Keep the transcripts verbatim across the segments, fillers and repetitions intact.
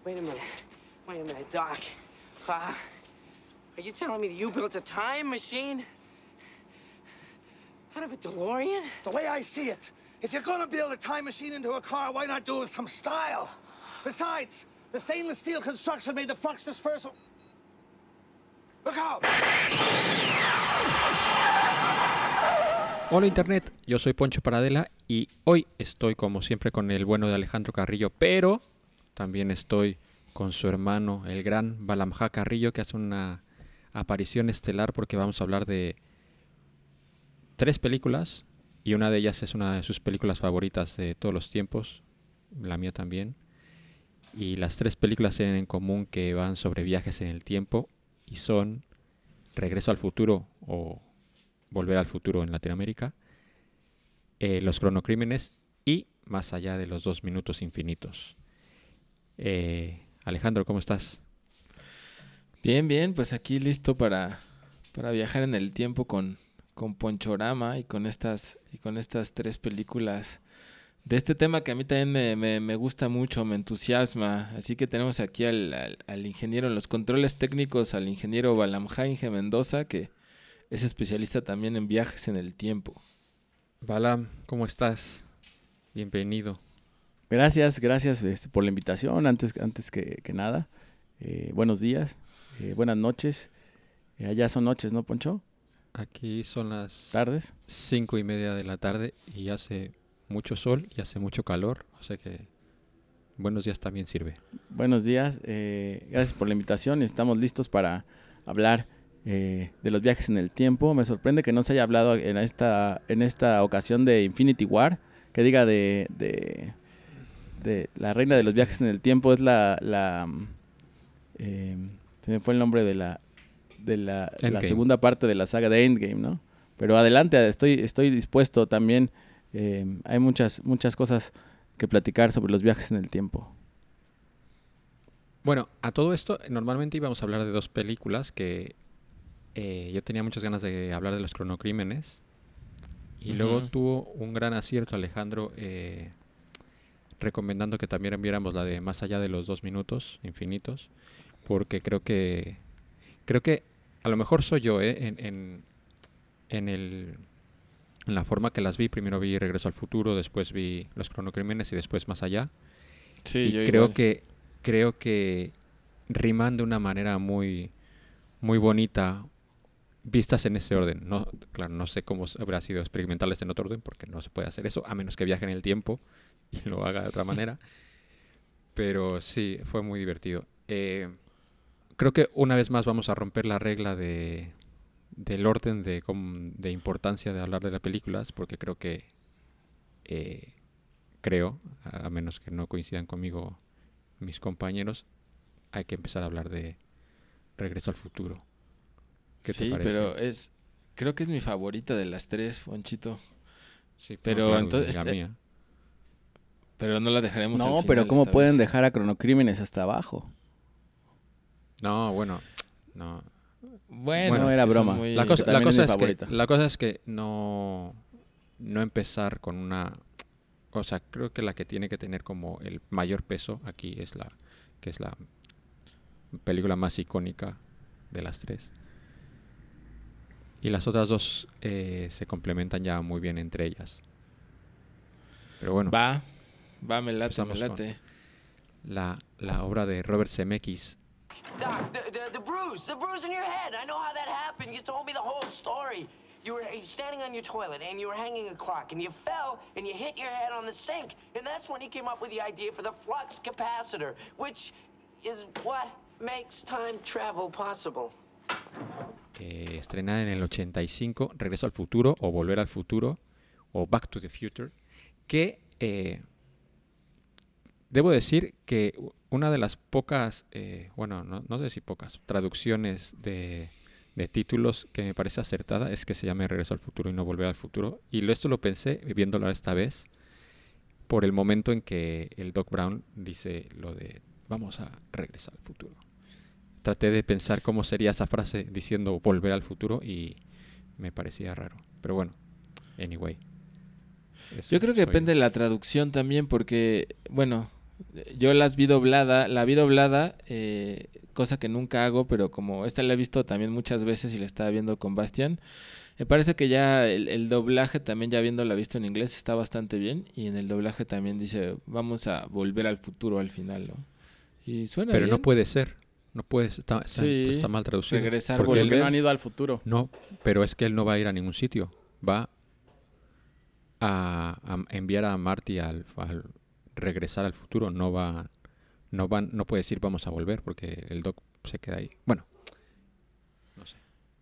Wait a minute. Wait a minute, Doc. Uh, are you telling me that you built a time machine? Out of a DeLorean? The way I see it, if you're gonna build a time machine into a car, why not do it with some style? Besides, the stainless steel construction made the flux dispersal. Look out! Hola Internet, yo soy Poncho Paradela y hoy estoy como siempre con el bueno de Alejandro Carrillo, pero también estoy con su hermano, el gran Balamjá Carrillo, que hace una aparición estelar porque vamos a hablar de tres películas y una de ellas es una de sus películas favoritas de todos los tiempos, la mía también. Y las tres películas tienen en común que van sobre viajes en el tiempo y son Regreso al Futuro o Volver al Futuro en Latinoamérica, eh, Los Cronocrímenes y Más allá de los dos minutos infinitos. Eh, Alejandro, ¿cómo estás? Bien, bien, pues aquí listo para, para viajar en el tiempo con, con Ponchorama y con estas y con estas tres películas de este tema que a mí también me, me, me gusta mucho, me entusiasma. Así que tenemos aquí al, al, al ingeniero en los controles técnicos, al ingeniero Balamjá Inge Mendoza, que es especialista también en viajes en el tiempo. Balam, ¿cómo estás? Bienvenido. Gracias, gracias este, por la invitación, antes, antes que, que nada. Eh, buenos días, eh, buenas noches. Eh, allá son noches, ¿no, Poncho? Aquí son las ¿Tardes? cinco y media de la tarde y hace mucho sol y hace mucho calor, o sea que buenos días también sirve. Buenos días, eh, gracias por la invitación. Estamos listos para hablar eh, de los viajes en el tiempo. Me sorprende que no se haya hablado en esta, en esta ocasión de Infinity War, que diga de... de de la reina de los viajes en el tiempo. Es la, la eh, se me fue el nombre de la de la, la segunda parte de la saga de Endgame, ¿no? Pero adelante, estoy estoy dispuesto también. Eh, hay muchas muchas cosas que platicar sobre los viajes en el tiempo. Bueno, a todo esto normalmente íbamos a hablar de dos películas que eh, yo tenía muchas ganas de hablar de Los Cronocrímenes y uh-huh. Luego tuvo un gran acierto Alejandro eh, recomendando que también viéramos la de Más allá de los dos minutos infinitos, porque creo que creo que a lo mejor soy yo eh, en, en, en, el, en la forma que las vi. Primero vi Regreso al Futuro, después vi Los Cronocrímenes y después Más allá. Sí, y yo creo igual. que creo que riman de una manera muy muy bonita vistas en ese orden. No, claro, no sé cómo habrá sido experimentarles en otro orden porque no se puede hacer eso a menos que viaje en el tiempo y lo haga de otra manera. Pero sí, fue muy divertido. Eh, creo que una vez más vamos a romper la regla de del orden de, de importancia de hablar de las películas, porque creo que eh, creo, a menos que no coincidan conmigo mis compañeros, hay que empezar a hablar de Regreso al Futuro. ¿Qué sí, te parece? Pero es creo que es mi favorita de las tres, Juanchito. Sí, pero no, claro, entonces la este, mía. Pero no la dejaremos No, al pero final ¿cómo esta pueden vez? dejar a Cronocrímenes hasta abajo? No, bueno, no. Bueno, Bueno, es era que son broma. muy- La cosa, que la, también cosa es mi es que, favorita. la cosa es que no, no empezar con una... O sea, creo que la que tiene que tener como el mayor peso aquí es la que es la película más icónica de las tres. Y las otras dos eh, se complementan ya muy bien entre ellas. Pero bueno, Va, va, me late, me empezamos late. con la, la obra de Robert Zemeckis. Doc, the, the, the bruise, the bruise in your head. I know how that happened. You told me the whole story. You were standing on your toilet and you were hanging a clock and you fell and you hit your head on the sink. And that's when he came up with the idea for the flux capacitor, which is what makes time travel possible. Eh, estrenada en el ochenta y cinco, Regreso al Futuro o Volver al Futuro o Back to the Future, que eh, debo decir que una de las pocas, eh, bueno, no, no sé si pocas, traducciones de, de títulos que me parece acertada es que se llame Regreso al Futuro y no Volver al Futuro. Y esto lo pensé viéndolo esta vez por el momento en que el Doc Brown dice lo de vamos a regresar al futuro. Traté de pensar cómo sería esa frase diciendo volver al futuro y me parecía raro. Pero bueno, anyway. Yo creo que depende yo. de la traducción también porque, bueno, Yo las vi doblada, la vi doblada, eh, cosa que nunca hago, pero como esta la he visto también muchas veces y la estaba viendo con Bastián, me parece que ya el, el doblaje también, ya viéndola visto en inglés, está bastante bien. Y en el doblaje también dice, vamos a volver al futuro al final, ¿no? Y suena Pero bien. no puede ser. No puede ser. Está, está, Sí, está mal traducido. regresar, porque Porque él, volver. no han ido al futuro. no, pero es que él no va a ir a ningún sitio. Va a, a enviar a Marty al, al regresar al futuro. No va, no van, no puede decir vamos a volver porque el Doc se queda ahí. Bueno, no sé.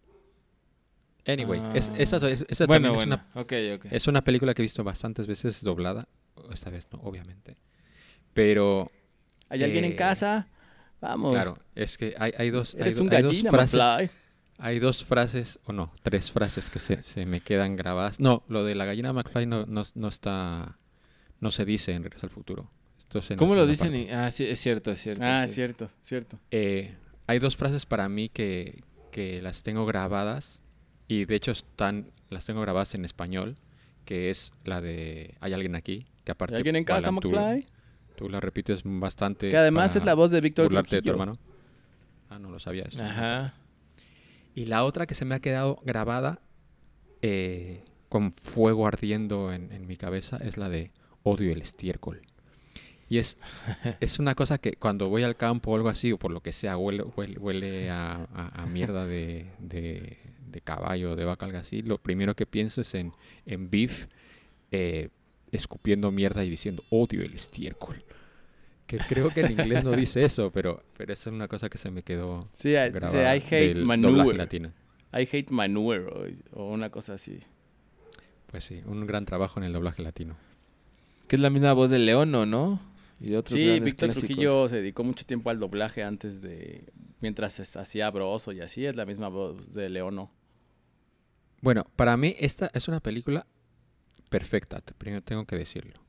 Anyway, Ah. es, esa, es- esa Bueno, también bueno, es una ok, ok. es una película que he visto bastantes veces doblada. Esta vez no, obviamente. Pero, ¿Hay alguien en Eh, casa? Vamos. claro, es que hay, hay dos, hay, Eres do- un hay dos gallina, frases. McFly. Hay dos frases, o no, tres frases que se, se me quedan grabadas. No, lo de la gallina McFly no, no, no está, no se dice en Regreso al Futuro. Esto es en la ¿Cómo lo segunda dicen? parte. y- Ah, sí, es cierto, es cierto. Ah, es cierto, cierto. Eh, hay dos frases para mí que, que las tengo grabadas y de hecho están, las tengo grabadas en español, que es la de ¿hay alguien aquí? Que aparte, ¿Hay alguien en casa, Balan, tú- McFly? Tú, la repites bastante. Que además para es la voz de Víctor burlarte de tu Trujillo. hermano. Ah, no lo sabía eso. Ajá. Y la otra que se me ha quedado grabada eh, con fuego ardiendo en, en mi cabeza es la de odio el estiércol. Y es, es una cosa que cuando voy al campo o algo así, o por lo que sea, huele, huele, huele a, a- a mierda de, de, de caballo, de vaca, algo así, lo primero que pienso es en, en Beef eh, escupiendo mierda y diciendo odio el estiércol. Que creo que en inglés no dice eso, pero, pero esa es una cosa que se me quedó Sí, I- grabada dice, I hate del manure. doblaje latino. I hate manure o, o una cosa así. Pues sí, un gran trabajo en el doblaje latino. Que es la misma voz de Leono, ¿no? Y de otros Sí, grandes Víctor clásicos. Trujillo se dedicó mucho tiempo al doblaje antes de... Mientras es- hacía Broso y así, es la misma voz de Leono. Bueno, para mí esta es una película perfecta, te- primero tengo que decirlo.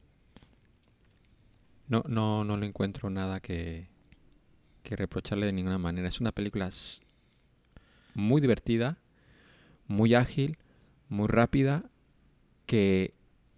No, no, no le encuentro nada que, que reprocharle de ninguna manera. Es una película s- muy divertida, muy ágil, muy rápida, que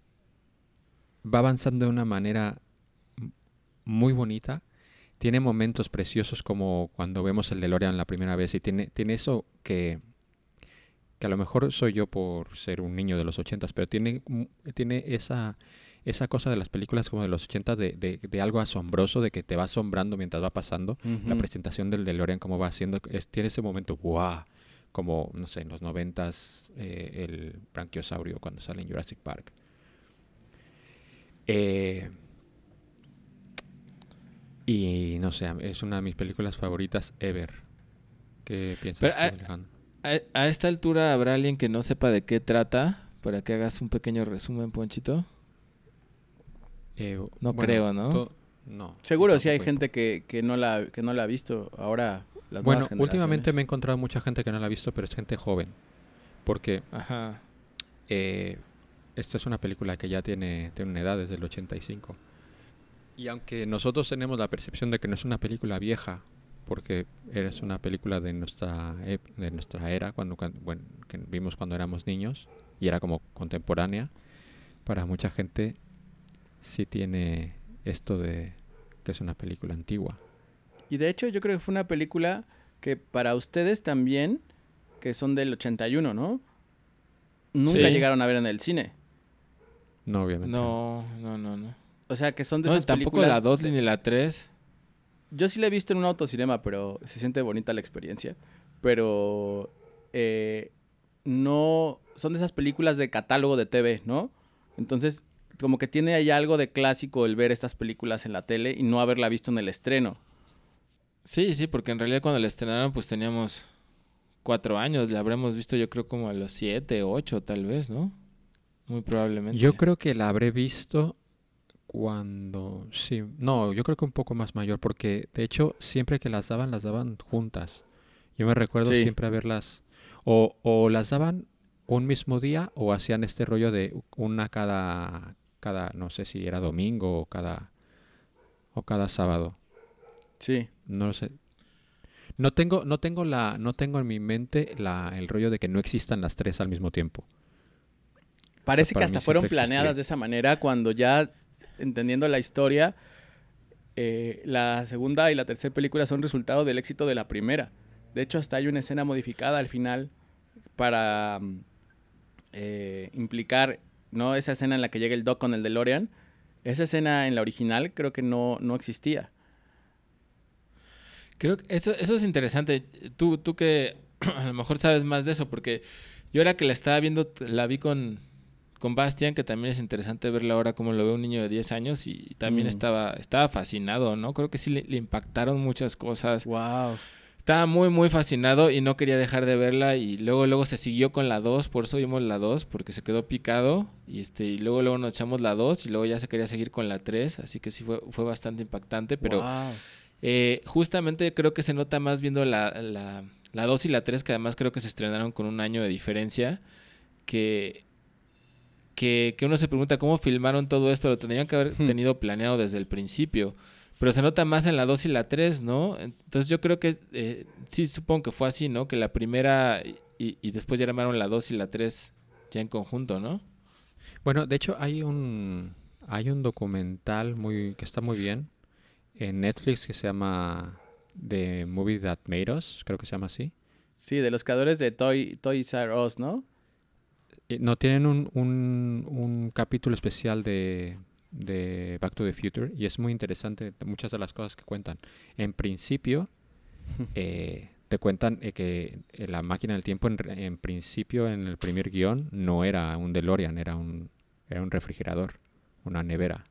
va avanzando de una manera m- muy bonita. Tiene momentos preciosos como cuando vemos el DeLorean la primera vez y tiene, tiene eso que, que a lo mejor soy yo por ser un niño de los ochentas, pero tiene, mu- tiene esa, esa cosa de las películas como de los ochentas de, de, de algo asombroso, de que te va asombrando mientras va pasando. La Ujú. presentación del DeLorean, cómo va haciendo, es, tiene ese momento, ¡buah! Como, no sé, en los noventas, eh, el branquiosaurio cuando sale en Jurassic Park. Eh, y no sé, es una de mis películas favoritas ever. ¿Qué piensas Pero, tú, ah, Alejandro? A, a esta altura, ¿habrá alguien que no sepa de qué trata? Para que hagas un pequeño resumen, Ponchito. Eh, no creo, ¿no? to- no. Seguro yo sí hay tampoco. gente que, que, no la, que no la ha visto. Ahora las Bueno, nuevas últimamente me he generaciones. encontrado mucha gente que no la ha visto, pero es gente joven. Porque Ajá. eh, esta es una película que ya tiene, tiene una edad desde el ochenta y cinco. Y aunque nosotros tenemos la percepción de que no es una película vieja, porque es una película de nuestra ep- de nuestra era, cuando, cuando- bueno, que vimos cuando éramos niños, y era como contemporánea, para mucha gente sí tiene esto de que es una película antigua. Y de hecho yo creo que fue una película que para ustedes también, que son del ochenta y uno, ¿no? Nunca Sí. llegaron a ver en el cine. No, obviamente. No, no, no, no. O sea, que son de No, esas tampoco películas... la dos ni la tres. Yo sí la he visto en un autocinema, pero se siente bonita la experiencia. Pero eh, no... Son de esas películas de catálogo de T V, ¿no? Entonces, como que tiene ahí algo de clásico el ver estas películas en la tele y no haberla visto en el estreno. Sí, sí, porque en realidad cuando la estrenaron pues teníamos cuatro años. La habremos visto yo creo como a los siete, ocho tal vez, ¿no? Muy probablemente. Yo creo que la habré visto cuando... Sí, no, yo creo que un poco más mayor, porque de hecho siempre que las daban, las daban juntas. Yo me recuerdo Sí. siempre haberlas... O, o las daban un mismo día o hacían este rollo de una cada... cada no sé si era domingo o cada... o cada sábado. Sí. No lo sé. No tengo, no tengo la, no tengo en mi mente la, el rollo de que no existan las tres al mismo tiempo. Parece que para hasta mí fueron siempre planeadas existía. de esa manera cuando ya, entendiendo la historia, eh, la segunda y la tercera película son resultado del éxito de la primera. De hecho, hasta hay una escena modificada al final para eh, implicar, ¿no? Esa escena en la que llega el Doc con el DeLorean. Esa escena en la original creo que no, no existía. Creo que eso, eso es interesante. Tú, tú que a lo mejor sabes más de eso, porque yo ahora que la estaba viendo, la vi con, con Bastian, que también es interesante verla ahora como lo ve un niño de diez años, y también Mm. estaba, estaba fascinado, ¿no? Creo que sí le, le impactaron muchas cosas. Wow. Estaba muy, muy fascinado y no quería dejar de verla, y luego, luego se siguió con la dos, por eso vimos la dos, porque se quedó picado, y este, y luego, luego nos echamos la dos, y luego ya se quería seguir con la tres, así que sí fue, fue bastante impactante, pero Wow. eh, justamente creo que se nota más viendo la, la, la dos y la tres, que además creo que se estrenaron con un año de diferencia, que, que, que uno se pregunta cómo filmaron todo esto, lo tendrían que haber Hmm. tenido planeado desde el principio. Pero se nota más en la dos y la tres, ¿no? Entonces yo creo que eh, sí, supongo que fue así, ¿no? Que la primera y, y después ya armaron la dos y la tres ya en conjunto, ¿no? Bueno, de hecho hay un hay un documental muy que está muy bien en Netflix que se llama The Movie That Made Us, creo que se llama así. Sí, de los creadores de Toy, Toys R Us, ¿no? Eh, No, tienen un, un, un capítulo especial de, de Back to the Future y es muy interesante de muchas de las cosas que cuentan. En principio, eh, te cuentan eh, que eh, la máquina del tiempo, en, re- en principio, en el primer guión, no era un DeLorean, era un, era un refrigerador, una nevera.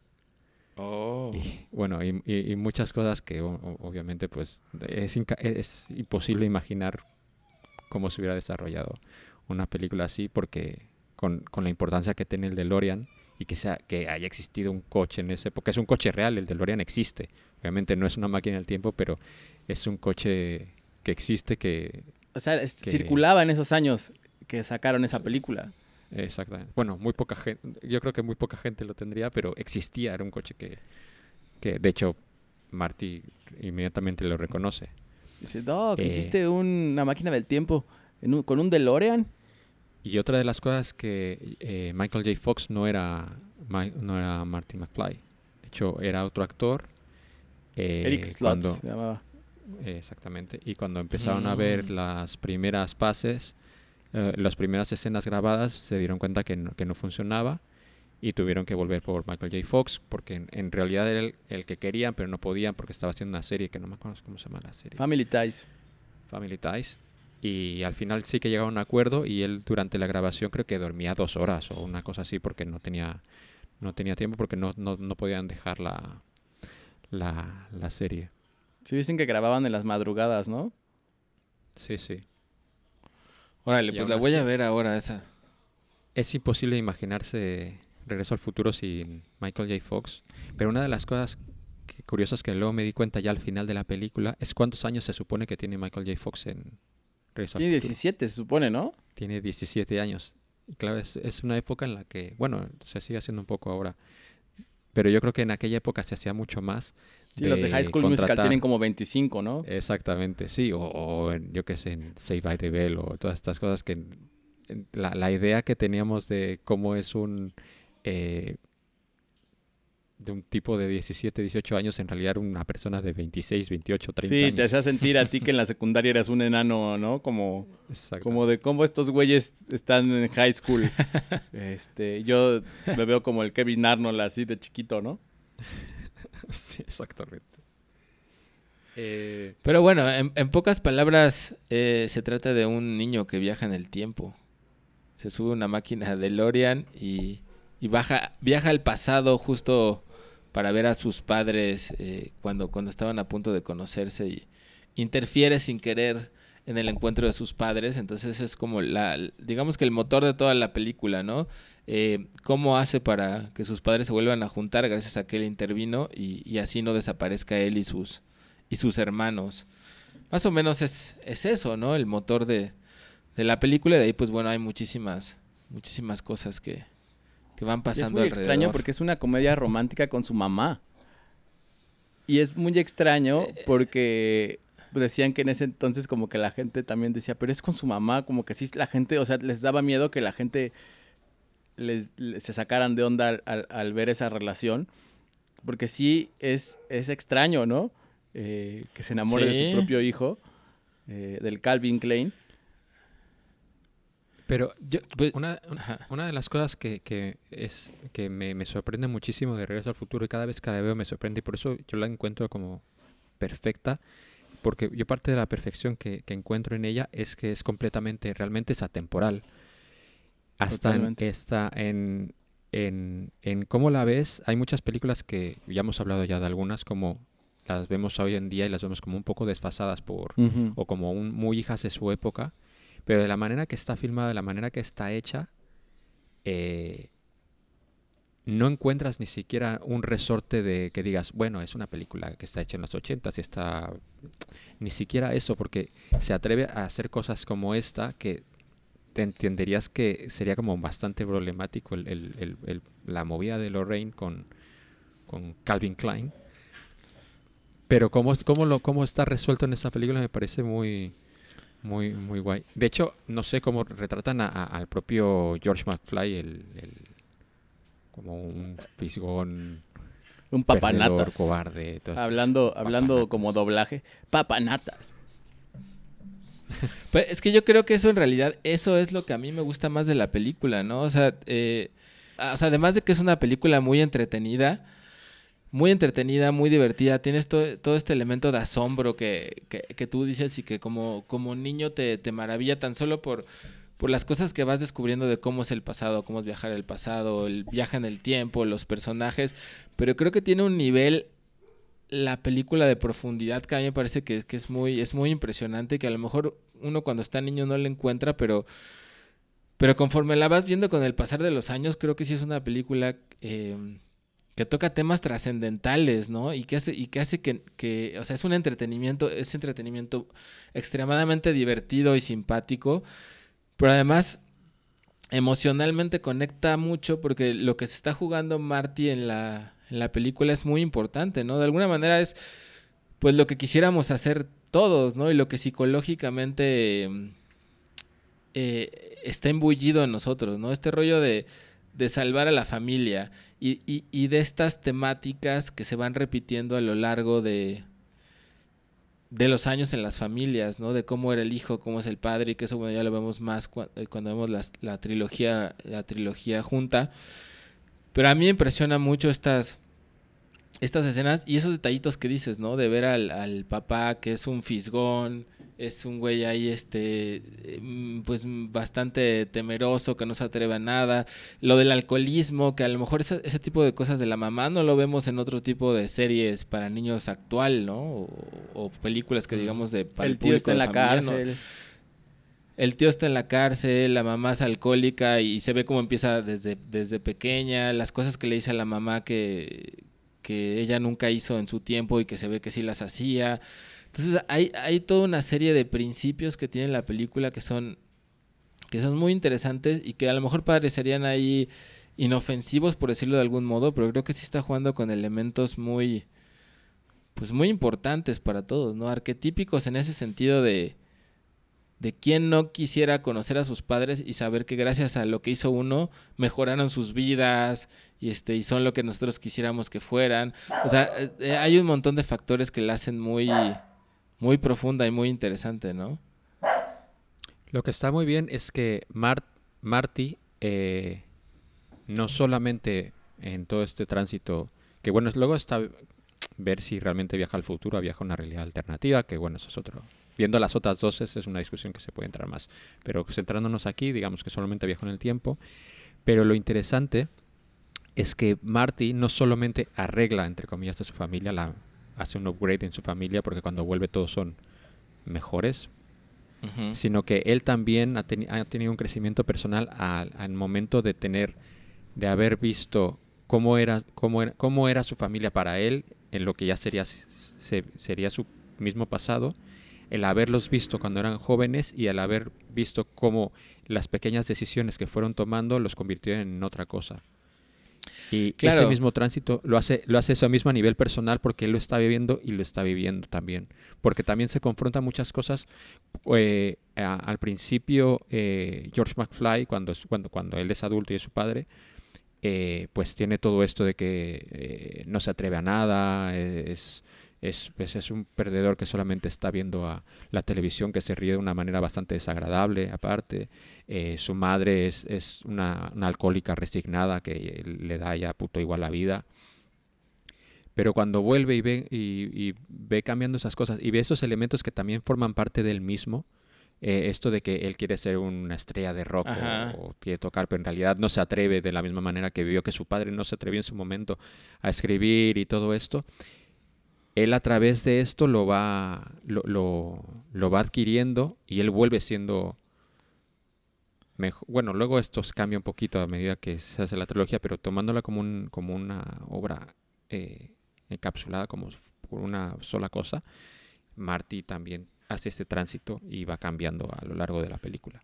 Oh. Y, bueno, y, y- y muchas cosas que o- o- obviamente pues es, inca- es imposible imaginar cómo se hubiera desarrollado una película así porque con, con la importancia que tiene el DeLorean y que, sea, que haya existido un coche en esa época. Es un coche real, el DeLorean existe. Obviamente no es una máquina del tiempo, pero es un coche que existe que... O sea, es- Que- circulaba en esos años que sacaron esa película. Exactamente. Bueno, muy poca gente, yo creo que muy poca gente lo tendría, pero existía, era un coche que, que de hecho Marty inmediatamente lo reconoce. Dice, Doc, Eh. hiciste un- una máquina del tiempo en un- con un DeLorean. Y otra de las cosas que eh, Michael J. Fox no era, Mi- no era Marty McFly. De hecho, era otro actor. eh, Eric Slotz cuando- se llamaba. eh, exactamente. Y cuando empezaron a ver Mm. las primeras pases, eh, las primeras escenas grabadas, se dieron cuenta que no, que no funcionaba y tuvieron que volver por Michael J. Fox porque en, en realidad era el, el que querían, pero no podían porque estaba haciendo una serie que no me acuerdo cómo se llama la serie. Family Ties. Family Ties. Y al final sí que llegaron a un acuerdo y él durante la grabación creo que dormía dos horas o una cosa así porque no tenía no tenía tiempo porque no, no, no podían dejar la, la, la serie. Sí, dicen que grababan en las madrugadas, ¿no? Sí, sí. Órale, Y pues aún la voy a así- ver ahora esa. Es imposible imaginarse Regreso al Futuro sin Michael J. Fox. Pero una de las cosas que- curiosas que luego me di cuenta ya al final de la película es cuántos años se supone que tiene Michael J. Fox en Regreso al Tiene Futuro. diecisiete, se supone, ¿no? Tiene diecisiete años. Y claro, es, es una época en la que, bueno, se sigue haciendo un poco ahora. Pero yo creo que en aquella época se hacía mucho más. Sí, los de High School Musical contratar- tienen como veinticinco, ¿no? Exactamente, sí. O, o en, yo qué sé, en Save by the Bell o todas estas cosas que... en- La, la idea que teníamos de cómo es un... eh, de un tipo de diecisiete, dieciocho años, en realidad era una persona de veintiséis, veintiocho, treinta Sí, años. te hacía sentir a ti que en la secundaria eras un enano, ¿no? Como, Exacto. como de cómo estos güeyes están en high school. este, yo me veo como el Kevin Arnold así de chiquito, ¿no? Sí, exactamente. Eh, Pero bueno, en, en pocas palabras, eh, se trata de un niño que viaja en el tiempo. Se sube a una máquina DeLorean y, y baja, viaja al pasado justo para ver a sus padres eh, cuando, cuando estaban a punto de conocerse y interfiere sin querer en el encuentro de sus padres. Entonces es como la, digamos que el motor de toda la película, ¿no? Eh, cómo hace para que sus padres se vuelvan a juntar gracias a que él intervino y, y así no desaparezca él y sus y sus hermanos. Más o menos es, es eso, ¿no? El motor de, de la película. Y de ahí, pues bueno, hay muchísimas, muchísimas cosas que, que van Y es pasando muy alrededor. extraño porque es una comedia romántica con su mamá. Y es muy extraño porque decían que en ese entonces como que la gente también decía, pero es con su mamá, como que sí la gente, o sea, les daba miedo que la gente les, les- se sacaran de onda al, al- al ver esa relación. porque sí es, es extraño, ¿no? Eh, que se enamore Sí. de su propio hijo, eh, del Calvin Klein. Pero Yo, pues, una, una, ajá. una de las cosas que, que es que me, me sorprende muchísimo de Regreso al Futuro y cada vez que la veo me sorprende y por eso yo la encuentro como perfecta, porque yo parte de la perfección que, que encuentro en ella es que es completamente, realmente es atemporal. Hasta en, Totalmente. esta, en, en, en cómo la ves, hay muchas películas que ya hemos hablado ya de algunas, como las vemos hoy en día y las vemos como un poco desfasadas por, Ujú. o como un, muy hijas de su época, pero de la manera que está filmada, de la manera que está hecha, eh, no encuentras ni siquiera un resorte de que digas, bueno, es una película que está hecha en los ochentas y está... Ni siquiera eso, porque se atreve a hacer cosas como esta que te entenderías que sería como bastante problemático el, el- el- el- la movida de Lorraine con, con Calvin Klein. Pero cómo, es- cómo, lo, cómo está resuelto en esta película me parece muy, muy, muy guay. De hecho, no sé cómo retratan a- a- al propio George McFly, el, el- como un fisgón, Un perdedor, papanatas. cobarde. Todo esto. Hablando, hablando Papanatas. como doblaje. Papanatas. Pues es que yo creo que eso en realidad, eso es lo que a mí me gusta más de la película, ¿no? O sea, eh, o sea, además de que es una película muy entretenida, muy entretenida, muy divertida, tienes to- todo este elemento de asombro que, que, que tú dices y que como, como niño te, te maravilla tan solo por, por las cosas que vas descubriendo de cómo es el pasado, cómo es viajar el pasado, el viaje en el tiempo, los personajes, pero creo que tiene un nivel la película de profundidad que a mí me parece que, que es muy es muy impresionante, que a lo mejor uno cuando está niño no le encuentra, pero pero conforme la vas viendo con el pasar de los años, creo que sí es una película eh, que toca temas trascendentales, ¿no? Y que hace y que hace que, que o sea, es un entretenimiento, es entretenimiento extremadamente divertido y simpático, pero además emocionalmente conecta mucho porque lo que se está jugando Marty en la, en la película es muy importante, ¿no? De alguna manera es pues lo que quisiéramos hacer todos, ¿no? Y lo que psicológicamente eh, eh, está embullido en nosotros, ¿no? Este rollo de, de salvar a la familia y, y, y de estas temáticas que se van repitiendo a lo largo de, de los años en las familias, ¿no? De cómo era el hijo, cómo es el padre, y que eso bueno, ya lo vemos más cu- eh, cuando vemos las- la trilogía, la trilogía junta. Pero a mí me impresiona mucho estas, estas escenas y esos detallitos que dices, ¿no? De ver al, al papá que es un fisgón, es un güey ahí, este, eh, mm, pues mm, bastante temeroso, que no se atreve a nada. Lo del alcoholismo, que a lo mejor ese, ese tipo de cosas de la mamá no lo vemos en otro tipo de series para niños actual, ¿no? O, o películas que digamos de para el, El tío está en público la familiar, ¿no? cárcel. El tío está en la cárcel, la mamá es alcohólica y se ve cómo empieza desde, desde pequeña, las cosas que le dice a la mamá que, que ella nunca hizo en su tiempo y que se ve que sí las hacía. Entonces hay, hay toda una serie de principios que tiene la película que son, que son muy interesantes y que a lo mejor parecerían ahí inofensivos, por decirlo de algún modo, pero creo que sí está jugando con elementos muy, pues muy importantes para todos, ¿no? Arquetípicos en ese sentido de de quién no quisiera conocer a sus padres y saber que gracias a lo que hizo uno mejoraron sus vidas y este y son lo que nosotros quisiéramos que fueran. O sea, eh, hay un montón de factores que la hacen muy muy profunda y muy interesante, ¿no? Lo que está muy bien es que Mar- Marty eh, no solamente en todo este tránsito, que bueno, es- luego está ver si realmente viaja al futuro o viaja a una realidad alternativa, que bueno, eso es otro. Viendo las otras dos es una discusión que se puede entrar más. Pero centrándonos aquí, digamos que solamente viaja en el tiempo. Pero lo interesante es que Marty no solamente arregla, entre comillas, a su familia, la, hace un upgrade en su familia, porque cuando vuelve todos son mejores, Uh-huh. sino que él también ha, teni- ha tenido un crecimiento personal al, al momento de tener, de haber visto cómo era, cómo era, cómo era su familia para él, en lo que ya sería, se, sería su mismo pasado, el haberlos visto cuando eran jóvenes y el haber visto cómo las pequeñas decisiones que fueron tomando los convirtieron en otra cosa. Y Claro. ese mismo tránsito lo hace, lo hace eso mismo a nivel personal porque él lo está viviendo y lo está viviendo también. Porque también se confronta muchas cosas. Eh, a- al principio, eh, George McFly, cuando, es- cuando, cuando él es adulto y es su padre, eh, pues tiene todo esto de que eh, no se atreve a nada, es, es, pues es un perdedor que solamente está viendo a la televisión, que se ríe de una manera bastante desagradable aparte. Eh, su madre es, es una, una alcohólica resignada que le da ya puto igual la vida. Pero cuando vuelve y ve, y, y ve cambiando esas cosas y ve esos elementos que también forman parte del mismo, eh, esto de que él quiere ser una estrella de rock o, o quiere tocar, pero en realidad no se atreve de la misma manera que vio que su padre no se atrevió en su momento a escribir y todo esto, él a través de esto lo va, lo, lo, lo va adquiriendo y él vuelve siendo mejor. Bueno, luego esto cambia un poquito a medida que se hace la trilogía, pero tomándola como, un, como una obra eh, encapsulada como por una sola cosa, Marty también hace este tránsito y va cambiando a lo largo de la película.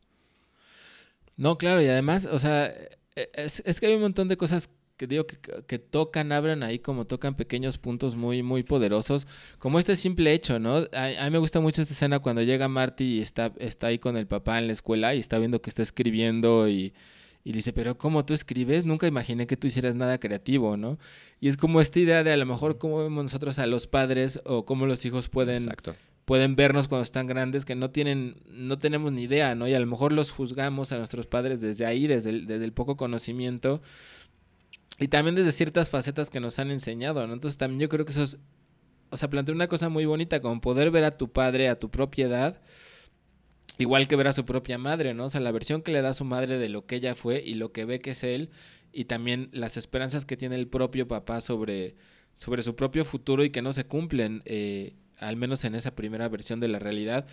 No, claro, y además, o sea, es, es que hay un montón de cosas que digo que, que tocan, abren ahí, como tocan pequeños puntos muy, muy poderosos, como este simple hecho, ¿no? A, a mí me gusta mucho esta escena cuando llega Marty y está, está ahí con el papá en la escuela y está viendo que está escribiendo y, y dice, pero ¿cómo tú escribes? Nunca imaginé que tú hicieras nada creativo, ¿no? Y es como esta idea de a lo mejor cómo vemos nosotros a los padres o cómo los hijos pueden... Exacto. pueden vernos cuando están grandes, que no tienen, no tenemos ni idea, ¿no? Y a lo mejor los juzgamos a nuestros padres desde ahí, desde el, desde el poco conocimiento, y también desde ciertas facetas que nos han enseñado, ¿no? Entonces también yo creo que eso es, o sea, plantea una cosa muy bonita, como poder ver a tu padre a tu propia edad, igual que ver a su propia madre, ¿no? O sea, la versión que le da a su madre de lo que ella fue y lo que ve que es él, y también las esperanzas que tiene el propio papá sobre, sobre su propio futuro y que no se cumplen, eh, al menos en esa primera versión de la realidad.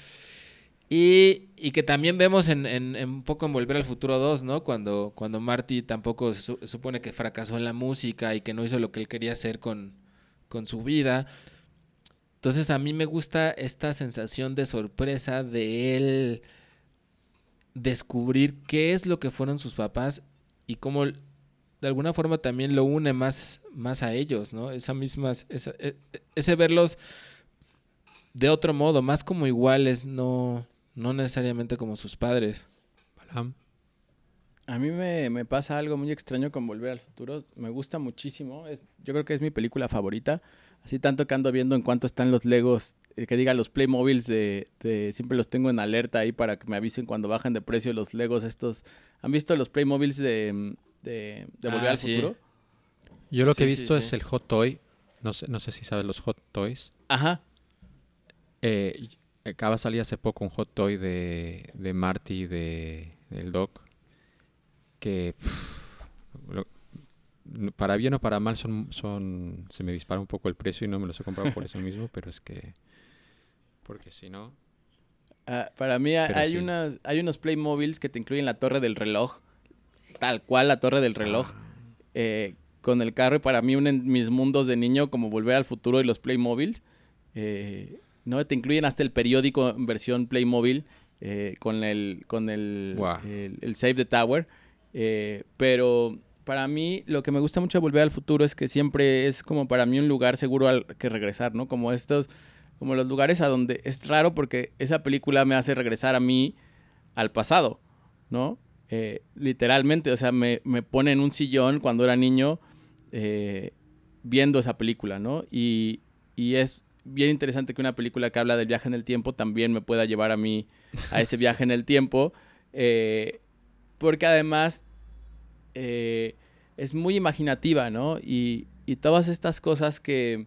Y, y que también vemos en, en, en un poco en Volver al Futuro dos, ¿no? Cuando, cuando Marty tampoco se su, supone que fracasó en la música y que no hizo lo que él quería hacer con, con su vida. Entonces a mí me gusta esta sensación de sorpresa de él descubrir qué es lo que fueron sus papás y cómo de alguna forma también lo une más, más a ellos, ¿no? Esa mismas, esa, ese verlos de otro modo, más como iguales, no, no necesariamente como sus padres. Balam. A mí me, me pasa algo muy extraño con Volver al Futuro. Me gusta muchísimo. Es, yo creo que es mi película favorita. Así tanto que ando viendo en cuánto están los Legos, eh, que diga los Playmobiles, de, de, siempre los tengo en alerta ahí para que me avisen cuando bajan de precio los Legos estos. ¿Han visto los Playmobiles de, de, de Volver Ah, al sí. Futuro? Yo lo que Sí, he visto sí, es sí. el Hot Toy. No sé, no sé si sabes los Hot Toys. Ajá. Eh, acaba de salir hace poco un Hot Toy de, de Marty, de, del Doc, que pff, lo- no- para bien o para mal son, son se me dispara un poco el precio y no me los he comprado por eso mismo, pero es que porque si no Ah, para mí ha- Pero hay, sí. unas, hay unos Playmobiles que te incluyen la torre del reloj, tal cual la torre del reloj, Ah. eh, con el carro, y para mí unen mis mundos de niño como Volver al Futuro y los Playmobiles. Eh, no, te incluyen hasta el periódico en versión Playmobil, eh, con el con el, Guau. el, el Save the Tower. Eh, pero para mí lo que me gusta mucho de Volver al Futuro es que siempre es como para mí un lugar seguro al que regresar, ¿no? Como estos, como los lugares a donde es raro porque esa película me hace regresar a mí al pasado, ¿no? Eh, literalmente, o sea, me, me pone en un sillón cuando era niño eh, viendo esa película, ¿no? Y, y es bien interesante que una película que habla del viaje en el tiempo también me pueda llevar a mí a ese viaje en el tiempo, eh, porque además eh, es muy imaginativa, ¿no? Y, y todas estas cosas que,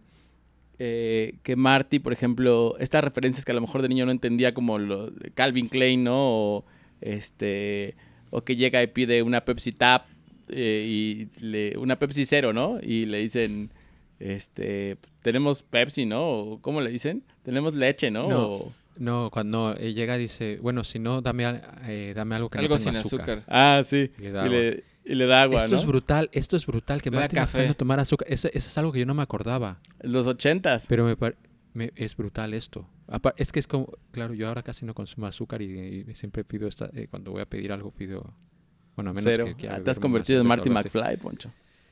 eh, que Marty, por ejemplo, estas referencias que a lo mejor de niño no entendía, como lo de Calvin Klein, ¿no? O, este, o que llega y pide una Pepsi Tap, eh, y le, una Pepsi Cero, ¿no? Y le dicen, este, tenemos Pepsi, ¿no? O, ¿cómo le dicen? Tenemos leche, ¿no? No. O- no cuando eh, llega dice, bueno, si no dame al- eh, dame algo que Algo no tenga sin azúcar. azúcar. ah, sí. Y le Y da le, y le da agua, Esto ¿no? es brutal, esto es brutal que Le da Marty café. McFly no tomara azúcar. Eso, eso es algo que yo no me acordaba, Los ochentas. pero me, par- me- es brutal esto. Apa- Es que es como, claro, yo ahora casi no consumo azúcar y, y siempre pido esta, eh, cuando voy a pedir algo pido, bueno, a menos Cero. que quiera Ah, te has beberme una convertido en cerveza Marty o algo así. McFly, Poncho.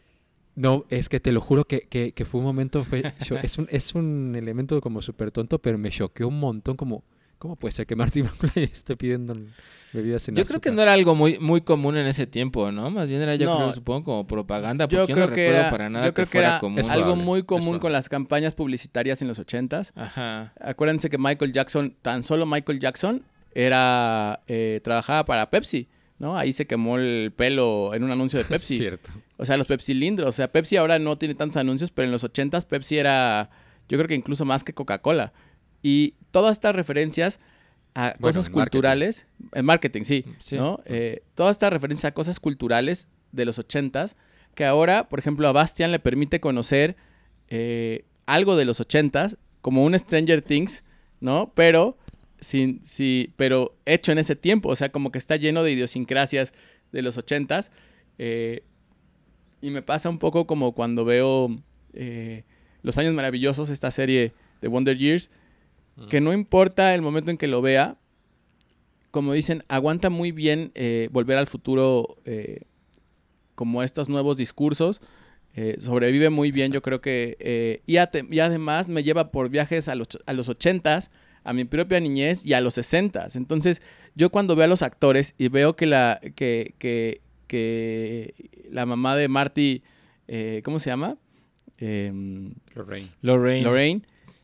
No, es que te lo juro que, que, que fue un momento, fue sho- es, un, es un elemento como súper tonto, pero me choqueó un montón, como, ¿Cómo puede ser que Marty McFly esté pidiendo bebidas sin Yo azúcar? creo que no era algo muy muy común en ese tiempo, ¿no? Más bien era, yo No. creo, supongo, como propaganda. Porque Yo yo, creo no que recuerdo era, para nada yo que creo que fuera era común. Es algo probable, muy es común probable. con las campañas publicitarias en los ochentas. Ajá. Acuérdense que Michael Jackson, tan solo Michael Jackson, era eh, trabajaba para Pepsi, ¿no? Ahí se quemó el pelo en un anuncio de Pepsi. Cierto. O sea, los Pepsi Lindros. O sea, Pepsi ahora no tiene tantos anuncios, pero en los ochentas Pepsi era, yo creo que incluso más que Coca-Cola. Y todas estas referencias a Bueno, cosas en marketing. culturales, en marketing, sí, Sí. ¿no? Eh, todas estas referencias a cosas culturales de los ochentas, que ahora, por ejemplo, a Bastian le permite conocer eh, algo de los ochentas, como un Stranger Things, ¿no? Pero, sin, sí, pero hecho en ese tiempo, o sea, como que está lleno de idiosincrasias de los ochentas. Eh, y me pasa un poco como cuando veo eh, Los Años Maravillosos, esta serie de Wonder Years, que no importa el momento en que lo vea, como dicen, aguanta muy bien eh, Volver al Futuro, eh, como estos nuevos discursos, eh, sobrevive muy bien, yo creo que, eh, y, ate- y además me lleva por viajes a los, a los ochentas, a mi propia niñez y a los sesentas. Entonces, yo cuando veo a los actores y veo que la, que, que, que la mamá de Marty, eh, ¿cómo se llama? Em, Lorraine. Lorraine. Lorraine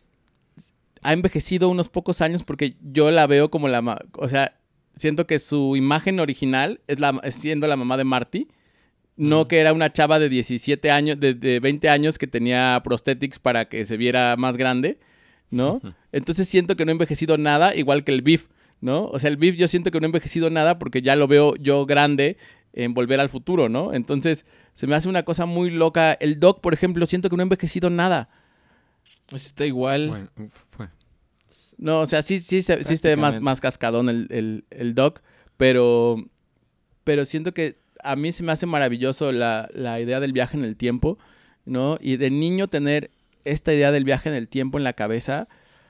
ha envejecido unos pocos años porque yo la veo como la... ma- O sea, siento que su imagen original es, la, es siendo la mamá de Marty. No Mm. que era una chava de diecisiete años, de, de veinte años que tenía prosthetics para que se viera más grande, ¿no? Ujú. Entonces siento que no ha envejecido nada, igual que el Beef, ¿no? O sea, el Beef yo siento que no ha envejecido nada porque ya lo veo yo grande en Volver al Futuro, ¿no? Entonces se me hace una cosa muy loca. El Doc, por ejemplo, siento que no ha envejecido nada. Pues está igual. Bueno, uf, bueno. No, o sea, sí, sí, se- sí se ve más, Prácticamente. más cascadón el, el, el Doc, pero, pero siento que a mí se me hace maravilloso la, la idea del viaje en el tiempo, ¿no? Y de niño tener esta idea del viaje en el tiempo en la cabeza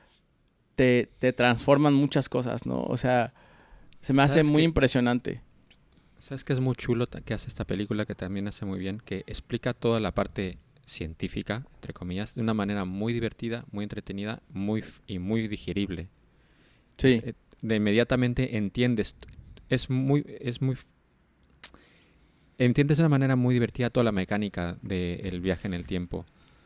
te, te transforman muchas cosas, ¿no? O sea, se me hace ¿Sabes muy qué? impresionante. ¿Sabes qué es muy chulo ta- que hace esta película que también hace muy bien? Que explica toda la parte científica, entre comillas, de una manera muy divertida, muy entretenida, muy f- y muy digerible. Sí. Es, eh, de inmediatamente entiendes, es muy, es muy, f- entiendes de una manera muy divertida toda la mecánica del viaje en el tiempo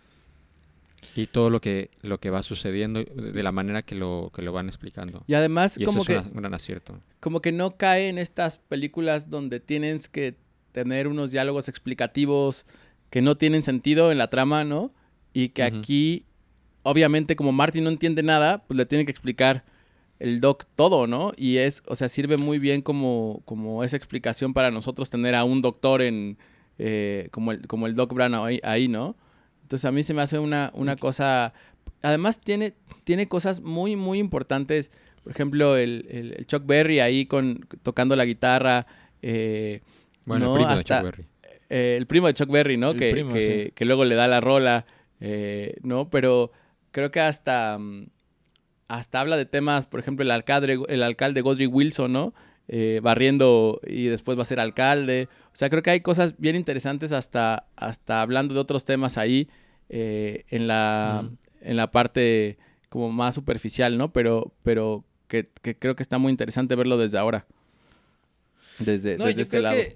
y todo lo que, lo que va sucediendo de la manera que lo, que lo van explicando. Y además, Y eso como es que... una- un gran acierto. como que no cae en estas películas donde tienes que tener unos diálogos explicativos que no tienen sentido en la trama, ¿no? Y que Ujú. aquí, obviamente, como Marty no entiende nada, pues le tiene que explicar el Doc todo, ¿no? Y es, o sea, sirve muy bien como, como esa explicación para nosotros tener a un doctor en, eh, como, el, como el Doc Brown ahí, ahí, ¿no? Entonces a mí se me hace una, una cosa... Además tiene, tiene cosas muy, muy importantes. Por ejemplo, el, el- el Chuck Berry ahí con, tocando la guitarra. eh, Bueno, ¿no? el primo Hasta- de Chuck Berry. eh, el primo de Chuck Berry, ¿no? El Que, primo, que, sí. que luego le da la rola, eh, ¿no? Pero creo que hasta, mm, hasta habla de temas, por ejemplo, el alcalde, el alcalde Godric Wilson, ¿no? Eh, barriendo y después va a ser alcalde. O sea, creo que hay cosas bien interesantes hasta, hasta hablando de otros temas ahí eh, en, la, Ujú. en la parte como más superficial, ¿no? Pero, pero que, que creo que está muy interesante verlo desde ahora. Desde, No, desde yo este creo lado. que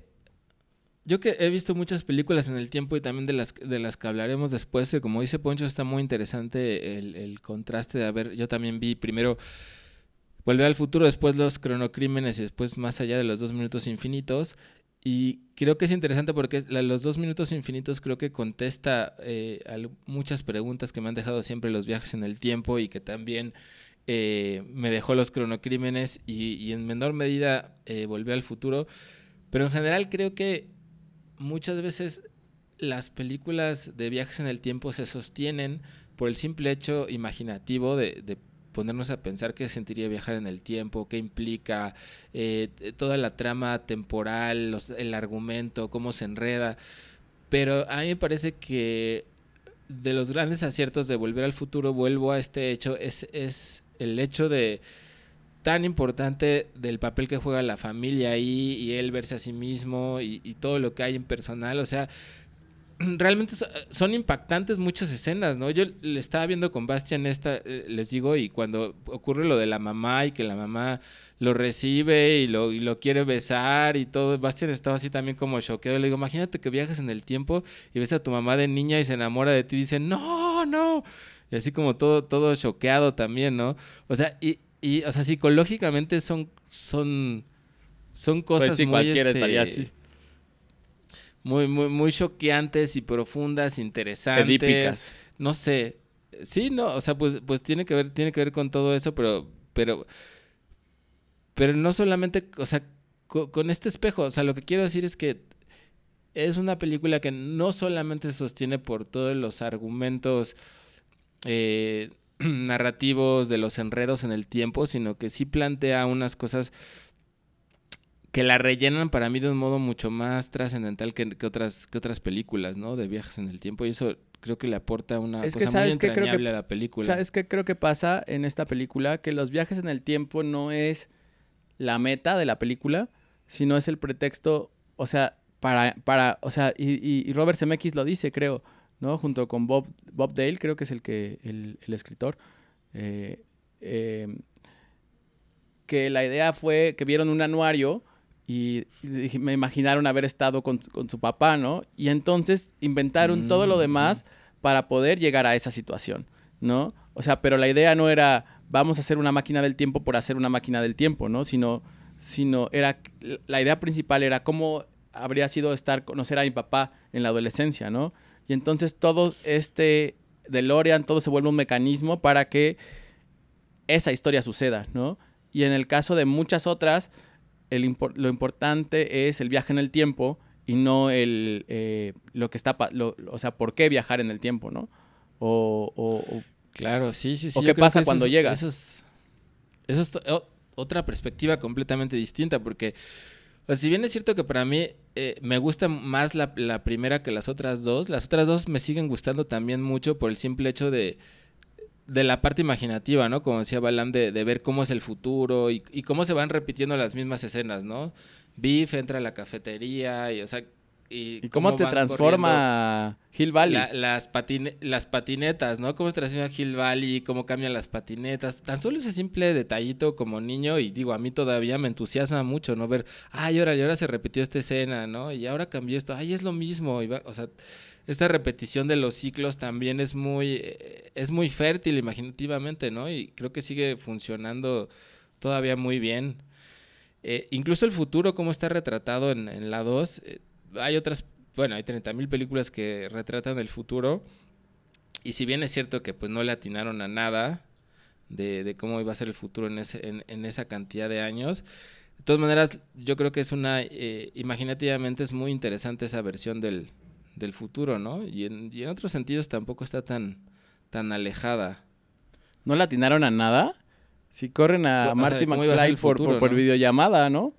yo que he visto muchas películas en el tiempo y también de las de las que hablaremos después, que como dice Poncho, está muy interesante el, el contraste de haber, yo también vi primero Volver al Futuro, después Los Cronocrímenes y después Más allá de los dos minutos infinitos. Y creo que es interesante porque la- los dos minutos infinitos creo que contesta eh, al- muchas preguntas que me han dejado siempre los viajes en el tiempo y que también eh, me dejó Los Cronocrímenes y, y en menor medida eh, Volver al Futuro. Pero en general creo que muchas veces las películas de viajes en el tiempo se sostienen por el simple hecho imaginativo de, de ponernos a pensar qué sentiría viajar en el tiempo, qué implica, eh, toda la trama temporal, los, el argumento, cómo se enreda. Pero a mí me parece que de los grandes aciertos de Volver al Futuro, vuelvo a este hecho, es, es el hecho de tan importante del papel que juega la familia ahí y él verse a sí mismo y, y todo lo que hay en personal. O sea, realmente so, son impactantes muchas escenas, ¿no? Yo le estaba viendo con Bastian esta, eh, les digo, y cuando ocurre lo de la mamá y que la mamá lo recibe y lo, y lo quiere besar y todo, Bastian estaba así también como choqueado. Le digo, imagínate que viajes en el tiempo y ves a tu mamá de niña y se enamora de ti y dice, no, no. Y así como todo, todo choqueado también, ¿no? O sea, y, y o sea, psicológicamente son, son, son cosas Pues sí, muy, cualquiera este, estaría así. muy, muy, muy choqueantes y profundas, interesantes. Edípicas. No sé. Sí, no, o sea, pues, pues tiene que ver, tiene que ver con todo eso, pero, pero, pero no solamente, o sea, co- con este espejo. O sea, lo que quiero decir es que es una película que no solamente se sostiene por todos los argumentos eh, narrativos de los enredos en el tiempo, sino que sí plantea unas cosas que la rellenan para mí de un modo mucho más trascendental que, que otras que otras películas, ¿no? De viajes en el tiempo, y eso creo que le aporta una Es que cosa muy ¿sabes qué creo entrañable que- a la película. ¿Sabes qué creo que pasa en esta película? Que los viajes en el tiempo no es la meta de la película, sino es el pretexto, o sea, para, para o sea, y, y- y Robert Zemeckis lo dice, creo, ¿no? Junto con Bob, Bob Dale, creo que es el que, el, el escritor, eh, eh, que la idea fue que vieron un anuario y, y me imaginaron haber estado con, con su papá, ¿no? Y entonces inventaron Mm, todo lo demás para poder llegar a esa situación, ¿no? O sea, pero la idea no era vamos a hacer una máquina del tiempo por hacer una máquina del tiempo, ¿no? Sino, sino era, la idea principal era cómo habría sido estar, conocer a mi papá en la adolescencia, ¿no? Y entonces todo este DeLorean, todo se vuelve un mecanismo para que esa historia suceda, ¿no? Y en el caso de muchas otras, el impor- lo importante es el viaje en el tiempo y no el eh, lo que está, pa- lo, o sea, por qué viajar en el tiempo, ¿no? O, o- o- Claro, sí, sí, sí. ¿O yo qué creo pasa que eso cuando es- llegas? Eso es, eso es to- o- otra perspectiva completamente distinta, porque o sea, si bien es cierto que para mí eh, me gusta más la, la primera que las otras dos, las otras dos me siguen gustando también mucho por el simple hecho de, de la parte imaginativa, ¿no? Como decía Balam, de, de ver cómo es el futuro y, y cómo se van repitiendo las mismas escenas, ¿no? Biff entra a la cafetería y, o sea... Y, ¿Y cómo te van transforma Hill Valley? la- las, patine- las patinetas, ¿no? Cómo se transforma Hill Valley, cómo cambian las patinetas. Tan solo ese simple detallito como niño, y digo, a mí todavía me entusiasma mucho, ¿no? Ver, ay, ahora, y ahora se repitió esta escena, ¿no? Y ahora cambió esto, ay, es lo mismo. Y va- o sea, esta repetición de los ciclos también es muy, eh, es muy fértil imaginativamente, ¿no? Y creo que sigue funcionando todavía muy bien. Eh, incluso el futuro, como está retratado en, en la dos, eh, hay otras, bueno, hay treinta mil películas que retratan el futuro, y si bien es cierto que pues no le atinaron a nada de, de cómo iba a ser el futuro en, ese, en, en esa cantidad de años, de todas maneras yo creo que es una, eh, imaginativamente es muy interesante esa versión del, del futuro, ¿no? Y en, y en otros sentidos tampoco está tan, tan alejada. ¿No le atinaron a nada? Si corren a O sea, Marty ¿cómo iba a ser McFly el por, futuro, por, por no? videollamada, ¿no?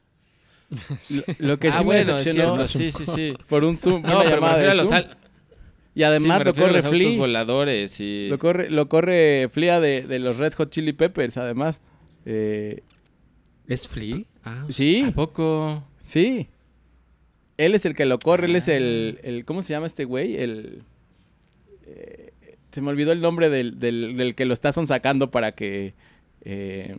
Lo, lo que sí ah, me bueno, es decepcionó cierto, sí, sí, sí. por un Zoom, No, una pero me llamada refiero de a los Zoom. al- Y además sí, me lo refiero a corre los autos Flea. voladores y... Lo corre, lo corre Flea de, de los Red Hot Chili Peppers, además. Eh, ¿Es Flea? Ah, sí, ¿A poco? sí. Él es el que lo corre, él es el, el ¿cómo se llama este güey? El... eh, se me olvidó el nombre del, del, del que lo está sonsacando para que... eh,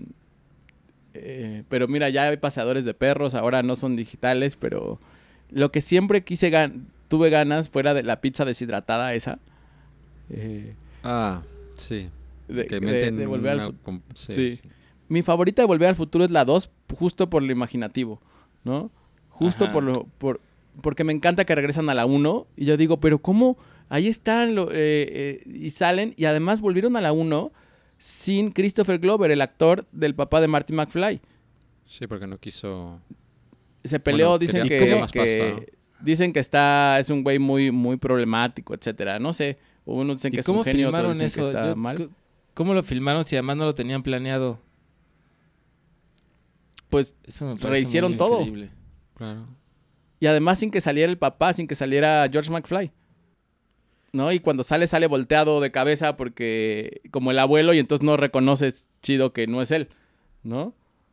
eh, pero mira, ya hay paseadores de perros, ahora no son digitales, pero lo que siempre quise gan- tuve ganas fuera de la pizza deshidratada esa. eh, Ah, sí. de, Que de- meten de Volver al una Fu- com- sí, sí. sí. Mi favorita de Volver al Futuro es la dos, justo por lo imaginativo, ¿no? Justo Ajá. por lo por porque me encanta que regresan a la uno y yo digo, pero ¿cómo? Ahí están lo- eh, eh, y salen y además volvieron a la uno sin Christopher Glover, el actor del papá de Marty McFly. Sí, porque no quiso... Se peleó, Bueno, dicen quería que, que más que- pasa. dicen que está es un güey muy muy problemático, etcétera. No sé, unos dicen que ¿Y es un cómo genio, otros filmaron dicen eso? que está Yo- mal. c- ¿Cómo lo filmaron si además no lo tenían planeado? Pues Eso me parece rehicieron muy todo. increíble. Claro. y además sin que saliera el papá, sin que saliera George McFly. ¿No? Y cuando sale, sale volteado de cabeza porque como el abuelo y entonces no reconoces chido que no es él, ¿no?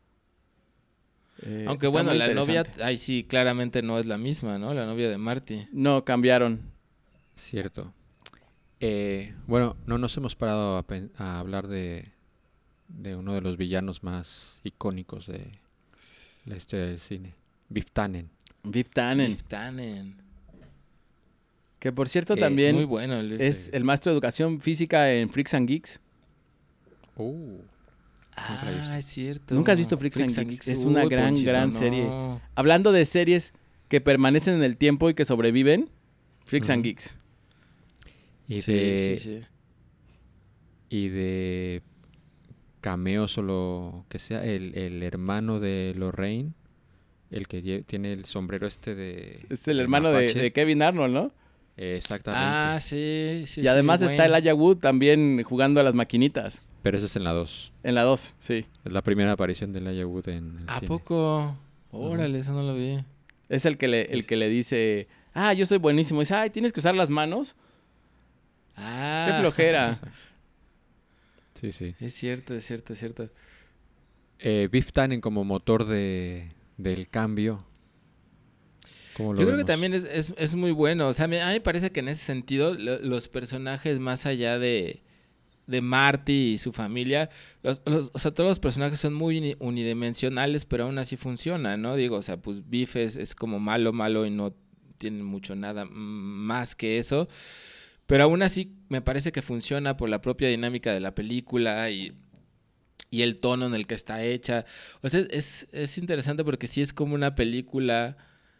Eh, Aunque está bueno, muy la novia, interesante. ahí sí, claramente no es la misma, ¿no? La novia de Marty. No, cambiaron. Cierto. Eh, bueno, no nos hemos parado a, pen- a hablar de, de uno de los villanos más icónicos de la historia del cine. Biff Tannen. Biff Tannen. Biff Tannen. Que por cierto Que también Muy bueno. Luis. es el maestro de educación física en Freaks and Geeks. Uh, nunca la he visto. Ah, es cierto. ¿Nunca has visto Freaks and Geeks? Es una gran, Ponchito, gran no. serie. Hablando de series que permanecen en el tiempo y que sobreviven, Freaks and Ujú. Geeks. Y Sí, de, sí, sí. y de cameos o lo que sea, el, el hermano de Lorraine, el que lle- tiene el sombrero este de... Es el de hermano de, mapache. de Kevin Arnold, ¿no? Exactamente. Ah, sí, sí. Y además sí, está bueno. Elijah Wood también jugando a las maquinitas. Pero eso es en la dos. En la dos, sí. Es la primera aparición de Elijah Wood en el ¿A cine. poco? Órale, eso no lo vi. Es el que le, el que le dice, ah, yo soy buenísimo. Y dice, ay, ¿tienes que usar las manos? Ah. Qué flojera. Exacto. Sí, sí. Es cierto, es cierto, es cierto. Eh, Biff Tannen como motor de, del cambio. ¿Cómo lo Yo creo que vemos? también es, es, es muy bueno. O sea, me- a mí me parece que en ese sentido lo- los personajes más allá de, de Marty y su familia, los, los- o sea, todos los personajes son muy uni- unidimensionales, pero aún así funcionan, ¿no? Digo, o sea, pues Biff es, es como malo, malo y no tiene mucho nada mm, más que eso. Pero aún así me parece que funciona por la propia dinámica de la película y, y el tono en el que está hecha. O sea, es, es interesante porque sí es como una película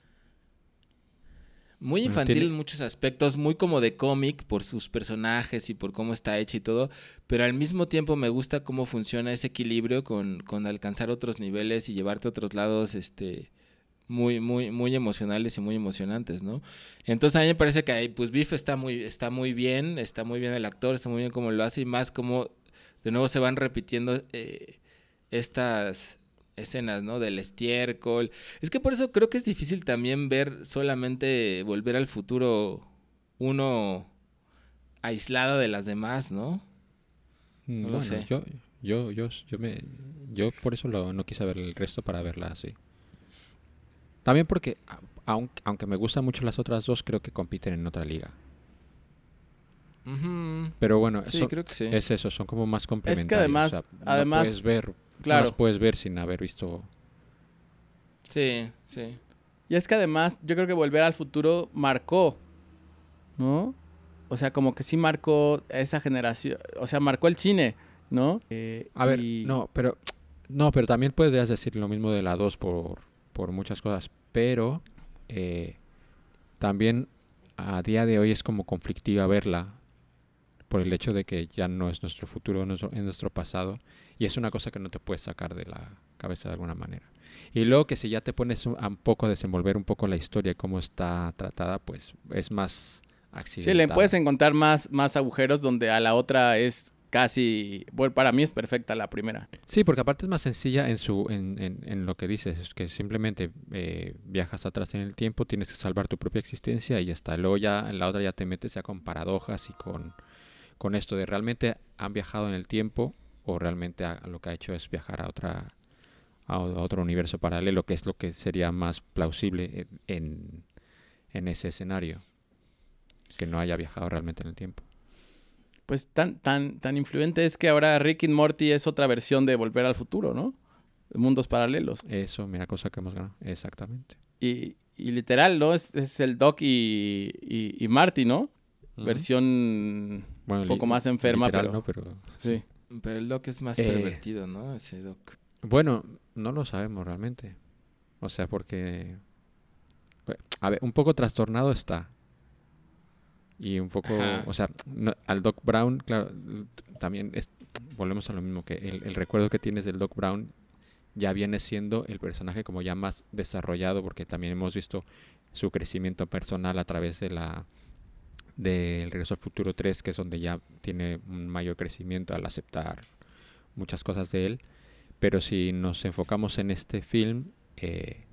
muy Bueno, infantil tiene- en muchos aspectos, muy como de cómic por sus personajes y por cómo está hecha y todo, pero al mismo tiempo me gusta cómo funciona ese equilibrio con, con alcanzar otros niveles y llevarte a otros lados, este, muy, muy, muy emocionales y muy emocionantes, ¿no? Entonces a mí me parece que ahí, pues Biff está muy, está muy bien, está muy bien el actor, está muy bien cómo lo hace y más como de nuevo se van repitiendo eh, estas escenas, ¿no? Del estiércol. Es que por eso creo que es difícil también ver solamente Volver al Futuro uno aislada de las demás, ¿no? Mm, no lo bueno, sé. Yo, yo, yo, yo, me, yo por eso lo- no quise ver el resto para verla así. También porque, a- aunque, aunque me gustan mucho las otras dos, creo que compiten en otra liga. Ujú. Pero bueno, Sí, son- creo que sí. es eso, son como más complementarios. además- o sea, no además, puedes ver, no claro. las puedes ver sin haber visto. Sí, sí. Y es que además, yo creo que Volver al Futuro marcó, ¿no? O sea, como que sí marcó esa generación, o sea, marcó el cine, ¿no? Eh, A ver, y- no, pero no, pero también podrías decir lo mismo de la dos por, por muchas cosas, pero eh, también a día de hoy es como conflictiva verla por el hecho de que ya no es nuestro futuro, nuestro- es nuestro pasado, y es una cosa que no te puedes sacar de la cabeza de alguna manera. Y luego que si ya te pones un, a un poco a desenvolver un poco la historia y cómo está tratada, pues es más accidental. Sí, le puedes encontrar más, más agujeros donde a la otra es casi, bueno, para mí es perfecta la primera. Sí, porque aparte es más sencilla en su en, en, en lo que dices, es que simplemente eh, viajas atrás en el tiempo, tienes que salvar tu propia existencia y ya está. Luego ya en la otra ya te metes ya con paradojas y con, con esto de realmente han viajado en el tiempo o realmente ha- lo que ha hecho es viajar a otra a, o- a otro universo paralelo, que es lo que sería más plausible en, en, en ese escenario, que no haya viajado realmente en el tiempo. Pues tan, tan, tan influyente es que ahora Rick and Morty es otra versión de Volver al Futuro, ¿no? Mundos paralelos. Eso, mira, cosa que hemos ganado. Exactamente. Y, y literal, ¿no? Es, es el Doc y, y, y Marty, ¿no? Ujú. Versión Bueno, un poco li- más enferma, literal, pero... ¿no? Pero Sí. Pero el Doc es más Eh. pervertido, ¿no? Ese Doc. bueno, no lo sabemos realmente. O sea, porque... A ver, un poco trastornado está. Y un poco... Ajá. O sea, no- al Doc Brown, claro, l- también es, volvemos a lo mismo, que el, el recuerdo que tienes del Doc Brown ya viene siendo el personaje como ya más desarrollado, porque también hemos visto su crecimiento personal a través de la del Regreso al Futuro tres, que es donde ya tiene un mayor crecimiento al aceptar muchas cosas de él. Pero si nos enfocamos en este film, eh,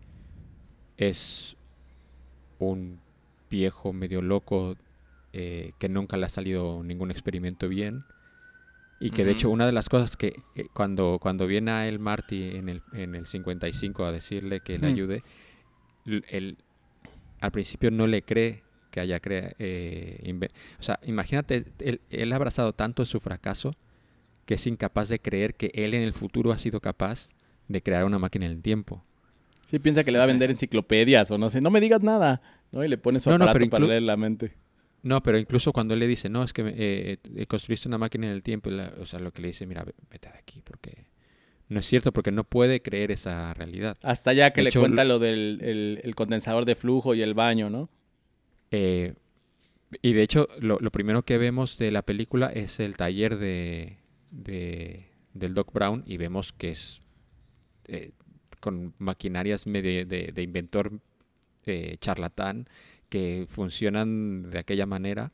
es un viejo medio loco eh, que nunca le ha salido ningún experimento bien. Y que de Ujú. hecho una de las cosas que eh, cuando, cuando viene a él Marty en el, en el cincuenta y cinco a decirle que le Hmm. ayude, l- él al principio no le cree que haya creado. Eh, o sea, imagínate, él, él ha abrazado tanto su fracaso que es incapaz de creer que él en el futuro ha sido capaz de crear una máquina del tiempo. Sí, piensa que le va a vender enciclopedias o no sé. No me digas nada, ¿no? Y le pone su No, no, aparato pero para inclu- leer la mente. No, pero incluso cuando él le dice, no, es que eh, eh, construiste una máquina del tiempo, y la- o sea, lo que le dice, mira, ve- vete de aquí, porque no es cierto, porque no puede creer esa realidad. Hasta ya que De le hecho, cuenta lo- lo del el, el condensador de flujo y el baño, ¿no? Eh, y de hecho, lo, lo primero que vemos de la película es el taller de, de- del Doc Brown y vemos que es eh, con maquinarias medio de, de inventor eh, charlatán que funcionan de aquella manera.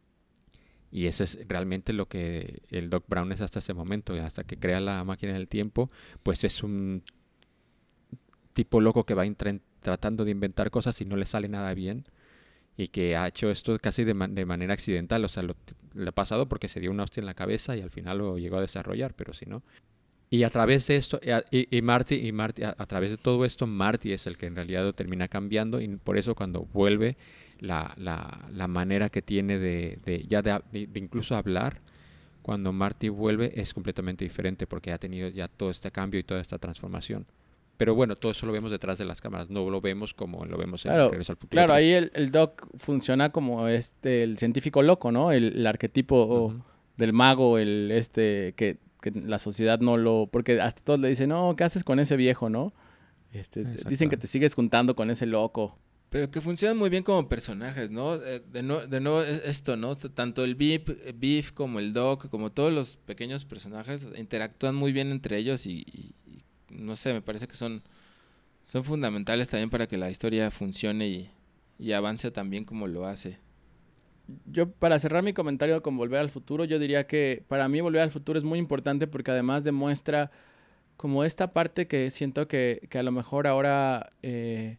Y eso es realmente lo que el Doc Brown es hasta ese momento, hasta que crea la máquina del tiempo, pues es un tipo loco que va intra- tratando de inventar cosas y no le sale nada bien y que ha hecho esto casi de, man- de manera accidental, o sea, lo, le ha pasado porque se dio una hostia en la cabeza y al final lo llegó a desarrollar, pero si no. Y a través de esto, y, a- y- y Marty, y Marty a, a través de todo esto, Marty es el que en realidad lo termina cambiando y por eso cuando vuelve la, la, la manera que tiene de, de ya de, de- de incluso hablar, cuando Marty vuelve es completamente diferente porque ha tenido ya todo este cambio y toda esta transformación. Pero bueno, todo eso lo vemos detrás de las cámaras, no lo vemos como lo vemos en Claro, Regreso al Futuro claro, tres. ahí el, el Doc funciona como este el científico loco, ¿no? El, el arquetipo Ujú. del mago, el este que, que la sociedad no lo... Porque hasta todos le dicen, no, ¿qué haces con ese viejo, no? Este, Exacto. dicen que te sigues juntando con ese loco. Pero que funcionan muy bien como personajes, ¿no? Eh, De, no- de nuevo es- esto, ¿no? O sea, tanto el Beef, eh, Beef como el Doc, como todos los pequeños personajes interactúan muy bien entre ellos y, y- y no sé, me parece que son, son fundamentales también para que la historia funcione y, y avance tan bien como lo hace. Yo, para cerrar mi comentario con Volver al Futuro, yo diría que para mí Volver al Futuro es muy importante porque además demuestra como esta parte que siento que, que a lo mejor ahora... eh,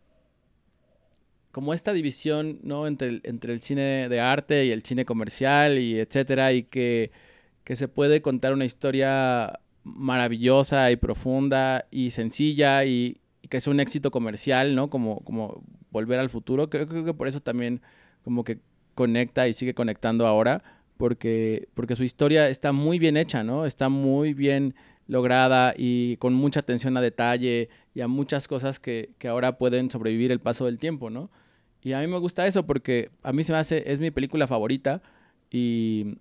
como esta división, ¿no? Entre el, entre el cine de arte y el cine comercial y etcétera, y que, que se puede contar una historia maravillosa y profunda y sencilla y, y que es un éxito comercial, ¿no? Como, como Volver al Futuro. Creo, creo que por eso también como que conecta y sigue conectando ahora, porque, porque su historia está muy bien hecha, ¿no? Está muy bien lograda y con mucha atención a detalle y a muchas cosas que, que ahora pueden sobrevivir el paso del tiempo, ¿no? Y a mí me gusta eso porque a mí se me hace, es mi película favorita y,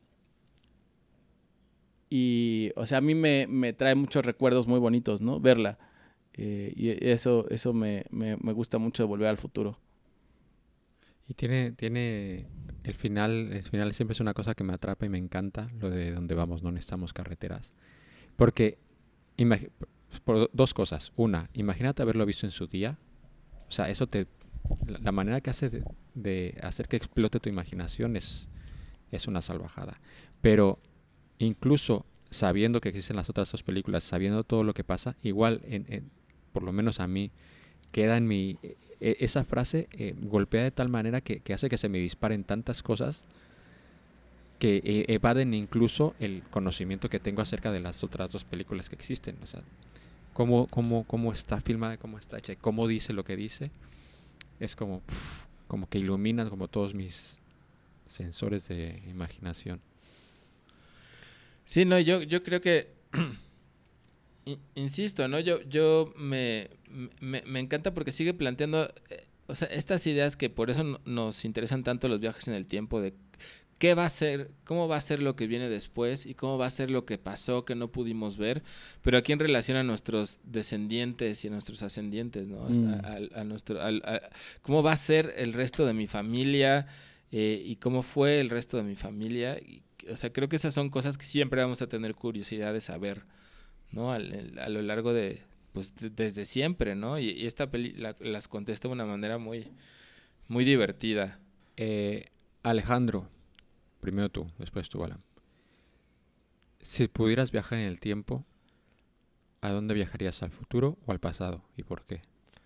y o sea, a mí me, me trae muchos recuerdos muy bonitos, ¿no? Verla. Eh, y eso, eso me, me, me gusta mucho de Volver al Futuro. Y tiene, tiene el final, el final siempre es una cosa que me atrapa y me encanta, lo de donde vamos, no necesitamos carreteras. Porque, imagi- por dos cosas. Una, imagínate haberlo visto en su día. O sea, eso te... La, la manera que hace de, de hacer que explote tu imaginación es, es una salvajada. Pero incluso sabiendo que existen las otras dos películas, sabiendo todo lo que pasa, igual, en, en- por lo menos a mí, queda en mi... e- esa frase eh, golpea de tal manera que, que hace que se me disparen tantas cosas que eh, evaden incluso el conocimiento que tengo acerca de las otras dos películas que existen. O sea, cómo, cómo, cómo está filmada, cómo está hecha, y cómo dice lo que dice, es como, pf, como que ilumina como todos mis sensores de imaginación. Sí, no, yo, yo creo que, in- insisto, ¿no? Yo, yo me, me, me encanta porque sigue planteando, eh, o sea, estas ideas que por eso no- nos interesan tanto los viajes en el tiempo, de qué va a ser, cómo va a ser lo que viene después y cómo va a ser lo que pasó que no pudimos ver, pero aquí en relación a nuestros descendientes y a nuestros ascendientes, ¿no? O sea, Mm. a, a nuestro, al- a- cómo va a ser el resto de mi familia eh, y cómo fue el resto de mi familia. Y, o sea, creo que esas son cosas que siempre vamos a tener curiosidad de saber, ¿no? Al- el- a lo largo de, pues, de- desde siempre, ¿no? Y, y esta peli la- las contesta de una manera muy, muy divertida. Eh, Alejandro, primero tú, después tú, Alan. Si pudieras viajar en el tiempo, ¿a dónde viajarías? ¿Al futuro o al pasado? ¿Y por qué?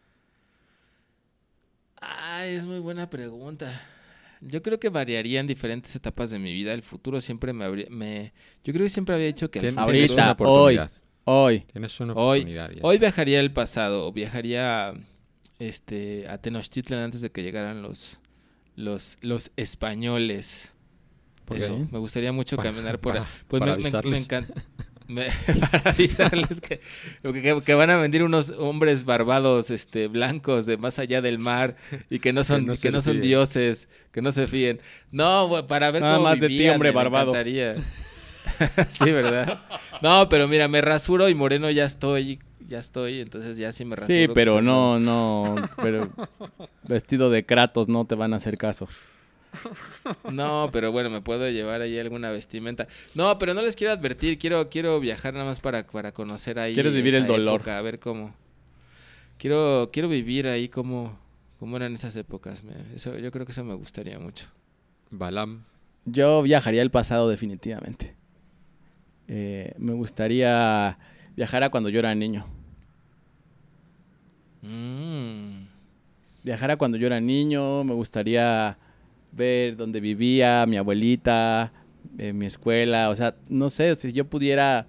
Ay, es muy buena pregunta. Yo creo que variaría en diferentes etapas de mi vida. El futuro siempre me habría... Me... Yo creo que siempre había dicho que el Tien- futuro... Tienes una Ahorita, hoy, oportunidad. hoy. Tienes una Hoy- oportunidad. ya Hoy está. viajaría al pasado, o viajaría este, a Tenochtitlan antes de que llegaran los, los, los españoles. ¿Por Eso, qué? me gustaría mucho Pa- caminar por pa- ahí. Pues para me, me, me avisarles. encanta. me- para avisarles que, que, que van a venir unos hombres barbados, este, blancos de más allá del mar y que no son, no que se no son fíen. dioses, que no se fíen. No, güey, para ver Nada cómo más de ti, vivían, hombre me barbado. encantaría. Sí, ¿verdad? No, pero mira, me rasuro y moreno ya estoy, ya estoy, entonces ya sí me rasuro. Sí, pero quizás no, no, pero vestido de Kratos no te van a hacer caso. No, pero bueno, me puedo llevar ahí alguna vestimenta. No, pero no les quiero advertir, quiero quiero viajar nada más para, para conocer ahí. Quieres vivir esa el dolor. época, a ver cómo. Quiero quiero vivir ahí cómo, cómo eran esas épocas. me- Eso, yo creo que eso me gustaría mucho. Balam. Yo viajaría al pasado definitivamente. Eh, me gustaría viajar a cuando yo era niño. Mm. Viajar a cuando yo era niño, me gustaría ver dónde vivía mi abuelita, eh, mi escuela, o sea, no sé, si yo pudiera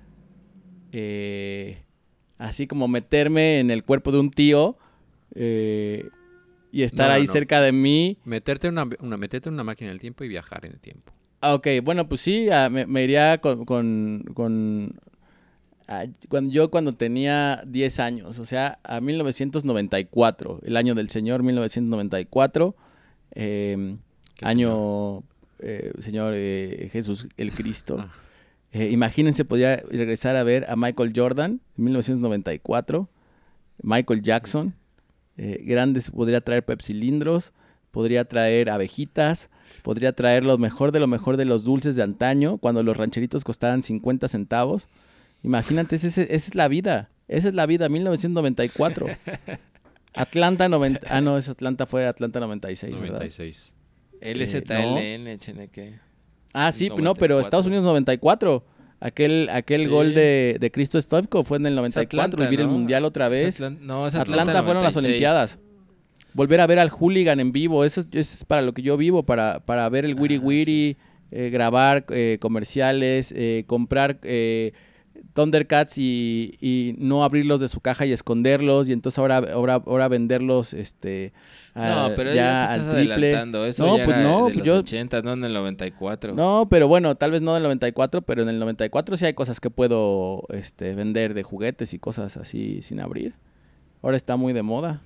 eh, así como meterme en el cuerpo de un tío eh, y estar No, no, ahí no. cerca de mí. Meterte una, una, meterte en una máquina del tiempo y viajar en el tiempo. Ah, ok, bueno, pues sí, ah, me, me iría con... con, con ah, cuando, yo cuando tenía diez años, o sea, a mil novecientos noventa y cuatro, el año del Señor, mil novecientos noventa y cuatro, eh, ¿Qué año eh, Señor eh, Jesús el Cristo. Ah. Eh, imagínense, podía regresar a ver a Michael Jordan en mil novecientos noventa y cuatro, Michael Jackson, eh, grandes, podría traer pepsilindros, podría traer abejitas, podría traer lo mejor de lo mejor de los dulces de antaño, cuando los rancheritos costaban cincuenta centavos. Imagínate, ese- ese- esa es la vida, esa es la vida, mil novecientos noventa y cuatro. Atlanta noventa, ah no, ese Atlanta fue Atlanta noventa y seis, ¿verdad? noventa y seis. L Z L N, Cheneque. Ah, sí, no, noventa y pero cuatro. Estados Unidos noventa y cuatro. Aquel, aquel Sí. gol de, de Cristo Stoichkov fue en el Es noventa y cuatro, Atlanta, vivir el ¿no? Mundial otra Es vez. Atlan- no, es Atlanta, Atlanta, fueron las noventa y seis. Olimpiadas. Volver a ver al Hooligan en vivo, eso, es- eso es para lo que yo vivo, para, para ver el Wiri Ah, Wiri, eh, grabar eh, comerciales, eh, comprar eh, Thundercats y, y no abrirlos de su caja y esconderlos, y entonces ahora, ahora, ahora venderlos este, No, a- pero ya ya te al estás triple. adelantando. Eso No, ya pues era no, de pues los yo- ochenta, no en el noventa y cuatro. No, pero bueno, tal vez no en el noventa y cuatro, pero en el noventa y cuatro sí hay cosas que puedo este, vender de juguetes y cosas así sin abrir. Ahora está muy de moda.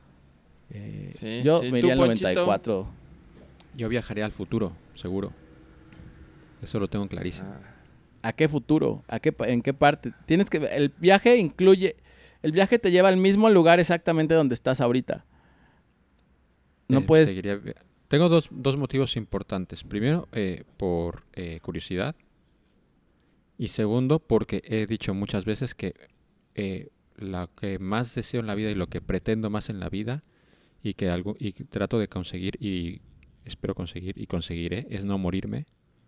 Eh, Sí, yo sí. me ¿Tú, iría al Ponchito? noventa y cuatro. Yo viajaría al futuro, seguro. Eso lo tengo clarísimo. Ah. ¿A qué futuro? ¿A qué, pa- ¿En qué parte? Tienes que el viaje incluye el viaje te lleva al mismo lugar exactamente donde estás ahorita. No Eh, puedes seguiría vi- Tengo dos, dos motivos importantes. Primero, eh, por eh, curiosidad. Y segundo, porque he dicho muchas veces que eh, lo que más deseo en la vida y lo que pretendo más en la vida y que algo, y que trato de conseguir y espero conseguir y conseguiré es no morirme.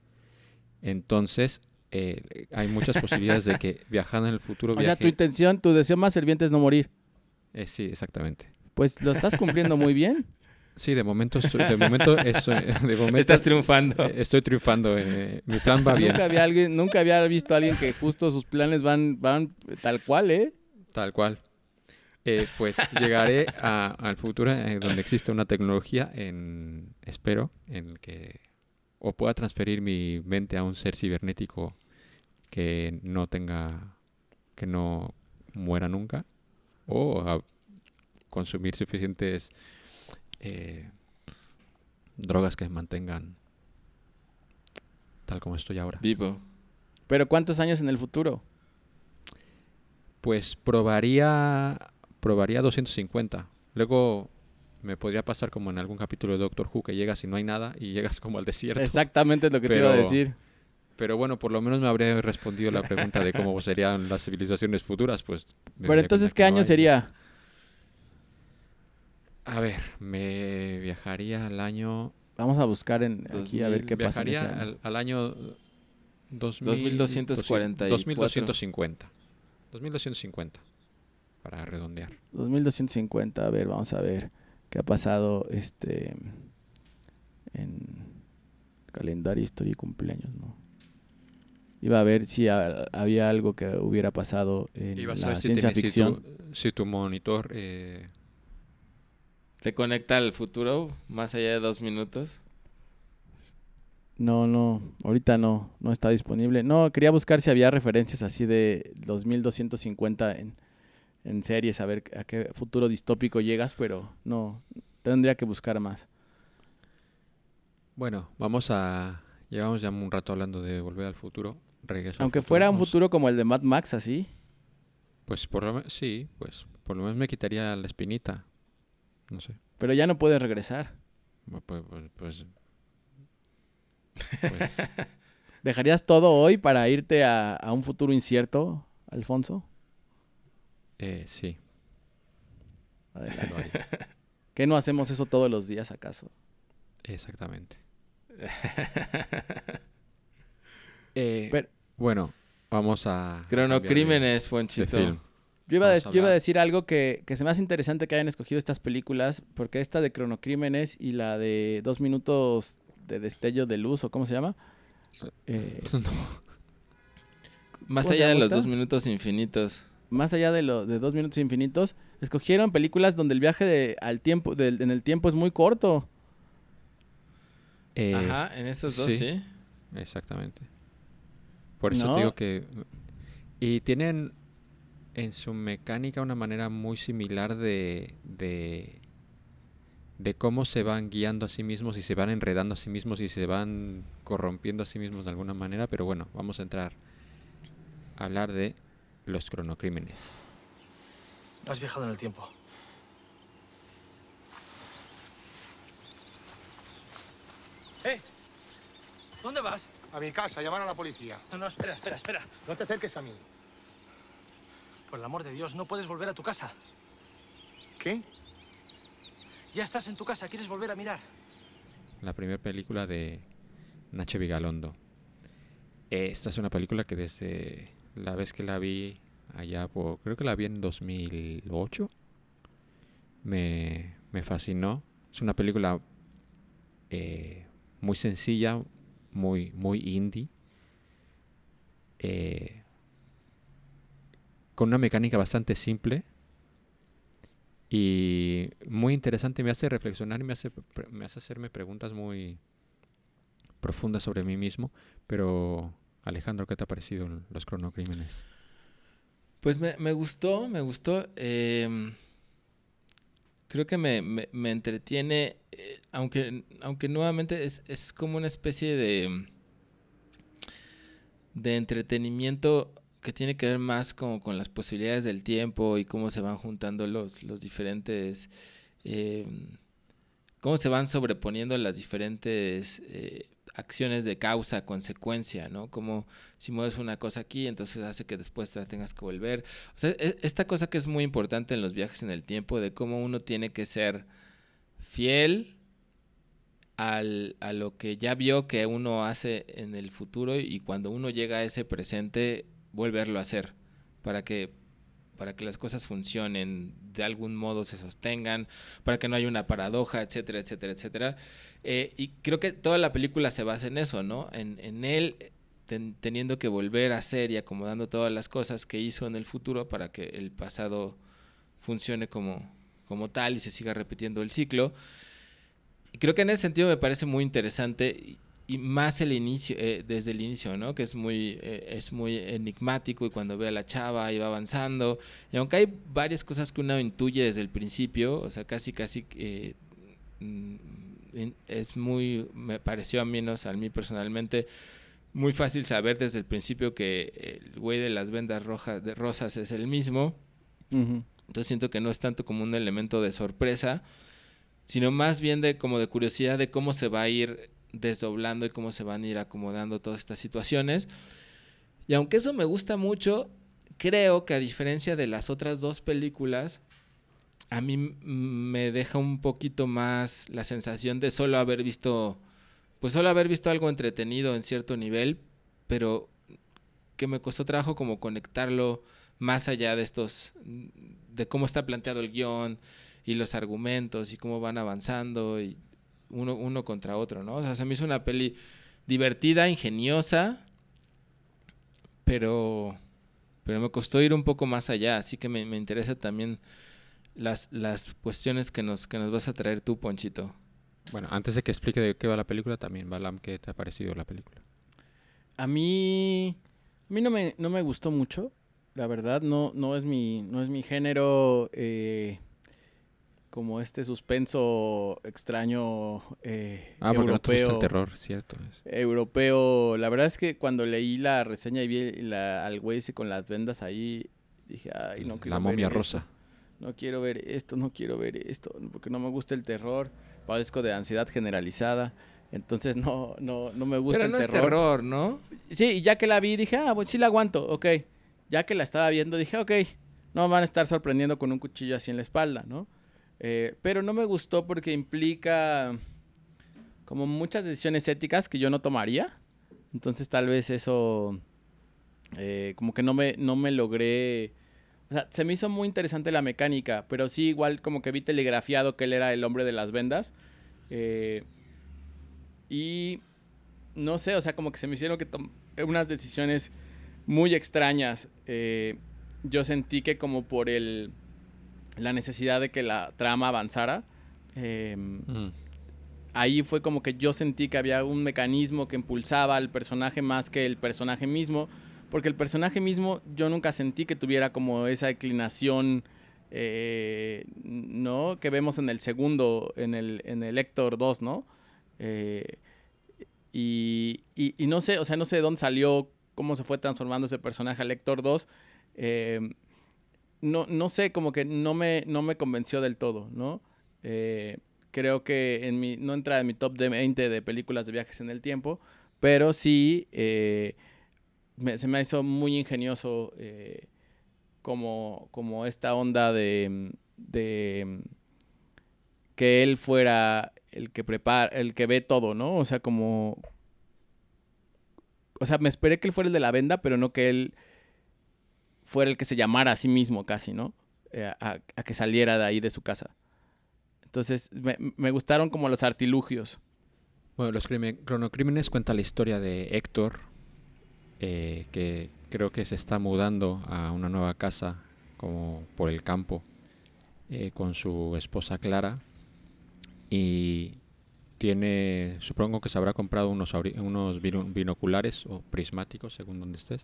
Entonces, eh, hay muchas posibilidades de que viajando en el futuro o sea, viaje... tu intención, tu deseo más ferviente es no morir. Eh, sí, exactamente. Pues lo estás cumpliendo muy bien. Sí, de momento, estoy- de momento, eso, de momento Estás triunfando. eh, estoy triunfando. eh, mi plan va bien, Nunca había alguien, nunca había visto a alguien que justo sus planes van, van tal cual, ¿eh? tal cual. Eh, pues llegaré a- al futuro eh, donde existe una tecnología, en, espero, en que o pueda transferir mi mente a un ser cibernético que no tenga, que no muera nunca, o a consumir suficientes eh, drogas que me mantengan tal como estoy ahora. Vivo. Pero ¿cuántos años en el futuro? Pues probaría probaría doscientos cincuenta. Luego me podría pasar como en algún capítulo de Doctor Who que llegas y no hay nada y llegas como al desierto. Exactamente lo que te iba a Pero- decir. Pero bueno, por lo menos me habría respondido la pregunta de cómo serían las civilizaciones futuras, pues. me Pero daría entonces, cuenta ¿qué que no año hay. sería? A ver, me viajaría al año... Vamos a buscar en aquí a ver dos mil, qué pasa en ese Viajaría año. al, al año dos mil, dos mil doscientos cuarenta y cuatro. dos mil doscientos cincuenta. dos mil doscientos cincuenta, para redondear. dos mil doscientos cincuenta, a ver, vamos a ver qué ha pasado este en calendario, historia y cumpleaños, ¿no? Iba a ver si ha- había algo que hubiera pasado en Ibas a la ver si ciencia tienes- si ficción. tu, si tu monitor eh, ¿Te conecta al futuro más allá de dos minutos? No, no, ahorita no, no está disponible. No, quería buscar si había referencias así de dos mil doscientos cincuenta en, en series, a ver a qué futuro distópico llegas, pero no, tendría que buscar más. Bueno, vamos a... Llevamos ya un rato hablando de Volver al Futuro. Regreso al Aunque futuro. fuera un Vamos- futuro como el de Mad Max, así. Pues por lo menos, sí, pues por lo menos me quitaría la espinita. No sé. Pero ya no puedes regresar. Pues, pues, pues, pues, ¿Dejarías todo hoy para irte a, a un futuro incierto, Alfonso? eh, sí, Adelante. lo haría. ¿Qué no hacemos eso todos los días, acaso? Exactamente. Eh, Pero- bueno, vamos a... Cronocrímenes, de Ponchito. film. Yo iba, a, Vamos de- a yo iba a hablar. decir algo que, que se me hace interesante que hayan escogido estas películas, porque esta de Cronocrímenes y la de Dos Minutos de Destello de Luz, o ¿cómo se llama? Eh, Pues no. Más ¿Cómo se allá de llama los esta? dos minutos infinitos. más allá de, lo, de Dos Minutos Infinitos, escogieron películas donde el viaje de- al tiempo, del- en el tiempo es muy corto. Eh, Ajá, en esos dos, sí. sí. Exactamente. Por eso No. te digo que... Y tienen en su mecánica una manera muy similar de, de, de cómo se van guiando a sí mismos y se van enredando a sí mismos y se van corrompiendo a sí mismos de alguna manera. Pero bueno, vamos a entrar a hablar de los cronocrímenes. Has viajado en el tiempo. ¡Eh! ¿Dónde vas? A mi casa, llamar a la policía. No, no, espera, espera, espera. No te acerques a mí. Por el amor de Dios, no puedes volver a tu casa. ¿Qué? Ya estás en tu casa, ¿quieres volver a mirar? La primera película de Nacho Vigalondo. Esta es una película que desde la vez que la vi allá por... Creo que la vi en dos mil ocho. Me, me fascinó. Es una película eh, muy sencilla, muy, muy indie. Eh, con una mecánica bastante simple. Y muy interesante, me hace reflexionar y me hace, pre- me hace hacerme preguntas muy profundas sobre mí mismo. Pero, Alejandro, ¿qué te ha parecido l- los cronocrímenes? Pues me, me gustó, me gustó. eh, creo que me, me, me entretiene, eh, aunque, aunque nuevamente es, es como una especie de, de entretenimiento que tiene que ver más como con las posibilidades del tiempo y cómo se van juntando los, los diferentes... eh, cómo se van sobreponiendo las diferentes eh, acciones de causa, consecuencia, ¿no? Como si mueves una cosa aquí, entonces hace que después te la tengas que volver. O sea, e- esta cosa que es muy importante en los viajes en el tiempo, de cómo uno tiene que ser fiel al, a lo que ya vio que uno hace en el futuro y cuando uno llega a ese presente, volverlo a hacer para que para que las cosas funcionen, de algún modo se sostengan, para que no haya una paradoja, etcétera, etcétera, etcétera. Eh, y creo que toda la película se basa en eso, ¿no? En, en él ten- teniendo que volver a hacer y acomodando todas las cosas que hizo en el futuro para que el pasado funcione como, como tal y se siga repitiendo el ciclo. Y creo que en ese sentido me parece muy interesante y, y más el inicio, eh, desde el inicio, ¿no? Que es muy, eh, es muy enigmático y cuando ve a la chava y va avanzando. Y aunque hay varias cosas que uno intuye desde el principio, o sea, casi, casi eh, mm, es muy, me pareció a menos a mí personalmente, muy fácil saber desde el principio que el güey de las vendas rojas, de rosas es el mismo. Ujú. Entonces siento que no es tanto como un elemento de sorpresa, sino más bien de como de curiosidad de cómo se va a ir desdoblando y cómo se van a ir acomodando todas estas situaciones. Y aunque eso me gusta mucho, creo que a diferencia de las otras dos películas, a mí m- me deja un poquito más la sensación de solo haber visto, pues solo haber visto algo entretenido en cierto nivel, pero que me costó trabajo como conectarlo más allá de estos, de cómo está planteado el guión y los argumentos y cómo van avanzando y uno, uno contra otro, ¿no? O sea, se me hizo una peli divertida, ingeniosa, pero, pero me costó ir un poco más allá, así que me, me interesa también las, las cuestiones que nos, que nos vas a traer tú, Ponchito. Bueno, antes de que explique de qué va la película, también, Balam, ¿qué te ha parecido la película? A mí, a mí no me, no me gustó mucho, la verdad, no, no es mi, no es mi género, eh, como este suspenso extraño eh, Ah, porque no te gusta europeo. el terror, cierto. es. Europeo, la verdad es que cuando leí la reseña y vi la, al güey ese con las vendas ahí, dije, ay, no quiero La ver momia esto. rosa. No quiero ver esto, no quiero ver esto, porque no me gusta el terror, padezco de ansiedad generalizada, entonces no, no, no me gusta Pero el no terror. es terror, ¿no? Sí, y ya que la vi dije, ah, pues sí la aguanto, ok. Ya que la estaba viendo dije, ok, no me van a estar sorprendiendo con un cuchillo así en la espalda, ¿no? Eh, pero no me gustó porque implica como muchas decisiones éticas que yo no tomaría. Entonces tal vez eso, eh, como que no me, no me logré... O sea, se me hizo muy interesante la mecánica, pero sí igual como que vi telegrafiado que él era el hombre de las vendas. Eh, y no sé, o sea, como que se me hicieron que tom- unas decisiones muy extrañas. Eh, yo sentí que como por el la necesidad de que la trama avanzara, eh, Mm. ahí fue como que yo sentí que había un mecanismo que impulsaba al personaje más que el personaje mismo, porque el personaje mismo yo nunca sentí que tuviera como esa declinación, eh, ¿no? Que vemos en el segundo, en el, en el Héctor dos, ¿no? Eh, y, y, y no sé, o sea, no sé de dónde salió, cómo se fue transformando ese personaje al Héctor dos. Eh, no, no sé, como que no me, no me convenció del todo, ¿no? Eh, creo que en mi, no entra en mi top de veinte de películas de viajes en el tiempo, pero sí eh, me, se me hizo muy ingenioso eh, como, como esta onda de, de que él fuera el que prepara, el que ve todo, ¿no? O sea, como... O sea, me esperé que él fuera el de la venda, pero no que él fuera el que se llamara a sí mismo casi, ¿no? Eh, a, a que saliera de ahí de su casa. Entonces, me, me gustaron como los artilugios. Bueno, Los Crime- Cronocrímenes cuenta la historia de Héctor, eh, que creo que se está mudando a una nueva casa como por el campo eh, con su esposa Clara, y tiene, supongo que se habrá comprado unos, auri- unos bino- binoculares o prismáticos, según donde estés,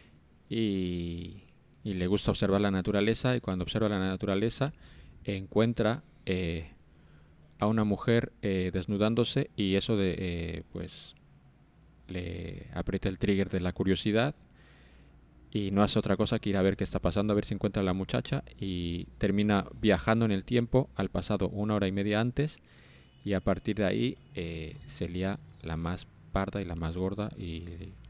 y, y le gusta observar la naturaleza, y cuando observa la naturaleza encuentra eh, a una mujer eh, desnudándose, y eso de eh, pues le aprieta el trigger de la curiosidad y no hace otra cosa que ir a ver qué está pasando, a ver si encuentra a la muchacha, y termina viajando en el tiempo al pasado una hora y media antes, y a partir de ahí eh, se lía la más parda y la más gorda, y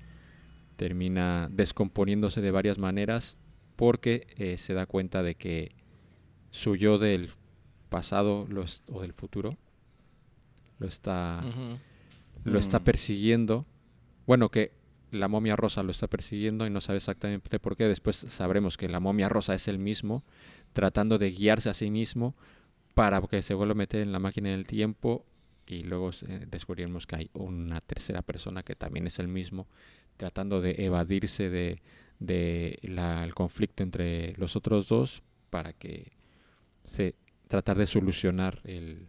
termina descomponiéndose de varias maneras porque eh, se da cuenta de que su yo del pasado lo es- o del futuro lo está Ujú. lo está Mm. persiguiendo. Bueno, que la momia rosa lo está persiguiendo y no sabe exactamente por qué. Después sabremos que la momia rosa es el mismo, tratando de guiarse a sí mismo para que se vuelva a meter en la máquina del tiempo, y luego eh, descubriremos que hay una tercera persona que también es el mismo, tratando de evadirse de, de la- el conflicto entre los otros dos para que se tratar de solucionar el,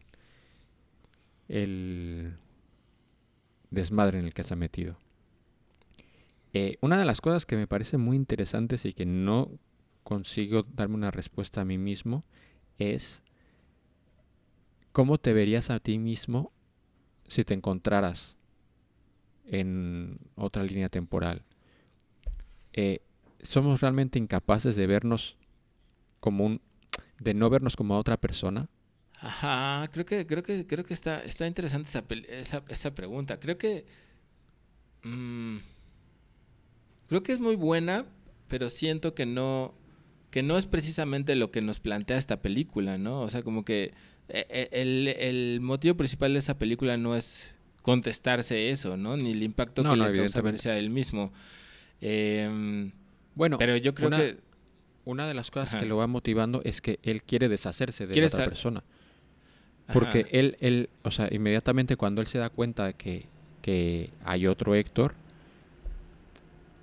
el desmadre en el que se ha metido. Eh, una de las cosas que me parece muy interesantes y que no consigo darme una respuesta a mí mismo es cómo te verías a ti mismo si te encontraras en otra línea temporal. Eh, somos realmente incapaces de vernos como un, de no vernos como a otra persona. Ajá, creo que, creo que, creo que está, está interesante esa, pel- esa, esa pregunta. Creo que, mm, creo que es muy buena, pero siento que no, que no es precisamente lo que nos plantea esta película, ¿no? O sea, como que eh, eh, el, el motivo principal de esa película no es contestarse eso, ¿no? Ni el impacto No, que no, le causa evidentemente. verse a él mismo. Em, Bueno, pero yo creo una, que una de las cosas Ajá. que lo va motivando es que él quiere deshacerse de Quiere la otra sa- persona. Porque ajá. él, él, o sea, inmediatamente cuando él se da cuenta de que, que hay otro Héctor,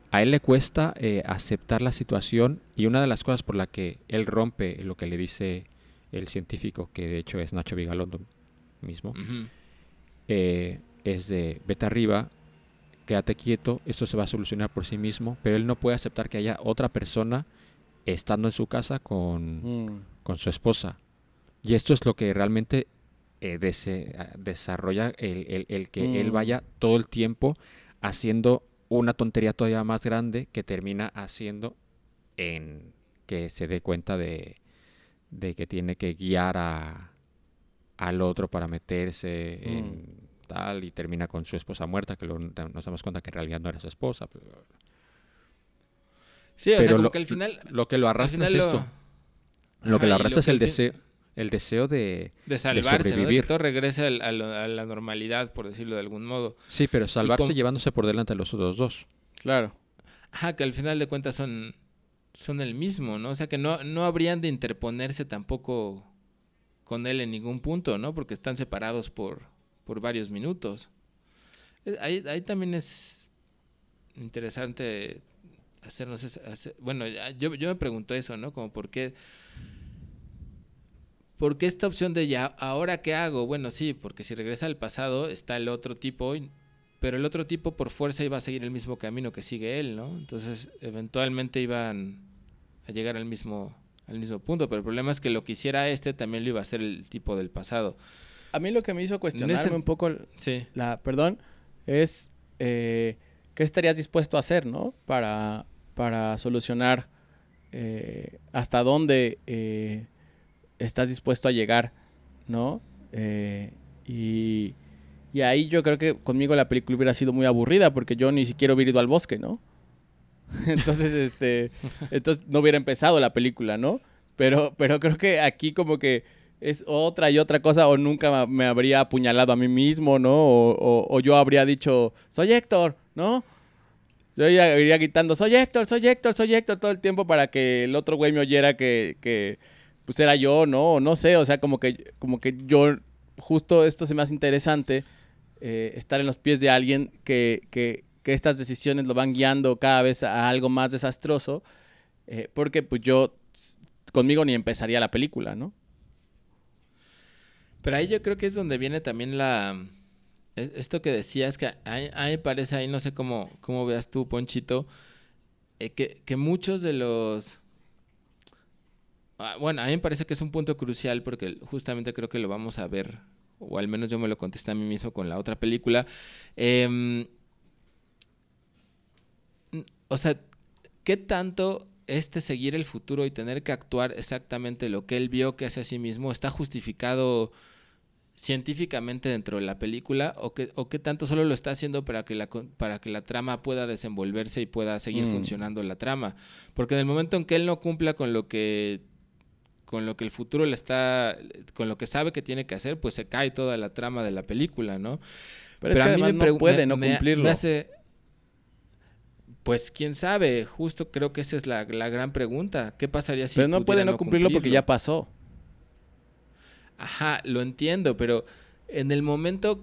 a él le cuesta eh, aceptar la situación, y una de las cosas por la que él rompe lo que le dice el científico, que de hecho es Nacho Vigalondo mismo, Ujú. eh, es de vete arriba, quédate quieto, esto se va a solucionar por sí mismo, pero él no puede aceptar que haya otra persona estando en su casa con, Mm. con su esposa. Y esto es lo que realmente eh, dese- desarrolla el, el- el que Mm. él vaya todo el tiempo haciendo una tontería todavía más grande que termina haciendo en que se dé cuenta de, de que tiene que guiar a, al otro para meterse Mm. en tal, y termina con su esposa muerta, que luego nos damos cuenta que en realidad no era su esposa. Pero, Sí, o sea, pero como lo, que al final... lo que lo al arrastra es final esto. lo- Lo que Ajá, lo y arrastra es que el al fin- deseo, el deseo de, De de salvarse, ¿no? De que sobrevivir. todo regrese al- a, lo- a la normalidad, por decirlo de algún modo. Sí, pero salvarse con- llevándose por delante a los otros dos. Claro. Ajá, que al final de cuentas son, son el mismo, ¿no? O sea, que no, no habrían de interponerse tampoco con él en ningún punto, ¿no? Porque están separados por, por varios minutos. Eh, Ahí, ahí también es interesante hacernos esa- hacer- bueno, ya- yo, yo me pregunto eso, ¿no? Como por qué, por qué esta opción de ya, ¿ahora qué hago? Bueno, sí, porque si regresa al pasado está el otro tipo, y- pero el otro tipo por fuerza iba a seguir el mismo camino que sigue él, ¿no? Entonces, eventualmente iban a llegar al mismo, al mismo punto, pero el problema es que lo que hiciera este también lo iba a hacer el tipo del pasado. A mí lo que me hizo cuestionarme ese- un poco Sí. la, perdón, es eh, qué estarías dispuesto a hacer, ¿no? Para, para solucionar eh, hasta dónde eh, estás dispuesto a llegar, ¿no? Eh, y, y ahí yo creo que conmigo la película hubiera sido muy aburrida porque yo ni siquiera hubiera ido al bosque, ¿no? Entonces, este, entonces no hubiera empezado la película, ¿no? Pero, pero creo que aquí como que es otra y otra cosa, o nunca me habría apuñalado a mí mismo, ¿no? O, o- o yo habría dicho, soy Héctor, ¿no? Yo ya iría gritando, soy Héctor, soy Héctor, soy Héctor todo el tiempo para que el otro güey me oyera que, que pues era yo, ¿no? No sé, o sea, como que, como que yo, justo esto se me hace interesante, eh, estar en los pies de alguien que, que, que estas decisiones lo van guiando cada vez a algo más desastroso, eh, porque pues yo, conmigo ni empezaría la película, ¿no? Pero ahí yo creo que es donde viene también la... e- Esto que decías, que a mí, a mí me parece ahí, no sé cómo, cómo veas tú, Ponchito, eh, que, que muchos de los... ah, Bueno, a mí me parece que es un punto crucial porque justamente creo que lo vamos a ver, o al menos yo me lo contesté a mí mismo con la otra película. Em, n- o sea, ¿qué tanto este seguir el futuro y tener que actuar exactamente lo que él vio que hace a sí mismo está justificado científicamente dentro de la película, o qué, o qué tanto solo lo está haciendo para que la, con- para que la trama pueda desenvolverse y pueda seguir Mm. funcionando la trama? Porque en el momento en que él no cumpla con lo que con lo que el futuro le está, con lo que sabe que tiene que hacer, pues se cae toda la trama de la película, ¿no? Pero, es que a mí además me no pregu- puede me- no me- cumplirlo. me hace- pues quién sabe, justo creo que esa es la, la gran pregunta. ¿Qué pasaría si Pero no puede pudiera no cumplirlo porque ya pasó. Ajá, lo entiendo, pero en el momento...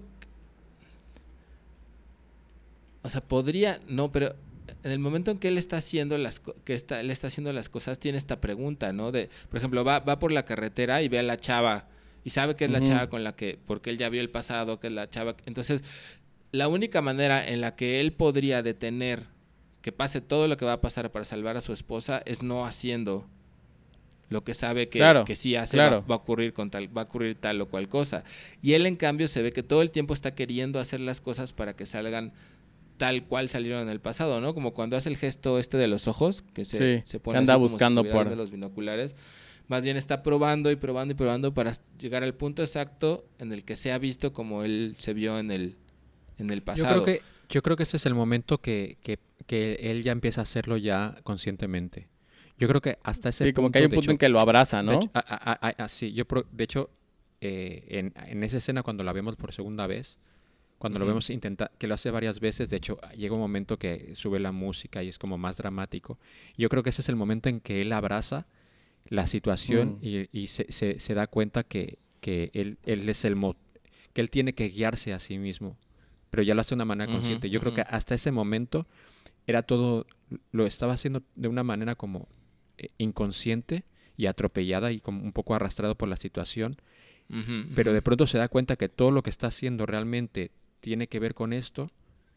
O sea, podría... No, pero en el momento en que él está haciendo las co- que está, él está haciendo las cosas, tiene esta pregunta, ¿no? De, por ejemplo, va, va por la carretera y ve a la chava y sabe que es la Ujú. chava con la que... Porque él ya vio el pasado, que es la chava... Entonces, la única manera en la que él podría detener que pase todo lo que va a pasar para salvar a su esposa es no haciendo lo que sabe que, Claro, que sí hace, claro. va, va a ocurrir con tal, va a ocurrir tal o cual cosa. Y él, en cambio, se ve que todo el tiempo está queriendo hacer las cosas para que salgan tal cual salieron en el pasado, ¿no? Como cuando hace el gesto este de los ojos, que se, Sí, se que pone anda así como si buscando estuviera por- viendo los binoculares. Más bien está probando y probando y probando para llegar al punto exacto en el que se ha visto como él se vio en el, en el Yo pasado. creo que yo creo que ese es el momento que, que, que él ya empieza a hacerlo ya conscientemente. Yo creo que hasta ese Sí, punto... como que hay un de punto hecho- en que lo abraza, de ¿no? hecho, a- a- a- a- sí, yo pro- de hecho, eh, en, en esa escena cuando la vemos por segunda vez, cuando lo Ujú. vemos intentar, que lo hace varias veces, de hecho, llega un momento que sube la música y es como más dramático. Yo creo que ese es el momento en que él abraza la situación Mm. y, y se, se, se da cuenta que, que él, él es el mo- que él tiene que guiarse a sí mismo, pero ya lo hace de una manera Ujú, consciente. Yo creo que ujú. hasta ese momento era todo lo estaba haciendo de una manera como eh, inconsciente y atropellada y como un poco arrastrado por la situación, Ujú, pero ujú. de pronto se da cuenta que todo lo que está haciendo realmente tiene que ver con esto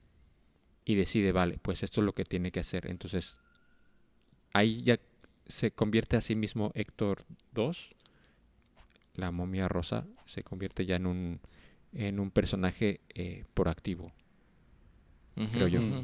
y decide, vale, pues esto es lo que tiene que hacer. Entonces, ahí ya se convierte a sí mismo Héctor dos, la momia rosa, se convierte ya en un, en un personaje eh, proactivo, Ujú, creo yo. ujú.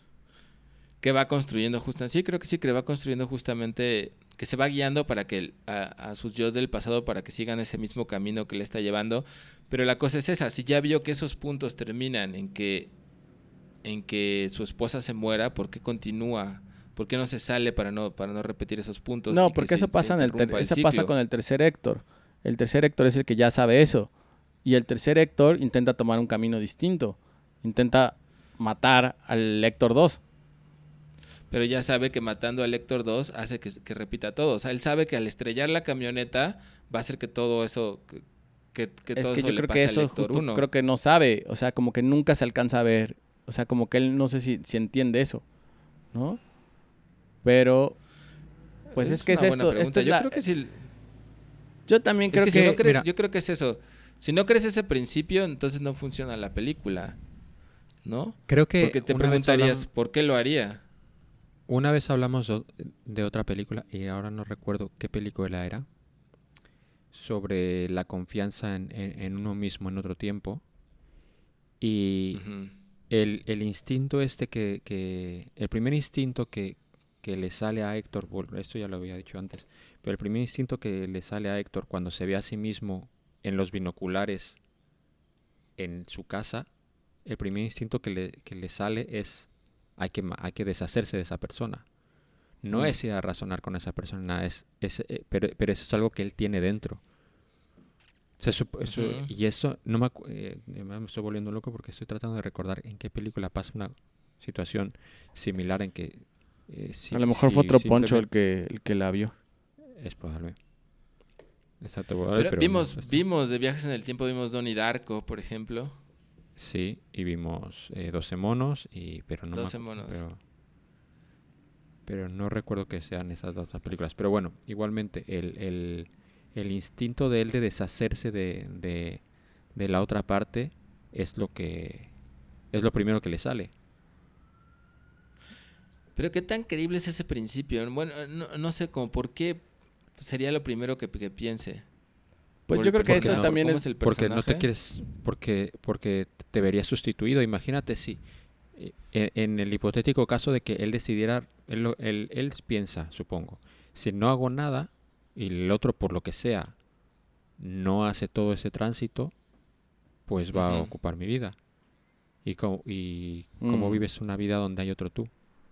Que va construyendo justamente, sí, creo que sí, que va construyendo justamente, que se va guiando para que el- a, a sus yo del pasado para que sigan ese mismo camino que le está llevando, pero la cosa es esa, si ya vio que esos puntos terminan en que en que su esposa se muera, ¿por qué continúa? ¿Por qué no se sale para no para no repetir esos puntos? y No, que porque se- eso se pasa, en el ter- interrumpa el eso pasa ciclo? con el tercer Héctor. El tercer Héctor es el que ya sabe eso. Y el tercer Héctor intenta tomar un camino distinto. Intenta matar al Héctor dos. Pero ya sabe que matando al Héctor dos hace que, que repita todo. O sea, él sabe que al estrellar la camioneta va a hacer que todo eso, que, que, que Es todo que eso yo le creo pase que al eso Héctor justo uno. creo que no sabe. O sea, como que nunca se alcanza a ver. O sea, como que él no sé si, si entiende eso. ¿No? Pero, pues es, que es una buena eso. pregunta. Esto es Yo la- creo que sí. yo también Es creo que, que... si no crees, mira. yo creo que es eso. Si no crees ese principio, entonces no funciona la película, ¿no? Creo que Porque te una vez preguntarías, hablamos- ¿por qué lo haría? Una vez hablamos de, de otra película, y ahora no recuerdo qué película era, sobre la confianza en, en- en uno mismo en otro tiempo. Y Ujú. el, el instinto este que, que... El primer instinto que, que le sale a Héctor, bueno, esto ya lo había dicho antes, pero el primer instinto que le sale a Héctor cuando se ve a sí mismo en los binoculares en su casa, el primer instinto que le, que le sale es hay que, ma- hay que deshacerse de esa persona. No Mm. es ir a razonar con esa persona, es, es, eh, pero, pero eso es algo que él tiene dentro. Se supo- eso- Ujú. Y eso, no me, acu- eh, me estoy volviendo loco porque estoy tratando de recordar en qué película pasa una situación similar en que... eh, si- a lo mejor si fue otro Poncho el simplemente- que, el que la vio. Es probable. Exacto, probable, Pero pero vimos, no, este- vimos de Viajes en el Tiempo, vimos Donnie Darko, por ejemplo. Sí, y vimos eh, doce monos, y, pero no me doce acu- monos. Pero, pero no recuerdo que sean esas dos películas. Pero bueno, igualmente, el, el, el instinto de él de deshacerse de, de, de la otra parte es lo que es lo primero que le sale. Pero qué tan creíble es ese principio. Bueno, no, no sé, como por qué sería lo primero que, que piense. Pues Por yo el creo que porque eso no, también ¿Cómo es... el Porque no te personaje? quieres, porque, porque te verías sustituido. Imagínate si eh, en, en el hipotético caso de que él decidiera, él, lo- él, él piensa, supongo, si no hago nada y el otro por lo que sea no hace todo ese tránsito, pues va a Ujú. ocupar mi vida. Y cómo, y cómo Mm. vives una vida donde hay otro tú.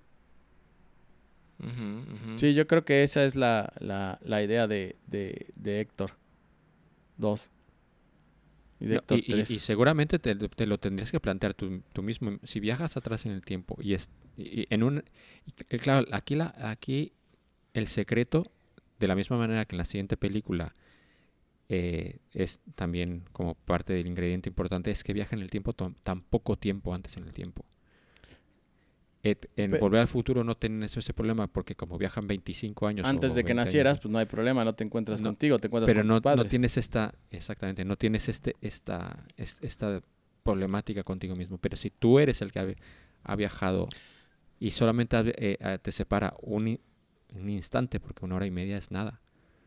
Ujú, ujú. Sí, yo creo que esa es la, la, la idea de, de, de Héctor dos. Y de No, Héctor y, y- tres. y seguramente te, te lo tendrías que plantear tú, tú mismo. Si viajas atrás en el tiempo y, es, y- y en un... y, eh, claro, aquí, la, aquí el secreto, de la misma manera que en la siguiente película eh, es también como parte del ingrediente importante, es que viaja en el tiempo to- tan poco tiempo antes en el tiempo. Et- en Pe- Volver al Futuro no tienen eso, ese problema porque como viajan veinticinco años Antes o de que veinte nacieras, años, pues no hay problema, no te encuentras No, contigo, te encuentras pero con no, tus padres. no tienes esta, exactamente, no tienes este, esta, es- esta problemática contigo mismo. Pero si tú eres el que ha, vi- ha viajado y solamente ha- eh, eh, te separa un, i- un instante, porque una hora y media es nada.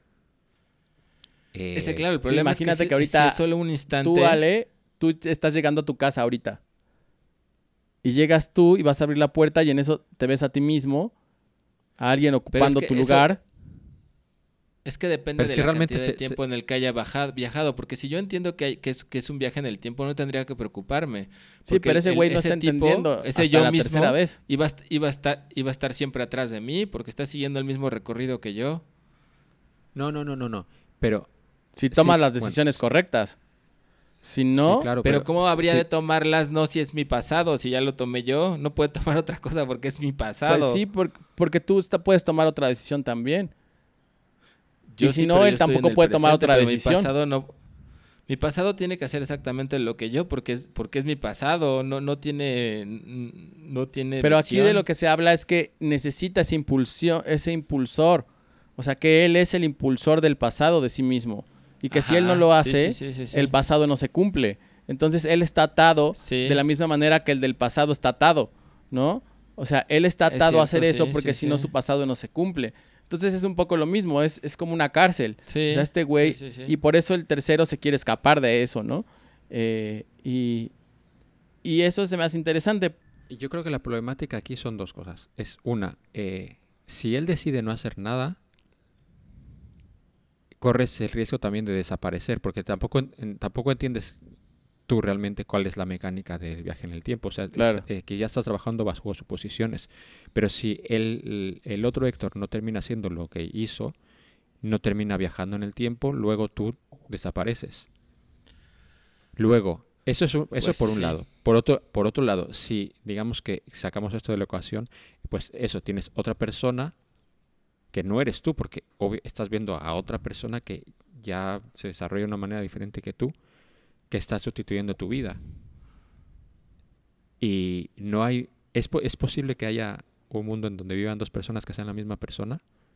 Eh, Ese, claro, el sí, problema imagínate es que, si- que ahorita si es solo un instante. Tú, Ale, tú te- estás llegando a tu casa ahorita. Y llegas tú y vas a abrir la puerta y en eso te ves a ti mismo, a alguien ocupando que tu eso- lugar. Es que depende Pero es de que la realmente cantidad de se- se- tiempo en el que haya bajado, viajado. Porque si yo entiendo que, hay, que, es, que es un viaje en el tiempo, no tendría que preocuparme. Sí, Porque pero ese el- güey no ese está tipo, entendiendo Ese hasta yo la mismo tercera vez. Iba, a, est- iba, a estar, iba a estar siempre atrás de mí porque está siguiendo el mismo recorrido que yo. No, no, no, no, no. Pero, Si tomas Sí, las bueno, decisiones sí. correctas. Si no, sí, claro, Pero, ¿cómo habría sí, de tomarlas no si es mi pasado? Si ya lo tomé yo, no puedo tomar otra cosa porque es mi pasado. pues sí, por- porque tú está- puedes tomar otra decisión también. Yo y si sí, no, pero él yo estoy en tampoco el puede tomar presente, otra pero decisión. Mi pasado no, Mi pasado tiene que hacer exactamente lo que yo, porque es, porque es mi pasado, no, no tiene, no tiene Pero aquí elección. de lo que se habla es que necesita ese impulsión, ese impulsor. O sea, que él es el impulsor del pasado de sí mismo. Y que si él no Ajá, lo sí, hace, sí, sí, sí, sí. el pasado no se cumple. Entonces él está atado Sí. de la misma manera que el del pasado está atado, ¿no? O sea, él está Es atado a hacer cierto, eso sí, porque sí, si no sí. su pasado no se cumple. Entonces es un poco lo mismo, es, es como una cárcel. Sí, O sea, este güey, sí, sí, sí. y por eso el tercero se quiere escapar de eso, ¿no? Eh, y, y eso se me hace interesante. Y yo creo que la problemática aquí son dos cosas. Es una, eh, si él decide no hacer nada, corres el riesgo también de desaparecer, porque tampoco, en- en- tampoco entiendes tú realmente cuál es la mecánica del viaje en el tiempo. O sea, Claro. est- eh, que ya estás trabajando bajo suposiciones. Pero si él, el, el otro Héctor no termina haciendo lo que hizo, no termina viajando en el tiempo, luego tú desapareces. Luego, eso es un- eso Pues por un sí. lado. Por otro, por otro lado, si digamos que sacamos esto de la ecuación, pues eso, tienes otra persona que no eres tú, porque obvio, estás viendo a otra persona que ya se desarrolla de una manera diferente que tú, que está sustituyendo tu vida. Y no hay, ¿es, po- es posible que haya un mundo en donde vivan dos personas que sean la misma persona?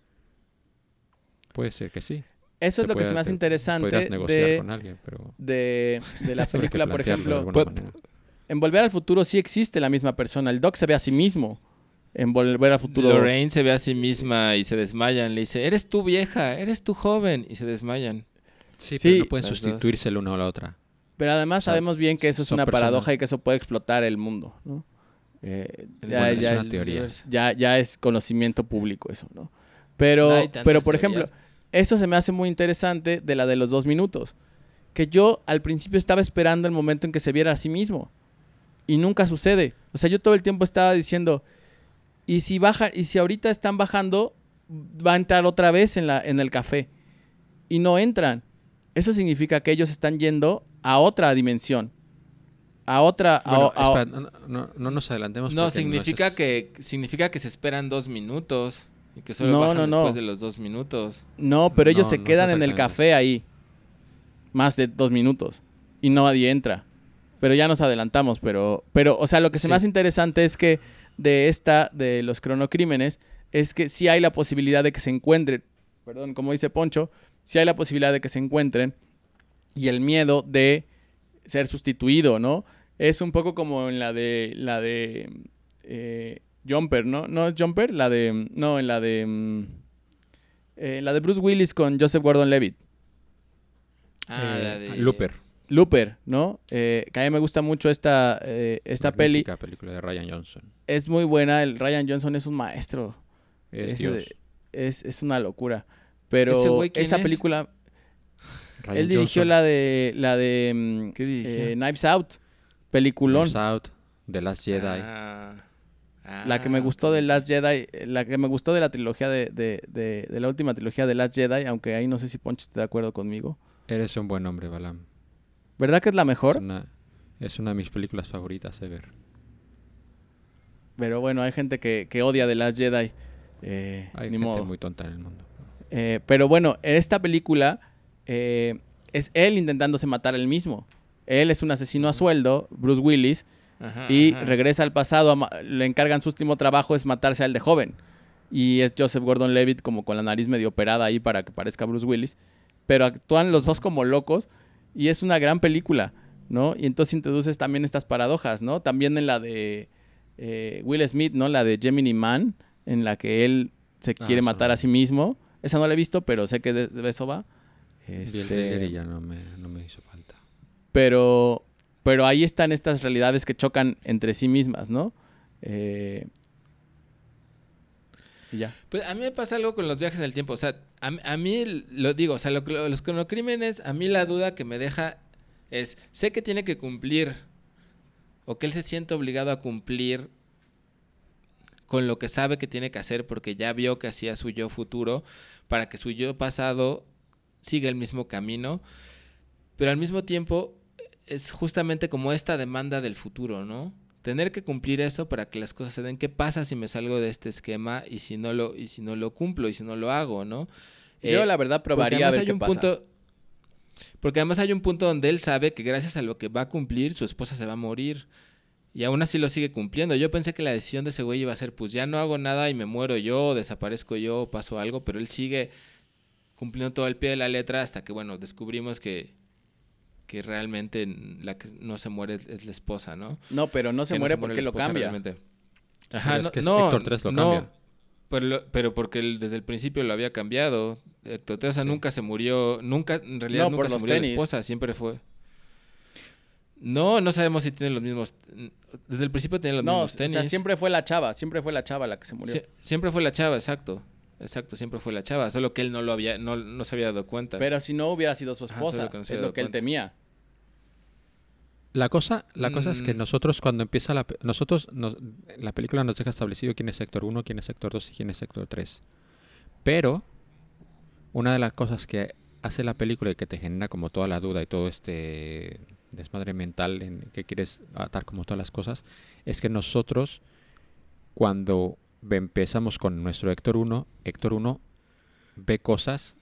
Puede ser que sí. Eso es Te lo que se puede- me hace te interesante Podrías negociar de, con alguien, pero de, de la habría que película, por plantearlo de ejemplo. alguna Pu- manera. En Volver al Futuro sí existe la misma persona. El Doc se ve a sí mismo en Volver al Futuro dos. Lorraine se ve a sí misma y se desmayan. Le dice, eres tú vieja, eres tú joven. Y se desmayan. Sí, Sí, pero no pueden las dos. sustituirse la una a la otra. Pero además O sea, sabemos bien que eso es son una personas. paradoja y que eso puede explotar el mundo, ¿no? Eh, Es ya, bueno, ya es una es, teoría. ya, ya es conocimiento público eso, ¿no? Pero, No hay tantas pero por ejemplo, teorías. eso se me hace muy interesante de la de los dos minutos. Que yo al principio estaba esperando el momento en que se viera a sí mismo. Y nunca sucede. O sea, yo todo el tiempo estaba diciendo, y si baja, y si ahorita están bajando, va a entrar otra vez en la, en el café. Y no entran. Eso significa que ellos están yendo a otra dimensión. A otra. a- Bueno, a- espera, no, no- no nos adelantemos. No, porque significa es- que significa que se esperan dos minutos. Y que solo No, bajan no, no. después de los dos minutos. No, pero ellos No, se no quedan es en el exactamente. café ahí. Más de dos minutos. Y no nadie entra. Pero ya nos adelantamos. Pero, pero o sea, lo que se me Sí. hace interesante es que de esta, de los cronocrímenes, es que sí hay la posibilidad de que se encuentren. Perdón, como dice Poncho, sí hay la posibilidad de que se encuentren. Y el miedo de ser sustituido, ¿no? Es un poco como en la de. La de. eh, Jumper, ¿no? ¿No es Jumper? La de. No, en la de. mm, eh, la de Bruce Willis con Joseph Gordon-Levitt. Ah, eh, la de... Looper. Looper, ¿no? Eh, que a mí me gusta mucho esta, eh, esta peli. Magnífica película de Ryan Johnson. Es muy buena. El Ryan Johnson es un maestro. Es Ese Dios. de- es, es una locura. Pero ¿Ese güey quién esa es? película. Ryan Él dirigió Johnson, la de. La de. mm, ¿Qué dirigió? eh, Knives Out. Peliculón. Knives Out, The Last Jedi. Ah, La que me ah, gustó ok, de ok. Last Jedi, eh, la que me gustó de la trilogía de, de, de, de la última trilogía de Last Jedi, aunque ahí no sé si Poncho está de acuerdo conmigo. Eres un buen hombre, Balam. ¿Verdad que es la mejor? Es una, es una de mis películas favoritas ever. Pero bueno, hay gente que, que odia de Last Jedi. Eh, Hay ni gente modo. muy tonta en el mundo. Eh, pero bueno, en esta película eh, es él intentándose matar él mismo. Él es un asesino a sueldo, Bruce Willis, Ajá, y ajá. regresa al pasado. a ma- le encargan su último trabajo es matarse al de joven. Y es Joseph Gordon-Levitt como con la nariz medio operada ahí para que parezca Bruce Willis. Pero actúan los dos como locos y es una gran película, ¿no? Y entonces introduces también estas paradojas, ¿no? También en la de eh, Will Smith, ¿no? La de Gemini Man, en la que él se Ah, quiere esa matar no. a sí mismo. Esa no la he visto, pero sé que de, de eso va. Vi el Este, trailer y ya no me, no me hizo falta. pero, pero ahí están estas realidades que chocan entre sí mismas, ¿no? Eh, y ya. Pues a mí me pasa algo con los viajes en el tiempo. O sea, a, a mí, lo digo, o sea, lo, lo- los cronocrímenes, a mí la duda que me deja es, sé que tiene que cumplir, o que él se siente obligado a cumplir con lo que sabe que tiene que hacer, porque ya vio que hacía su yo futuro, para que su yo pasado siga el mismo camino. Pero al mismo tiempo, es justamente como esta demanda del futuro, ¿no? Tener que cumplir eso para que las cosas se den. ¿Qué pasa si me salgo de este esquema y si no lo, y si no lo cumplo y si no lo hago, ¿no? Yo Eh, la verdad porque probaría a además ver hay qué un pasa. punto, Porque además hay un punto donde él sabe que gracias a lo que va a cumplir, su esposa se va a morir. Y aún así lo sigue cumpliendo. Yo pensé que la decisión de ese güey iba a ser, pues ya no hago nada y me muero yo, desaparezco yo, paso algo. Pero él sigue cumpliendo todo al pie de la letra hasta que, bueno, descubrimos que, que realmente la que no se muere es la esposa, ¿no? No, pero no se Que muere la porque lo esposa cambia. realmente. Pero Ajá, es no, que no, Héctor tres lo no, cambia. Pero, lo- pero porque él desde el principio lo había cambiado. Héctor Tres, o sea, Sí. nunca se murió, nunca, en realidad No, nunca por se los murió tenis. la esposa, siempre fue. No, no sabemos si tienen los mismos. Desde el principio tenían los No, o mismos tenis. sea, siempre fue la chava, siempre fue la chava la que se murió. Sie- siempre fue la chava, exacto. Exacto, siempre fue la chava, solo que él no lo había, no, no se había dado cuenta. Pero si no hubiera sido su Ajá, esposa, solo que no se es había lo dado que él cuenta. temía. La cosa, la cosa es que Mm. nosotros cuando empieza la... pe- Nosotros, nos- la película nos deja establecido quién es Héctor uno, quién es Héctor dos y quién es Héctor tres. Pero una de las cosas que hace la película y que te genera como toda la duda y todo este desmadre mental en que quieres atar como todas las cosas, es que nosotros cuando ve- empezamos con nuestro Héctor uno, Héctor uno ve cosas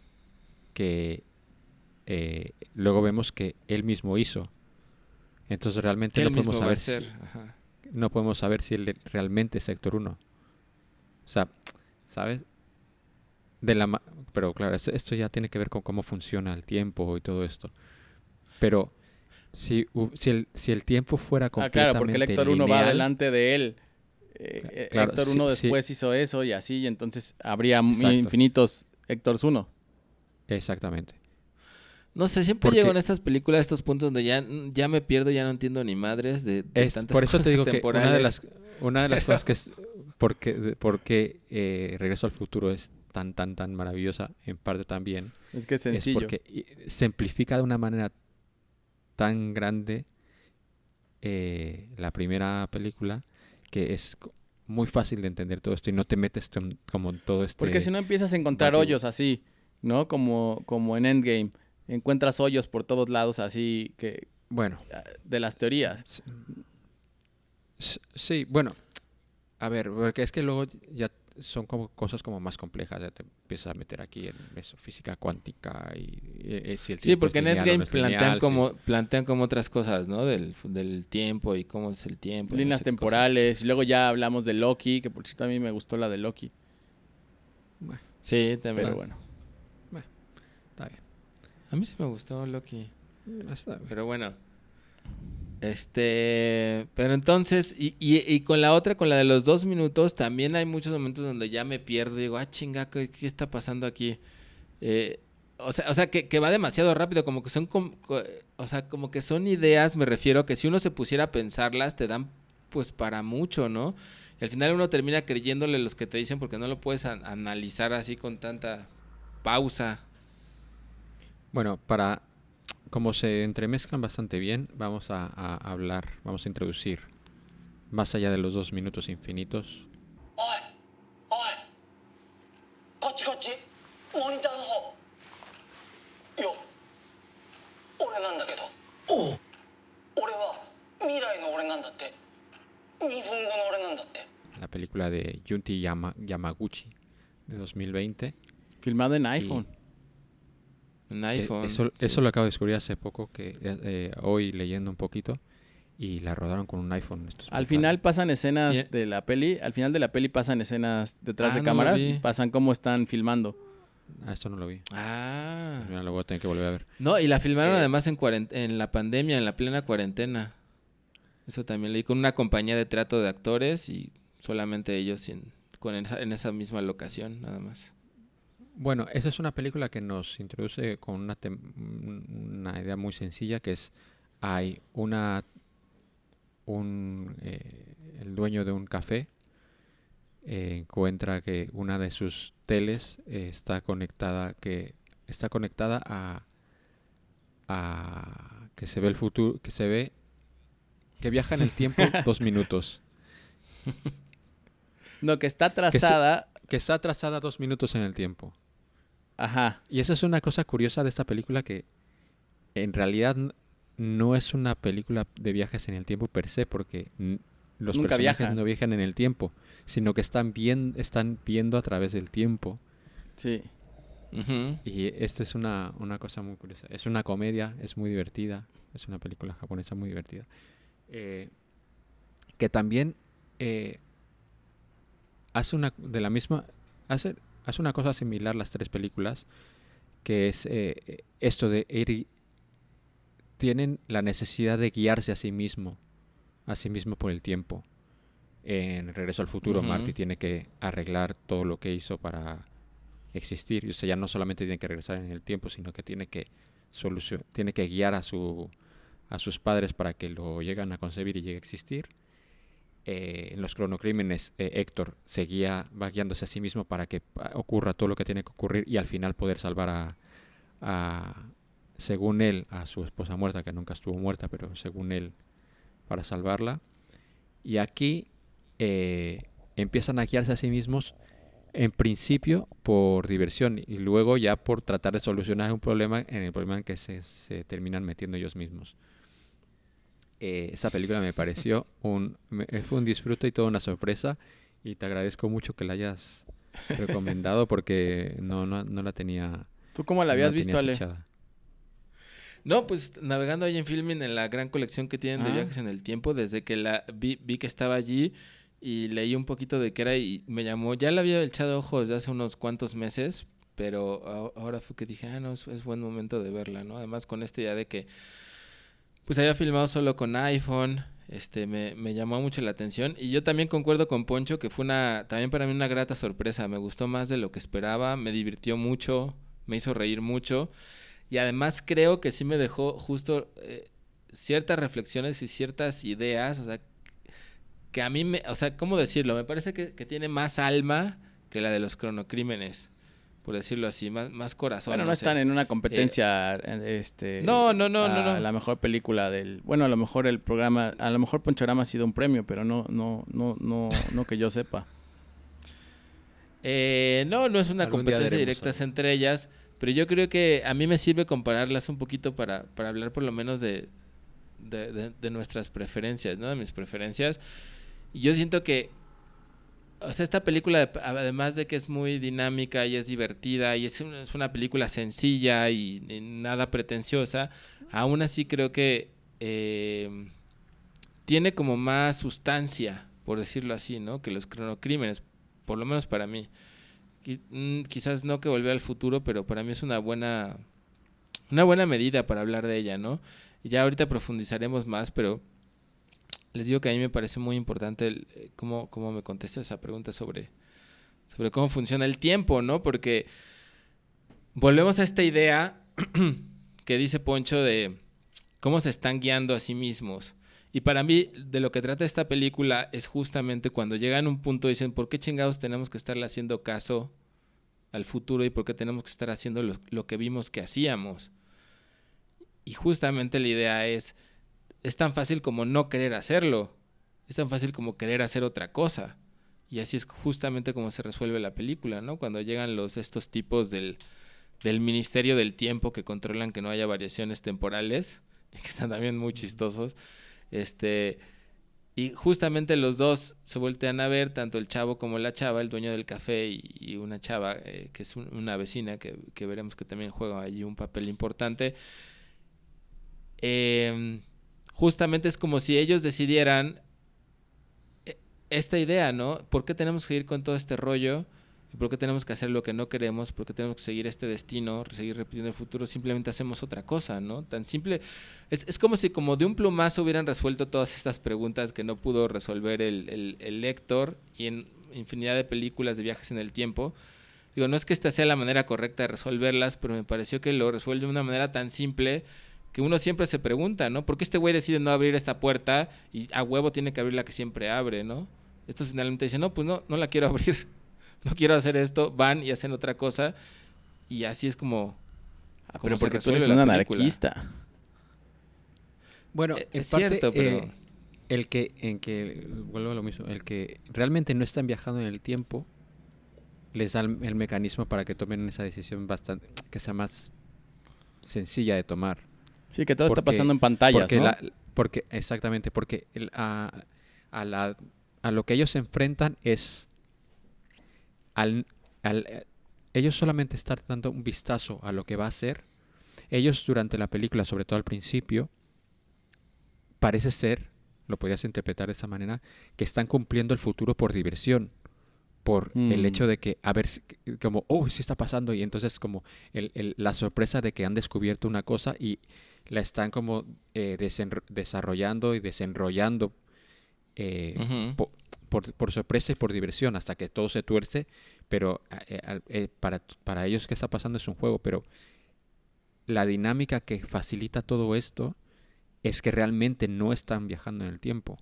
que eh, luego vemos que él mismo hizo. Entonces realmente Que no él mismo podemos va a saber ser. si, Ajá. no podemos saber si él realmente es Héctor uno. O sea, ¿sabes? De la ma- pero claro, esto, esto ya tiene que ver con cómo funciona el tiempo y todo esto. Pero si, hu- si, el, si el tiempo fuera Ah, completamente claro, porque el Héctor uno va lineal, adelante de él. Eh, eh, Claro, Héctor sí, uno sí. después hizo eso y así, y entonces habría m- Exacto. infinitos Héctors uno. Exactamente. No sé, siempre Porque- llego en estas películas a estos puntos donde ya, ya me pierdo, ya no entiendo ni madres de, de Es, tantas por eso te cosas digo que una de temporales. las, una de las cosas que es porque, de- porque eh, Regreso al Futuro es tan, tan, tan maravillosa, en parte también, Es que es sencillo. es porque i- simplifica de una manera tan grande eh, la primera película que es co- muy fácil de entender todo esto y no te metes ton- como en todo este... Porque si no empiezas a encontrar batibu- hoyos así, ¿no? Como, como en Endgame. Encuentras hoyos por todos lados así que Bueno, de las teorías. s- s- sí, bueno, a ver, porque es que luego ya son como cosas como más complejas, ya te empiezas a meter aquí en eso, física cuántica y, eh, eh, si el Sí, tiempo porque es en lineal o Endgame no es plantean, lineal, sí. como, plantean como otras cosas, ¿no? Del, del tiempo y cómo es el tiempo. y no Líneas sé qué cosas. temporales. Y luego ya hablamos de Loki, que por cierto a mí me gustó la de Loki. Sí, también. Pero bueno. Está bien. A mí sí me gustó Loki. Está bien. Pero bueno. Este. Pero entonces, y, y, y con la otra, con la de los dos minutos, también hay muchos momentos donde ya me pierdo. Digo, ah, chinga, ¿qué, qué está pasando aquí? Eh, o sea, o sea que, que va demasiado rápido, como que son, com- co- o sea, como que son ideas, me refiero, que si uno se pusiera a pensarlas, te dan pues para mucho, ¿no? Y al final uno termina creyéndole los que te dicen porque no lo puedes an- analizar así con tanta pausa. Bueno, para como se entremezclan bastante bien, vamos a, a hablar, vamos a introducir más allá de los dos minutos infinitos. おいおいこっちこっちモニターの方よ俺なんだけどおう俺は未来の俺なんだってにふんごの俺なんだって La película de Junji Yama- Yamaguchi de dos mil veinte. Filmado en iPhone. Un Que iPhone. Eso, sí. eso lo acabo de descubrir hace poco, que eh, eh, hoy leyendo un poquito, y la rodaron con un iPhone. Esto es muy Al final padre. pasan escenas Bien. de la peli, al final de la peli pasan escenas detrás Ah, de no lo cámaras vi. y pasan cómo están filmando. Ah, esto no lo vi. Ah. Mira, lo voy a tener que volver a ver. No, y la filmaron Eh, además en, cuaren- en la pandemia, en la plena cuarentena. Eso también leí con una compañía de trato de actores y solamente ellos en, con esa, en esa misma locación, nada más. Bueno, esa es una película que nos introduce con una, tem- una idea muy sencilla, que es hay una un eh, el dueño de un café eh, encuentra que una de sus teles eh, está conectada que está conectada a a que se ve el futuro, que se ve que viaja en el tiempo dos minutos, No, que está trazada. que está atrasada dos minutos en el tiempo. Ajá. Y esa es una cosa curiosa de esta película, que en realidad n- no es una película de viajes en el tiempo per se, porque n- los Nunca personajes viajan. no viajan en el tiempo, sino que están, bien, están viendo a través del tiempo. Sí. Ujú. Y esta es una, una cosa muy curiosa. Es una comedia, es muy divertida. Es una película japonesa muy divertida. Eh, que también eh, hace una de la misma hace, hace una cosa similar las tres películas, que es eh, esto de ir, tienen la necesidad de guiarse a sí mismo, a sí mismo por el tiempo. En Regreso al Futuro, Ujú. Marty tiene que arreglar todo lo que hizo para existir. Y, o sea, ya no solamente tiene que regresar en el tiempo, sino que tiene que solucion tiene que guiar a su a sus padres para que lo lleguen a concebir y llegue a existir. Eh, en los cronocrímenes, eh, Héctor se guía, va guiándose a sí mismo para que pa- ocurra todo lo que tiene que ocurrir y al final poder salvar a, a, según él, a su esposa muerta, que nunca estuvo muerta, pero según él, para salvarla. Y aquí eh, empiezan a guiarse a sí mismos, en principio por diversión y luego ya por tratar de solucionar un problema, en el problema en que se, se terminan metiendo ellos mismos. Eh, esa película me pareció un, me- fue un disfrute y toda una sorpresa, y te agradezco mucho que la hayas recomendado porque no, no, no la tenía, ¿Tú cómo la no habías la visto, tenía Ale? fichada. No, pues navegando ahí en Filmin, en la gran colección que tienen de Ah. viajes en el tiempo, desde que la vi, vi que estaba allí y leí un poquito de qué era y me llamó. Ya la había echado ojos desde hace unos cuantos meses, pero a- ahora fue que dije, ah, no, es, es buen momento de verla, ¿no? Además con esta idea de que pues había filmado solo con iPhone, este, me, me llamó mucho la atención. Y yo también concuerdo con Poncho que fue una, también para mí una grata sorpresa. Me gustó más de lo que esperaba, me divirtió mucho, me hizo reír mucho. Y además creo que sí me dejó justo eh, ciertas reflexiones y ciertas ideas, o sea, que a mí me, o sea, ¿cómo decirlo? Me parece que, que tiene más alma que la de los cronocrímenes, por decirlo así, más, más corazón. Bueno, no no sé. están en una competencia, eh, este... No, no, no, no, a no. la mejor película del... Bueno, a lo mejor el programa... A lo mejor Ponchorama ha sido un premio, pero no, no, no, no, no que yo sepa. Eh, no, no es una Algún día competencia daremos directa algo. entre ellas, pero yo creo que a mí me sirve compararlas un poquito para, para hablar por lo menos de, de, de- de nuestras preferencias, ¿no? De mis preferencias. Y yo siento que, o sea, esta película, además de que es muy dinámica y es divertida y es una, es una película sencilla y, y nada pretenciosa, aún así creo que eh, tiene como más sustancia, por decirlo así, ¿no? Que los cronocrímenes, por lo menos para mí. Qui- mm, Quizás no que Volver al Futuro, pero para mí es una buena, una buena medida para hablar de ella, ¿no? Y ya ahorita profundizaremos más, pero les digo que a mí me parece muy importante el, eh, cómo, cómo me contesta esa pregunta sobre, sobre cómo funciona el tiempo, ¿no? Porque volvemos a esta idea que dice Poncho de cómo se están guiando a sí mismos. Y para mí, de lo que trata esta película es justamente cuando llegan a un punto y dicen, ¿por qué chingados tenemos que estarle haciendo caso al futuro y por qué tenemos que estar haciendo lo, lo que vimos que hacíamos? Y justamente la idea es, es tan fácil como no querer hacerlo, es tan fácil como querer hacer otra cosa. Y así es justamente como se resuelve la película, ¿no? Cuando llegan los estos tipos del, del Ministerio del Tiempo que controlan que no haya variaciones temporales, y que están también muy chistosos. Este, y justamente los dos se voltean a ver, tanto el chavo como la chava, el dueño del café y, y una chava eh, que es un, una vecina que, que veremos que también juega allí un papel importante. Eh, justamente es como si ellos decidieran eh, esta idea, ¿no? ¿Por qué tenemos que ir con todo este rollo? ¿Y por qué tenemos que hacer lo que no queremos? ¿Por qué tenemos que seguir este destino, seguir repitiendo el futuro? Simplemente hacemos otra cosa, ¿no? Tan simple. Es, es como si como de un plumazo hubieran resuelto todas estas preguntas que no pudo resolver el, el, el lector y en infinidad de películas de viajes en el tiempo. Digo, no es que esta sea la manera correcta de resolverlas, pero me pareció que lo resuelve de una manera tan simple que uno siempre se pregunta, ¿no? ¿Por qué este güey decide no abrir esta puerta y a huevo tiene que abrir la que siempre abre, ¿no? Estos finalmente dicen, no, pues no, no la quiero abrir. No quiero hacer esto, van y hacen otra cosa y así es como, Ah, como pero se porque tú resuelve eres la un película. anarquista. Bueno, Eh, en es parte, cierto, pero- eh, el que, en que, vuelvo a lo mismo, el que realmente no están viajando en el tiempo, les da el, el mecanismo para que tomen esa decisión bastante, que sea más sencilla de tomar. Sí, que todo está Porque- pasando en pantallas, porque ¿no? la- porque, exactamente, porque el- a, a, la, a lo que ellos se enfrentan es al, al, ellos solamente están dando un vistazo a lo que va a ser. Ellos durante la película, sobre todo al principio, parece ser, lo podías interpretar de esa manera, que están cumpliendo el futuro por diversión, por mm. el hecho de que, a ver, como, oh, sí está pasando, y entonces como el, el, la sorpresa de que han descubierto una cosa y la están como eh, desarrollando y desenrollando eh, uh-huh. por, por, por sorpresa y por diversión, hasta que todo se tuerce, pero eh, eh, para, para ellos que está pasando es un juego, pero la dinámica que facilita todo esto es que realmente no están viajando en el tiempo.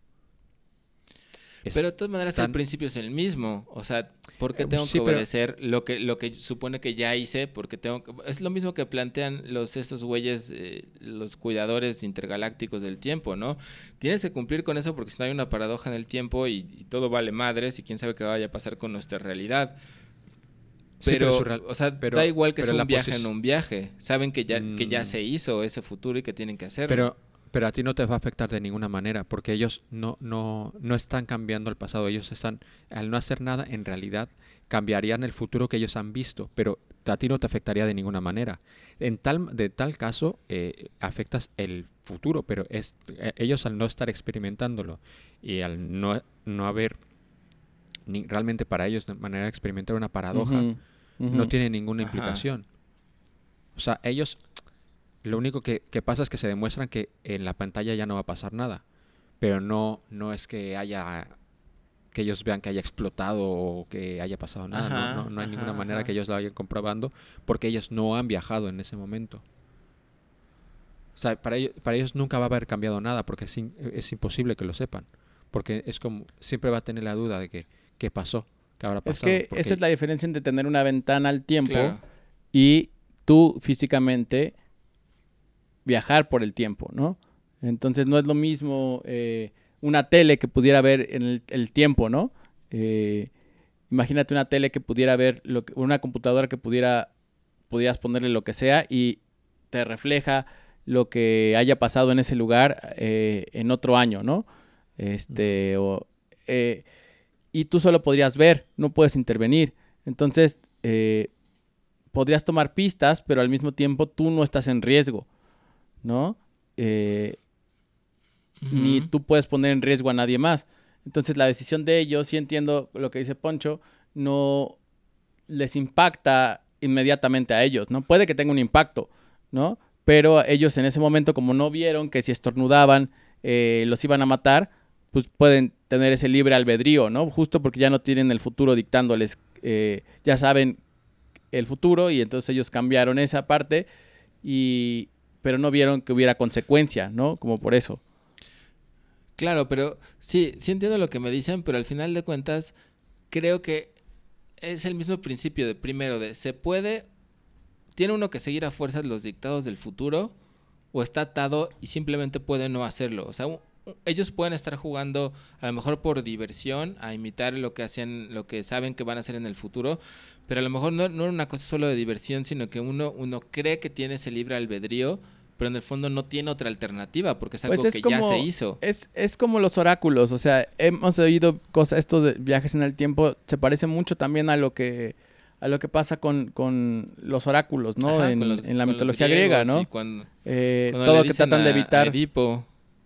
Es pero de todas maneras tan... el principio es el mismo. O sea, ¿por qué tengo sí, que obedecer pero... lo que lo que supone que ya hice? Porque tengo que... Es lo mismo que plantean los estos güeyes, eh, los cuidadores intergalácticos del tiempo, ¿no? Tienes que cumplir con eso porque si no hay una paradoja en el tiempo y, y todo vale madres y quién sabe qué vaya a pasar con nuestra realidad. Pero, sí, pero real... o sea, pero, da igual que sea un viaje posis... en un viaje. Saben que ya, mm. que ya se hizo ese futuro y que tienen que hacerlo. Pero... Pero a ti no te va a afectar de ninguna manera, porque ellos no, no, no están cambiando el pasado. Ellos están, al no hacer nada, en realidad cambiarían el futuro que ellos han visto, pero a ti no te afectaría de ninguna manera. En tal, de tal caso, eh, afectas el futuro, pero es, eh, ellos al no estar experimentándolo y al no, no haber, ni, realmente para ellos de manera de experimentar una paradoja, uh-huh, uh-huh. no tiene ninguna implicación. Ajá. O sea, ellos... Lo único que, que pasa es que se demuestran que en la pantalla ya no va a pasar nada. Pero no, no es que haya que ellos vean que haya explotado o que haya pasado nada. Ajá, no, no, no hay ajá, ninguna manera ajá. que ellos lo vayan comprobando porque ellos no han viajado en ese momento. O sea, para ellos, para ellos nunca va a haber cambiado nada porque es, in, es imposible que lo sepan. Porque es como siempre va a tener la duda de que qué pasó, qué habrá pasado. Es que porque... esa es la diferencia entre tener una ventana al tiempo claro. y tú físicamente... viajar por el tiempo, ¿no? Entonces no es lo mismo eh, una tele que pudiera ver en el, el tiempo, ¿no? Eh, imagínate una tele que pudiera ver, lo que, una computadora que pudiera, pudieras ponerle lo que sea y te refleja lo que haya pasado en ese lugar eh, en otro año, ¿no? Este, mm. o, eh, y tú solo podrías ver, no puedes intervenir. Entonces, eh, podrías tomar pistas, pero al mismo tiempo tú no estás en riesgo, ¿no? Eh, uh-huh. Ni tú puedes poner en riesgo a nadie más. Entonces la decisión de ellos, sí entiendo lo que dice Poncho, no les impacta inmediatamente a ellos, ¿no? Puede que tenga un impacto, ¿no? Pero ellos en ese momento, como no vieron que si estornudaban eh, los iban a matar, pues pueden tener ese libre albedrío, ¿no? Justo porque ya no tienen el futuro dictándoles, eh, ya saben el futuro y entonces ellos cambiaron esa parte y... pero no vieron que hubiera consecuencia, ¿no? Como por eso. Claro, pero sí, sí entiendo lo que me dicen, pero al final de cuentas creo que es el mismo principio de primero de se puede, tiene uno que seguir a fuerzas los dictados del futuro o está atado y simplemente puede no hacerlo. O sea, un, ellos pueden estar jugando a lo mejor por diversión, a imitar lo que hacían, lo que saben que van a hacer en el futuro, pero a lo mejor no, no es una cosa solo de diversión, sino que uno, uno cree que tiene ese libre albedrío, pero en el fondo no tiene otra alternativa, porque es algo pues es que como, ya se hizo. Es, es como los oráculos, o sea, hemos oído cosas, esto de viajes en el tiempo, se parece mucho también a lo que a lo que pasa con, con los oráculos, ¿no? Ajá, en, los, en la mitología griega, ¿no? Cuando, eh, cuando todo que tratan a, de evitar. A Edipo.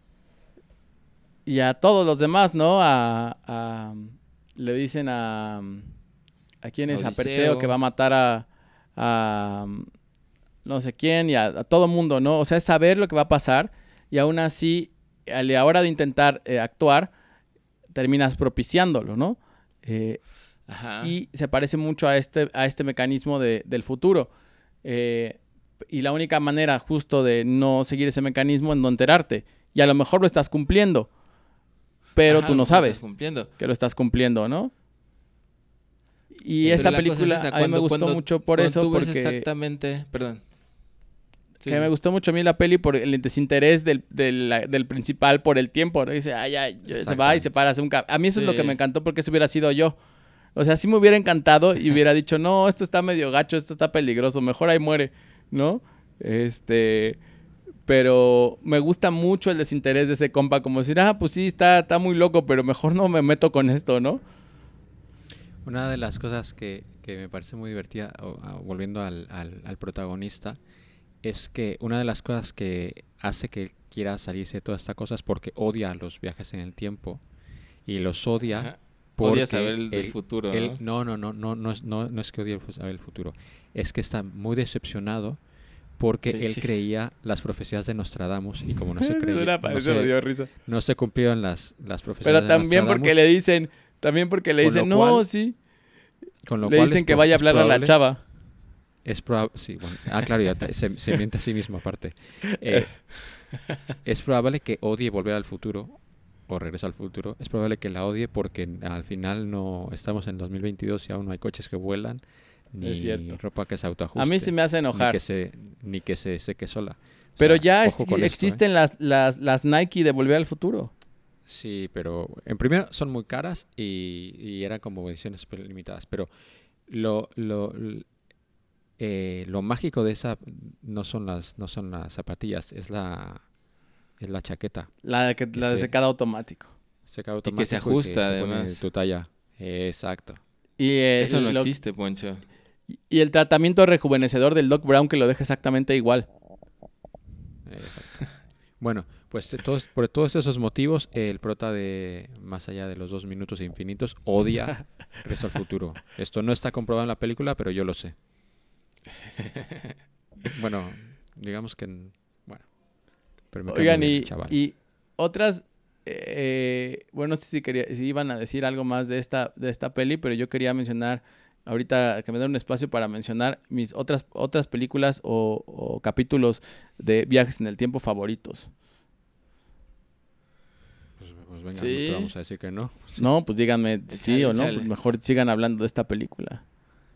Y a todos los demás, ¿no? A, a le dicen a a quién es, a Perseo, que va a matar a, a no sé quién y a, a todo mundo, ¿no? O sea, es saber lo que va a pasar y aún así, a la hora de intentar eh, actuar, terminas propiciándolo, ¿no? Eh, Ajá. Y se parece mucho a este, a este mecanismo de, del futuro. Eh, y la única manera justo de no seguir ese mecanismo es no enterarte. Y a lo mejor lo estás cumpliendo, pero Ajá, tú no sabes cumpliendo. que lo estás cumpliendo, ¿no? Y pero esta película es a mí me gustó cuando, mucho por eso, tú ves porque... exactamente... Perdón. Sí. Que me gustó mucho a mí la peli por el desinterés del, del, del principal por el tiempo, ¿no? Dice, ay, ay, se va y se para, hace un... Ca- a mí eso sí. es lo que me encantó porque eso hubiera sido yo. O sea, sí me hubiera encantado y hubiera dicho, no, esto está medio gacho, esto está peligroso, mejor ahí muere, ¿no? Este... Pero me gusta mucho el desinterés de ese compa, como decir, ah, pues sí, está, está muy loco, pero mejor no me meto con esto, ¿no? Una de las cosas que, que me parece muy divertida, o, o, volviendo al, al, al protagonista, es que una de las cosas que hace que él quiera salirse de todas estas cosas porque odia los viajes en el tiempo y los odia Ajá. porque Odia saber el del él- futuro, él- ¿no? no, no, no, no, no es, no, no es que odie el fu- saber el futuro, es que está muy decepcionado porque Sí, él sí. creía las profecías de Nostradamus y como no se creía, Era- no eso me se, dio risa. no se cumplieron las, las profecías Pero de también Nostradamus, porque le dicen, también porque le Con lo dicen, no, cual, sí. con lo Le cual dicen es que pro- vaya a es hablar a la probable- chava. Es probable, sí, bueno, ah, claro, ya te- se, se miente a sí mismo aparte. Eh, es probable que odie volver al futuro o regresa al futuro. Es probable que la odie porque al final no estamos en dos mil veintidós y aún no hay coches que vuelan ni Es cierto. ropa que se autoajuste. A mí se me hace ni ñenojar. que se ni que se seque sola. O Pero sea, ya ojo es- con esto, ¿eh? existen las, las, las Nike de Volver al Futuro. Sí, pero en primero son muy caras y, y eran como ediciones pe- limitadas. Pero lo, lo, l- eh, lo mágico de esa no son las no son las zapatillas, es la es la chaqueta. La de, que, Que la de se- secado automático. Seca Y que se automático ajusta, se pone además. tu talla. Exacto. Y, eh, Eso no lo- existe, Poncho. y el tratamiento rejuvenecedor del Doc Brown que lo deja exactamente igual. Exacto. Bueno, pues de todos, por todos esos motivos, el prota de Más allá de los dos minutos infinitos odia Regreso al futuro. Esto no está comprobado en la película, pero yo lo sé. Bueno, digamos que... n- Bueno. Pero me cae Oigan, muy bien y, el chaval. y otras... eh, bueno, no sé si, quería, si iban a decir algo más de esta, de esta peli, pero yo quería mencionar, ahorita que me den un espacio para mencionar mis otras, otras películas o, o capítulos de viajes en el tiempo favoritos. Pues, pues venga, Sí. no te vamos a decir que no. No, pues díganme sí Échale, o no, échale. pues mejor sigan hablando de esta película.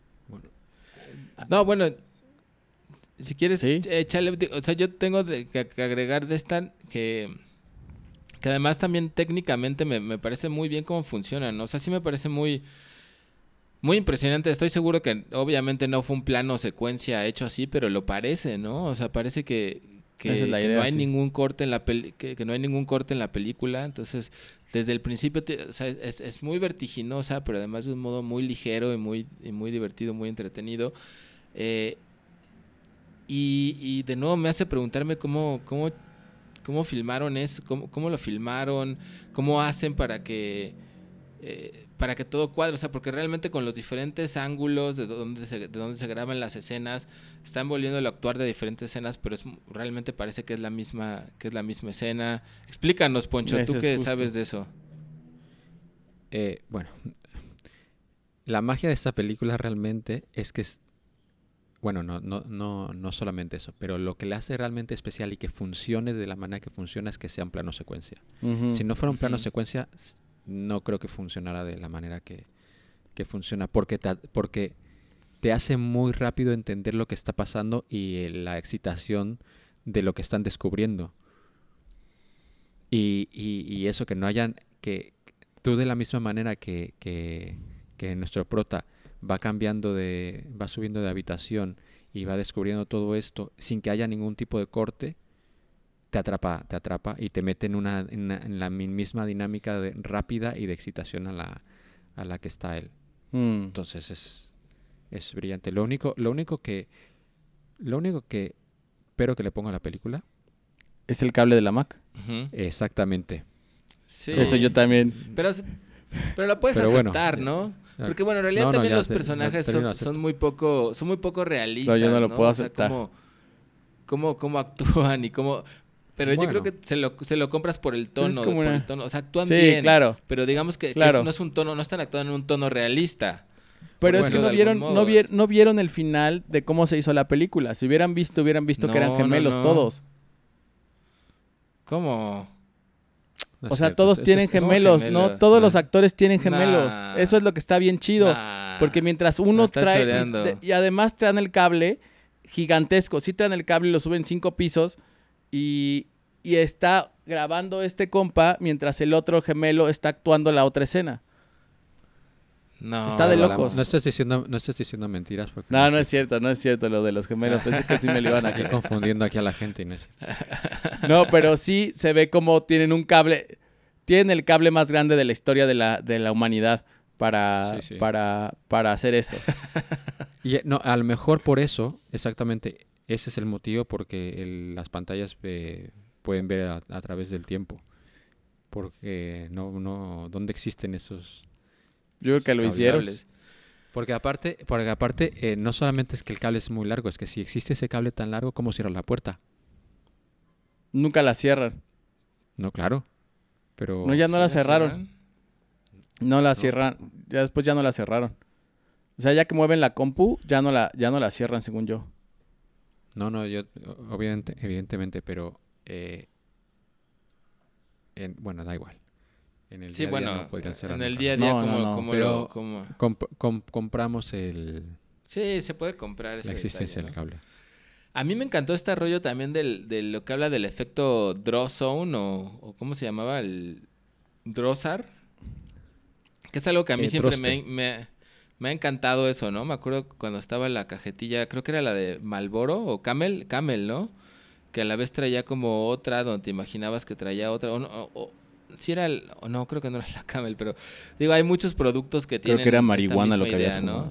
No, bueno, si quieres, ¿Sí? échale. O sea, yo tengo de- que, que agregar de esta que, que además también técnicamente me, me parece muy bien cómo funciona, ¿no? O sea, sí me parece muy, muy impresionante. Estoy seguro que obviamente no fue un plano secuencia hecho así, pero lo parece, ¿no? O sea, parece que, que, Esa es la que idea, no hay sí. ningún corte en la peli, que, que no hay ningún corte en la película. Entonces, desde el principio, te- o sea, es, es muy vertiginosa, pero además de un modo muy ligero y muy, y muy divertido, muy entretenido. Eh, y, y de nuevo me hace preguntarme cómo, cómo, cómo filmaron eso, cómo, cómo lo filmaron, cómo hacen para que eh, para que todo cuadre, o sea, porque realmente con los diferentes ángulos de donde se, de donde se graban las escenas, están volviendo a actuar de diferentes escenas, pero es realmente parece que es la misma, que es la misma escena. Explícanos, Poncho, Ese tú es qué justo. sabes de eso. Eh, bueno, la magia de esta película realmente es que es, bueno, no, no, no, no solamente eso, pero lo que le hace realmente especial y que funcione de la manera que funciona es que sea un plano secuencia. Ujú. Si no fuera un plano Ujú. secuencia, s- no creo que funcionara de la manera que, que funciona, porque te, ha- porque te hace muy rápido entender lo que está pasando y eh, la excitación de lo que están descubriendo. Y, y, y eso que no hayan, que tú de la misma manera que, que, que nuestro prota va cambiando de, va subiendo de habitación y va descubriendo todo esto sin que haya ningún tipo de corte, te atrapa, te atrapa y te mete en una, en, una- en la mi- misma dinámica de, rápida y de excitación a la, a la que está él. Mm. Entonces es, es brillante. Lo único, lo único que, lo único que espero que le ponga a la película, Es el cable de la Mac. Ujú. exactamente. Sí. Eso yo también. Pero, pero lo puedes Pero bueno, aceptar, eh, ¿no? ah, Porque bueno, en realidad no, no, también ya los te- personajes ya termino, son, acepto. son muy poco, son muy poco realistas. No, yo no lo puedo O sea, aceptar. cómo, cómo, cómo actúan y cómo. Pero yo creo Bueno. que se lo, se lo compras por el Pues es tono, como por una- el tono. O sea, actúan Sí, bien. claro. Pero digamos que, que Claro. eso no es un tono, no están actuando en un tono realista. Pero Por es que decirlo no de vieron, algún no, modo. vier- no vieron el final de cómo se hizo la película. Si hubieran visto, hubieran visto que eran No, no, gemelos no. todos. ¿Cómo? No O es sea, cierto, todos es- tienen es- es- gemelos, gemelos, ¿no? Todos no. los actores tienen gemelos. Nah. Eso es lo que está bien chido. Nah. Porque mientras uno está trae... choreando. de- y además traen el cable gigantesco. Sí traen el cable y lo suben cinco pisos. Y, y está grabando este compa mientras el otro gemelo está actuando la otra escena. No. Está de Balam, locos. No estás diciendo, no estás diciendo mentiras. Porque No, no es cierto, no es cierto lo de los gemelos. Pensé que sí me lo iban a Aquí creer. confundiendo aquí a la gente, Inés. No, pero sí se ve como tienen un cable, tienen el cable más grande de la historia de la, de la humanidad, para, Sí, sí. para, para hacer eso. Y eh, no, a lo mejor por eso, exactamente, ese es el motivo porque el- las pantallas eh, pueden ver a, a través del tiempo. Porque no, no, ¿dónde existen esos? Yo creo que lo Cables. hicieron. Porque aparte, porque aparte eh, no solamente es que el cable es muy largo, es que si existe ese cable tan largo, ¿cómo cierras la puerta? Nunca la cierran. No, claro. Pero No, ya no ¿Sí la la cerraron. cierran? No la cierran. Ya después ya no la cerraron. O sea, ya que mueven la compu, ya no la, ya no la cierran, según yo. no, no, yo o- obviamente, evidentemente, pero eh, en- bueno, da igual. En el Sí, día a día bueno, no podrían cerrar en el nunca. día a día No, como, no, no. como Pero- lo... como- Comp- com- compramos el, Sí, se puede comprar ese la existencia detalle, del ¿no? cable. A mí me encantó este rollo también del, de lo que habla del efecto draw zone o, o ¿cómo se llamaba? El Drossar. Que es algo que a mí Eh, siempre Droste. me, me, me ha encantado eso, ¿no? Me acuerdo cuando estaba en la cajetilla, creo que era la de Marlboro o Camel, Camel, ¿no? Que a la vez traía como otra donde te imaginabas que traía otra. O, no, o- o- sí era el, o no, creo que no era la Camel, pero digo, hay muchos productos que Creo tienen que era esta marihuana lo misma que idea, habías ¿no? fumado.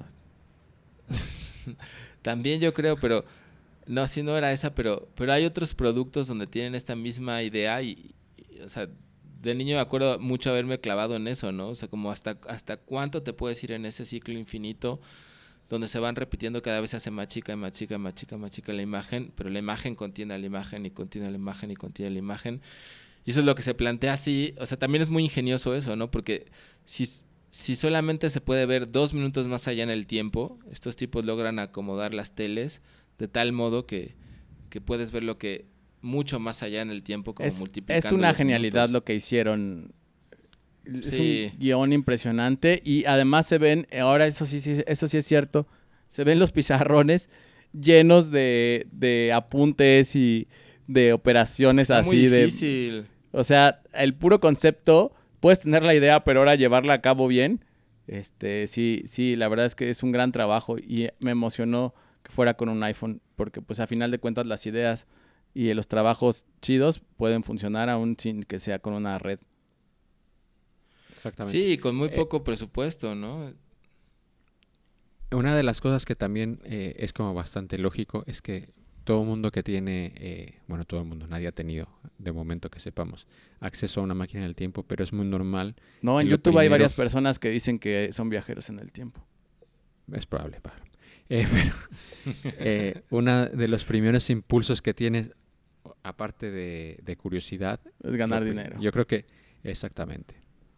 También yo creo, pero no, sí no era esa, pero, pero hay otros productos donde tienen esta misma idea y, y, o sea, de niño me acuerdo mucho haberme clavado en eso, ¿no? O sea, como hasta, hasta cuánto te puedes ir en ese ciclo infinito donde se van repitiendo, cada vez se hace más chica, más chica, más chica, más chica la imagen, pero la imagen contiene a la imagen y contiene a la imagen y contiene a la imagen. Y eso es lo que se plantea así, o sea, también es muy ingenioso eso, ¿no? Porque si, si solamente se puede ver dos minutos más allá en el tiempo, estos tipos logran acomodar las teles de tal modo que, que puedes ver lo que mucho más allá en el tiempo, como Es, multiplicando es una los genialidad minutos. lo que hicieron. Es Sí. un guión impresionante y además se ven, ahora eso sí, sí, eso sí es cierto, se ven los pizarrones llenos de, de apuntes y de operaciones Está así muy de... difícil. O sea, el puro concepto, puedes tener la idea, pero ahora llevarla a cabo bien, este, sí, sí, la verdad es que es un gran trabajo y me emocionó que fuera con un iPhone, porque pues a final de cuentas las ideas y los trabajos chidos pueden funcionar aún sin que sea con una red. Exactamente. Sí, con muy Eh, poco presupuesto, ¿no? Una de las cosas que también eh, es como bastante lógico es que todo el mundo que tiene, eh, bueno, todo el mundo, nadie ha tenido, de momento que sepamos, acceso a una máquina del tiempo, pero es muy normal, No, en Y lo YouTube hay primero- varias personas que dicen que son viajeros en el tiempo. es probable, Pablo. Eh, pero, eh, uno de los primeros impulsos que tienes, aparte de, de curiosidad, Es ganar Yo creo- dinero. Yo creo que, exactamente.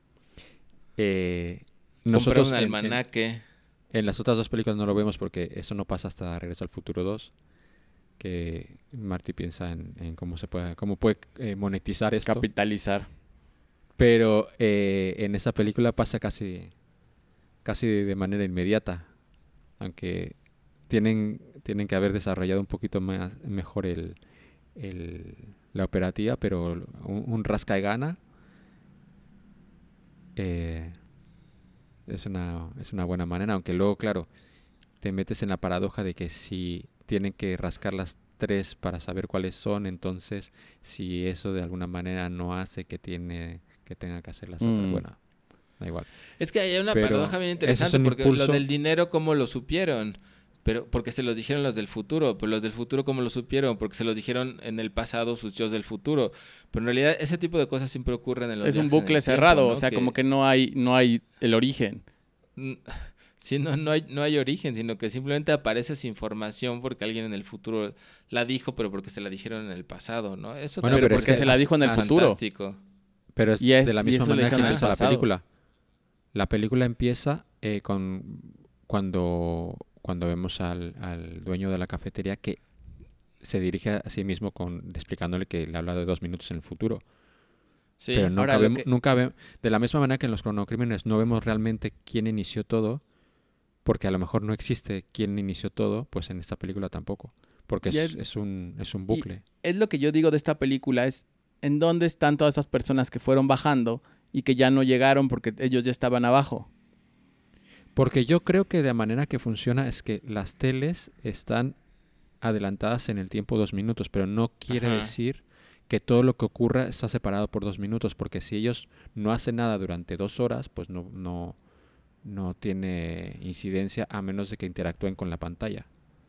Eh, Comprar nosotros un en- en, almanaque. en las otras dos películas no lo vemos porque eso no pasa hasta Regreso al Futuro dos, que Marty piensa en, en cómo se puede, cómo puede eh, monetizar esto. Capitalizar. Pero eh, en esa película pasa casi, casi de manera inmediata, aunque tienen, tienen que haber desarrollado un poquito más mejor el, el- la operativa, pero un, un rasca y gana eh, es una, es una buena manera, aunque luego, claro, te metes en la paradoja de que si tienen que rascar las tres para saber cuáles son, entonces si eso de alguna manera no hace que tiene que tenga que hacer las otras, Mm. bueno, da igual. Es que hay una Pero paradoja bien ese es interesante un porque impulso- lo del dinero, ¿cómo lo supieron? Pero porque se los dijeron los del futuro, pero los del futuro, ¿cómo lo supieron? Porque se los dijeron en el pasado sus yo del futuro. Pero en realidad ese tipo de cosas siempre ocurren en los Es un viajes en bucle el tiempo, cerrado, ¿no? o sea, como que no hay, no hay el origen. Mm, Sí, no, no, hay, no hay origen, sino que simplemente aparece esa información porque alguien en el futuro la dijo, pero porque se la dijeron en el pasado, ¿no? Eso Bueno, también pero me es Porque que se la as- dijo en el as- futuro. fantástico. Pero es, Y es- de la y misma eso lo manera que dijeron en el empieza la pasado. película. La película empieza eh, con cuando, cuando vemos al, al dueño de la cafetería que se dirige a sí mismo con explicándole que le habla de dos minutos en el futuro. Sí, Pero nunca ahora lo vemos, que- nunca vemos, de la misma manera que en los cronocrímenes no vemos realmente quién inició todo, porque a lo mejor no existe quién inició todo, pues en esta película tampoco, porque Y es, el- es un, es un bucle. Es lo que yo digo de esta película, es en dónde están todas esas personas que fueron bajando y que ya no llegaron porque ellos ya estaban abajo. Porque yo creo que de manera que funciona es que las teles están adelantadas en el tiempo dos minutos, pero no quiere Ajá. decir que todo lo que ocurra está separado por dos minutos, porque si ellos no hacen nada durante dos horas, pues no, no, no tiene incidencia a menos de que interactúen con la pantalla.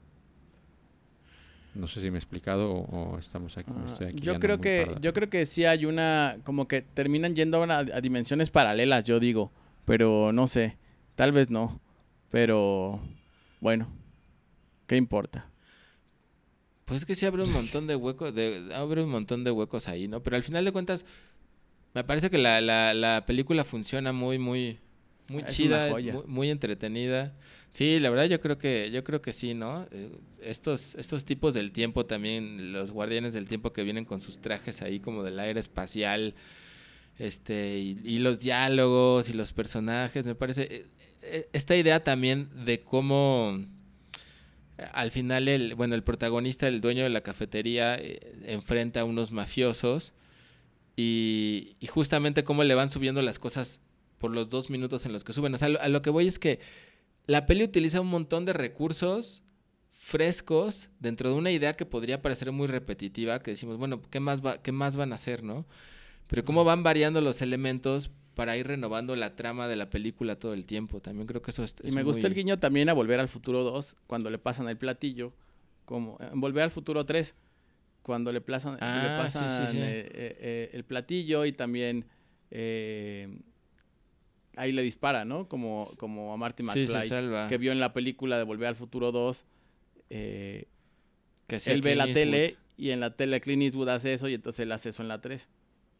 No sé si me he explicado o, o estamos aquí. Ah, estoy aquí yo guiando creo muy que parda. yo creo que sí hay una, como que terminan yendo a, una- a dimensiones paralelas, yo digo, pero no sé, tal vez no, pero bueno, ¿qué importa? Pues es que sí abre un montón de huecos, de, abre un montón de huecos ahí, ¿no? Pero al final de cuentas, me parece que la, la, la película funciona muy, muy, muy Es una chida, es joya. muy, muy entretenida. Sí, la verdad yo creo que, yo creo que sí, ¿no? Eh, Estos, estos tipos del tiempo también, los guardianes del tiempo que vienen con sus trajes ahí como del aire espacial, este, y, y los diálogos y los personajes, me parece, eh, eh, esta idea también de cómo eh, al final el, bueno, el protagonista, el dueño de la cafetería, eh, enfrenta a unos mafiosos y, y justamente cómo le van subiendo las cosas por los dos minutos en los que suben. O sea, lo- a lo que voy es que la peli utiliza un montón de recursos frescos dentro de una idea que podría parecer muy repetitiva, que decimos, bueno, ¿qué más va, qué más van a hacer, no? Pero cómo van variando los elementos para ir renovando la trama de la película todo el tiempo. También creo que eso es, Y es me gustó muy- el guiño también a Volver al Futuro dos, cuando le pasan el platillo, como en Volver al Futuro tres, cuando le, plazan- le Ah, sí, pasan sí, sí. eh, eh, eh, el platillo y también eh, ahí le dispara, ¿no? Como, como a Marty Sí, se McFly, salva. que vio en la película de Volver al Futuro dos, eh, que hacía él ve Clint la Eastwood. tele y en la tele Clint Eastwood hace eso y entonces él hace eso en la tres.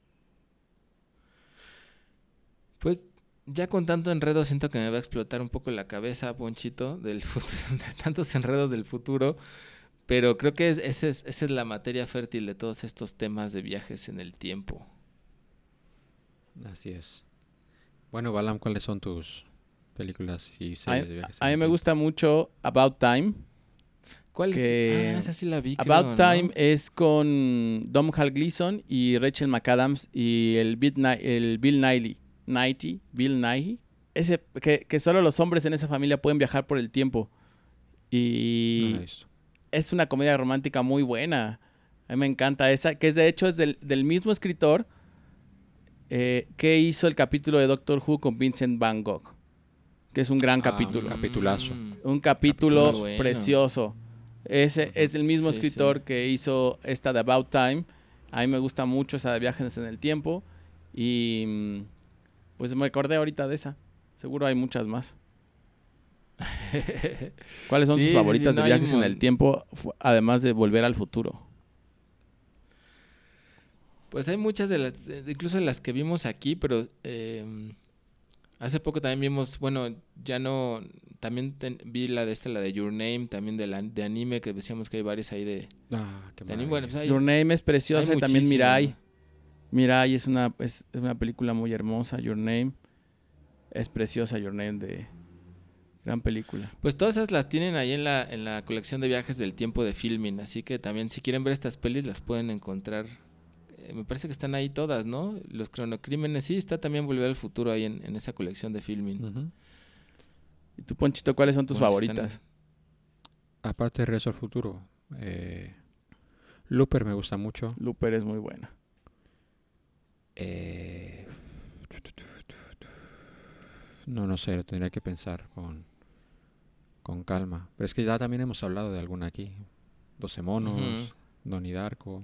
Pues ya con tanto enredo siento que me va a explotar un poco la cabeza, Ponchito, del futuro, de tantos enredos del futuro. Pero creo que es, ese es- esa es la materia fértil de todos estos temas de viajes en el tiempo. Así es. Bueno, Balam, ¿cuáles son tus películas y A, series de viajes en a mí el me tiempo? gusta mucho About Time. ¿Cuál Que es? Ah, esa sí la vi, creo, About ¿no? Time es con Domhnall Gleeson y Rachel McAdams y el Bill, Ni- el Bill Nighy. Nighy, Bill Nighy. Ese, que, que solo los hombres en esa familia pueden viajar por el tiempo. No Y la he visto. es una comedia romántica muy buena. A mí me encanta esa, que es de hecho es del, del mismo escritor eh, que hizo el capítulo de Doctor Who con Vincent Van Gogh, que es un gran Ah, capítulo. un capitulazo. Mm. Un capítulo Muy bueno. precioso. Ese es el mismo Sí, escritor sí. que hizo esta de About Time. A mí me gusta mucho esa de Viajes en el Tiempo. Y mm, pues me acordé ahorita de esa. Seguro hay muchas más. ¿Cuáles son Sí, tus sí, favoritas sí, no, de hay Viajes un en el mon- Tiempo? fu- Además de Volver al Futuro. Pues hay muchas de las, de- de- incluso de las que vimos aquí, pero eh, hace poco también vimos, bueno, ya no, también ten- vi la de esta, la de Your Name, también de, la, de anime, que decíamos que hay varias ahí de, Ah, qué de anime. Bueno, maravilla. pues hay, Your Name es preciosa hay y también muchísimo. Mirai. Mirai es una, es, es una película muy hermosa. Your Name es preciosa. Your Name de gran película. Pues todas esas las tienen ahí en la, en la colección de viajes del tiempo de Filmin, así que también si quieren ver estas pelis las pueden encontrar. Eh, me parece que están ahí todas, ¿no? Los cronocrímenes, sí, está también Volver al Futuro ahí en, en esa colección de Filmin. Ujú. ¿Y tú, Ponchito, cuáles son tus Bueno, si favoritas? están- Aparte de Regreso al Futuro, eh, Looper me gusta mucho. Looper es muy buena. Eh, no, no sé, lo tendría que pensar con, con calma. Pero es que ya también hemos hablado de alguna aquí. Doce monos, Ujú. Donnie Darko.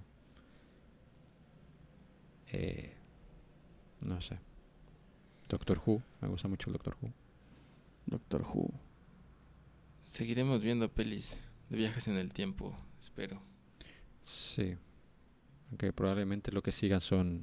Eh, no sé. Doctor Who, me gusta mucho el Doctor Who. Doctor Who. Seguiremos viendo pelis de viajes en el tiempo, espero. Sí. Aunque probablemente lo que sigan son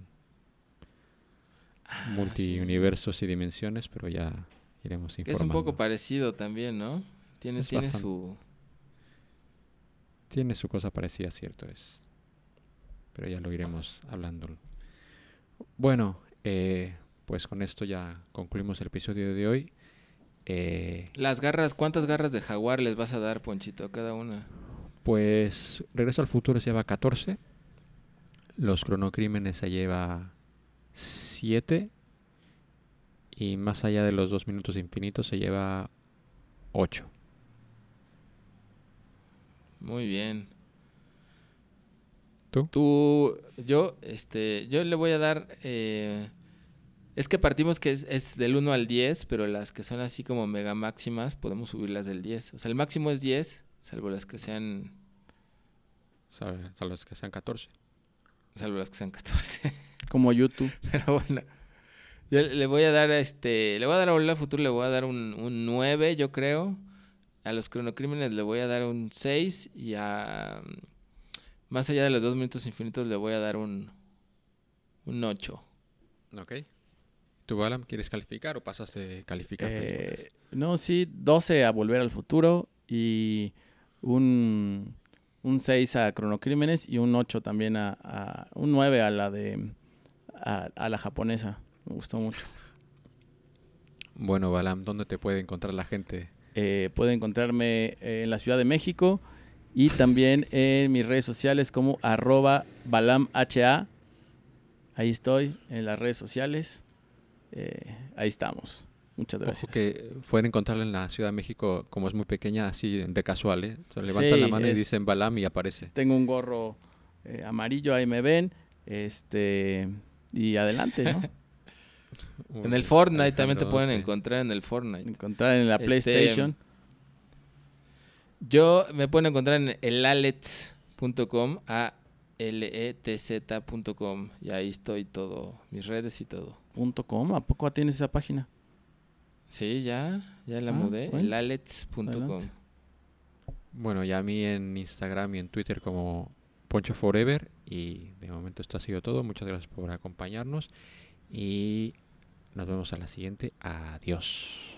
multiuniversos y dimensiones, pero ya iremos Que informando. es un poco parecido también, ¿no? Tiene, Es tiene bastante. su... Tiene su cosa parecida, cierto es. Pero ya lo iremos hablando. Bueno, eh, pues con esto ya concluimos el episodio de hoy. Eh, Las garras, ¿cuántas garras de jaguar les vas a dar, Ponchito, a cada una? pues Regreso al Futuro se lleva catorce. Los Cronocrímenes se lleva siete. Y más allá de los dos minutos infinitos se lleva ocho. Muy bien. ¿Tú? Tú, yo, este, yo le voy a dar, eh, Es que partimos que es, es del uno al diez, pero las que son así como mega máximas podemos subirlas del diez. O sea, el máximo es diez, salvo las que sean... Salvo los que sean catorce. Salvo las que sean catorce. Como YouTube. Pero bueno, yo le voy a dar a este... Le voy a dar a Volver al Futuro, le voy a dar un, un nueve, yo creo. A los Cronocrímenes le voy a dar un seis. Y a... Más allá de los dos minutos infinitos le voy a dar un... Un ocho. Ok. ¿Tú, Balam, quieres calificar o pasas de calificar películas? Eh, no, sí, doce a Volver al Futuro y un, un seis a Cronocrímenes y un ocho también a, a un nueve a la de a, a la japonesa. Me gustó mucho. Bueno, Balam, ¿dónde te puede encontrar la gente? Eh, puede encontrarme en la Ciudad de México y también en mis redes sociales como arroba balamha. Ahí estoy en las redes sociales. Eh, ahí estamos. Muchas gracias. Ojo que pueden encontrarla en la Ciudad de México, como es muy pequeña, así de casual, ¿eh? O sea, levantan Sí, la mano y es- dicen Balam y aparece. Tengo un gorro eh, amarillo, ahí me ven. Este y adelante, ¿no? En el Fortnite Alejandro, también te pueden te- encontrar en el Fortnite. Encontrar en la Este, PlayStation. Yo me pueden encontrar en elalets punto com, a l e t z punto com, y ahí estoy todo, mis redes y todo. Punto .com, ¿a poco tienes esa página? Sí, ya, ya la Ah, mudé, bueno. elalets punto com. Adelante. Bueno, y a mí en Instagram y en Twitter como Poncho Forever. Y de momento esto ha sido todo. Muchas gracias por acompañarnos. Y nos vemos a la siguiente. Adiós.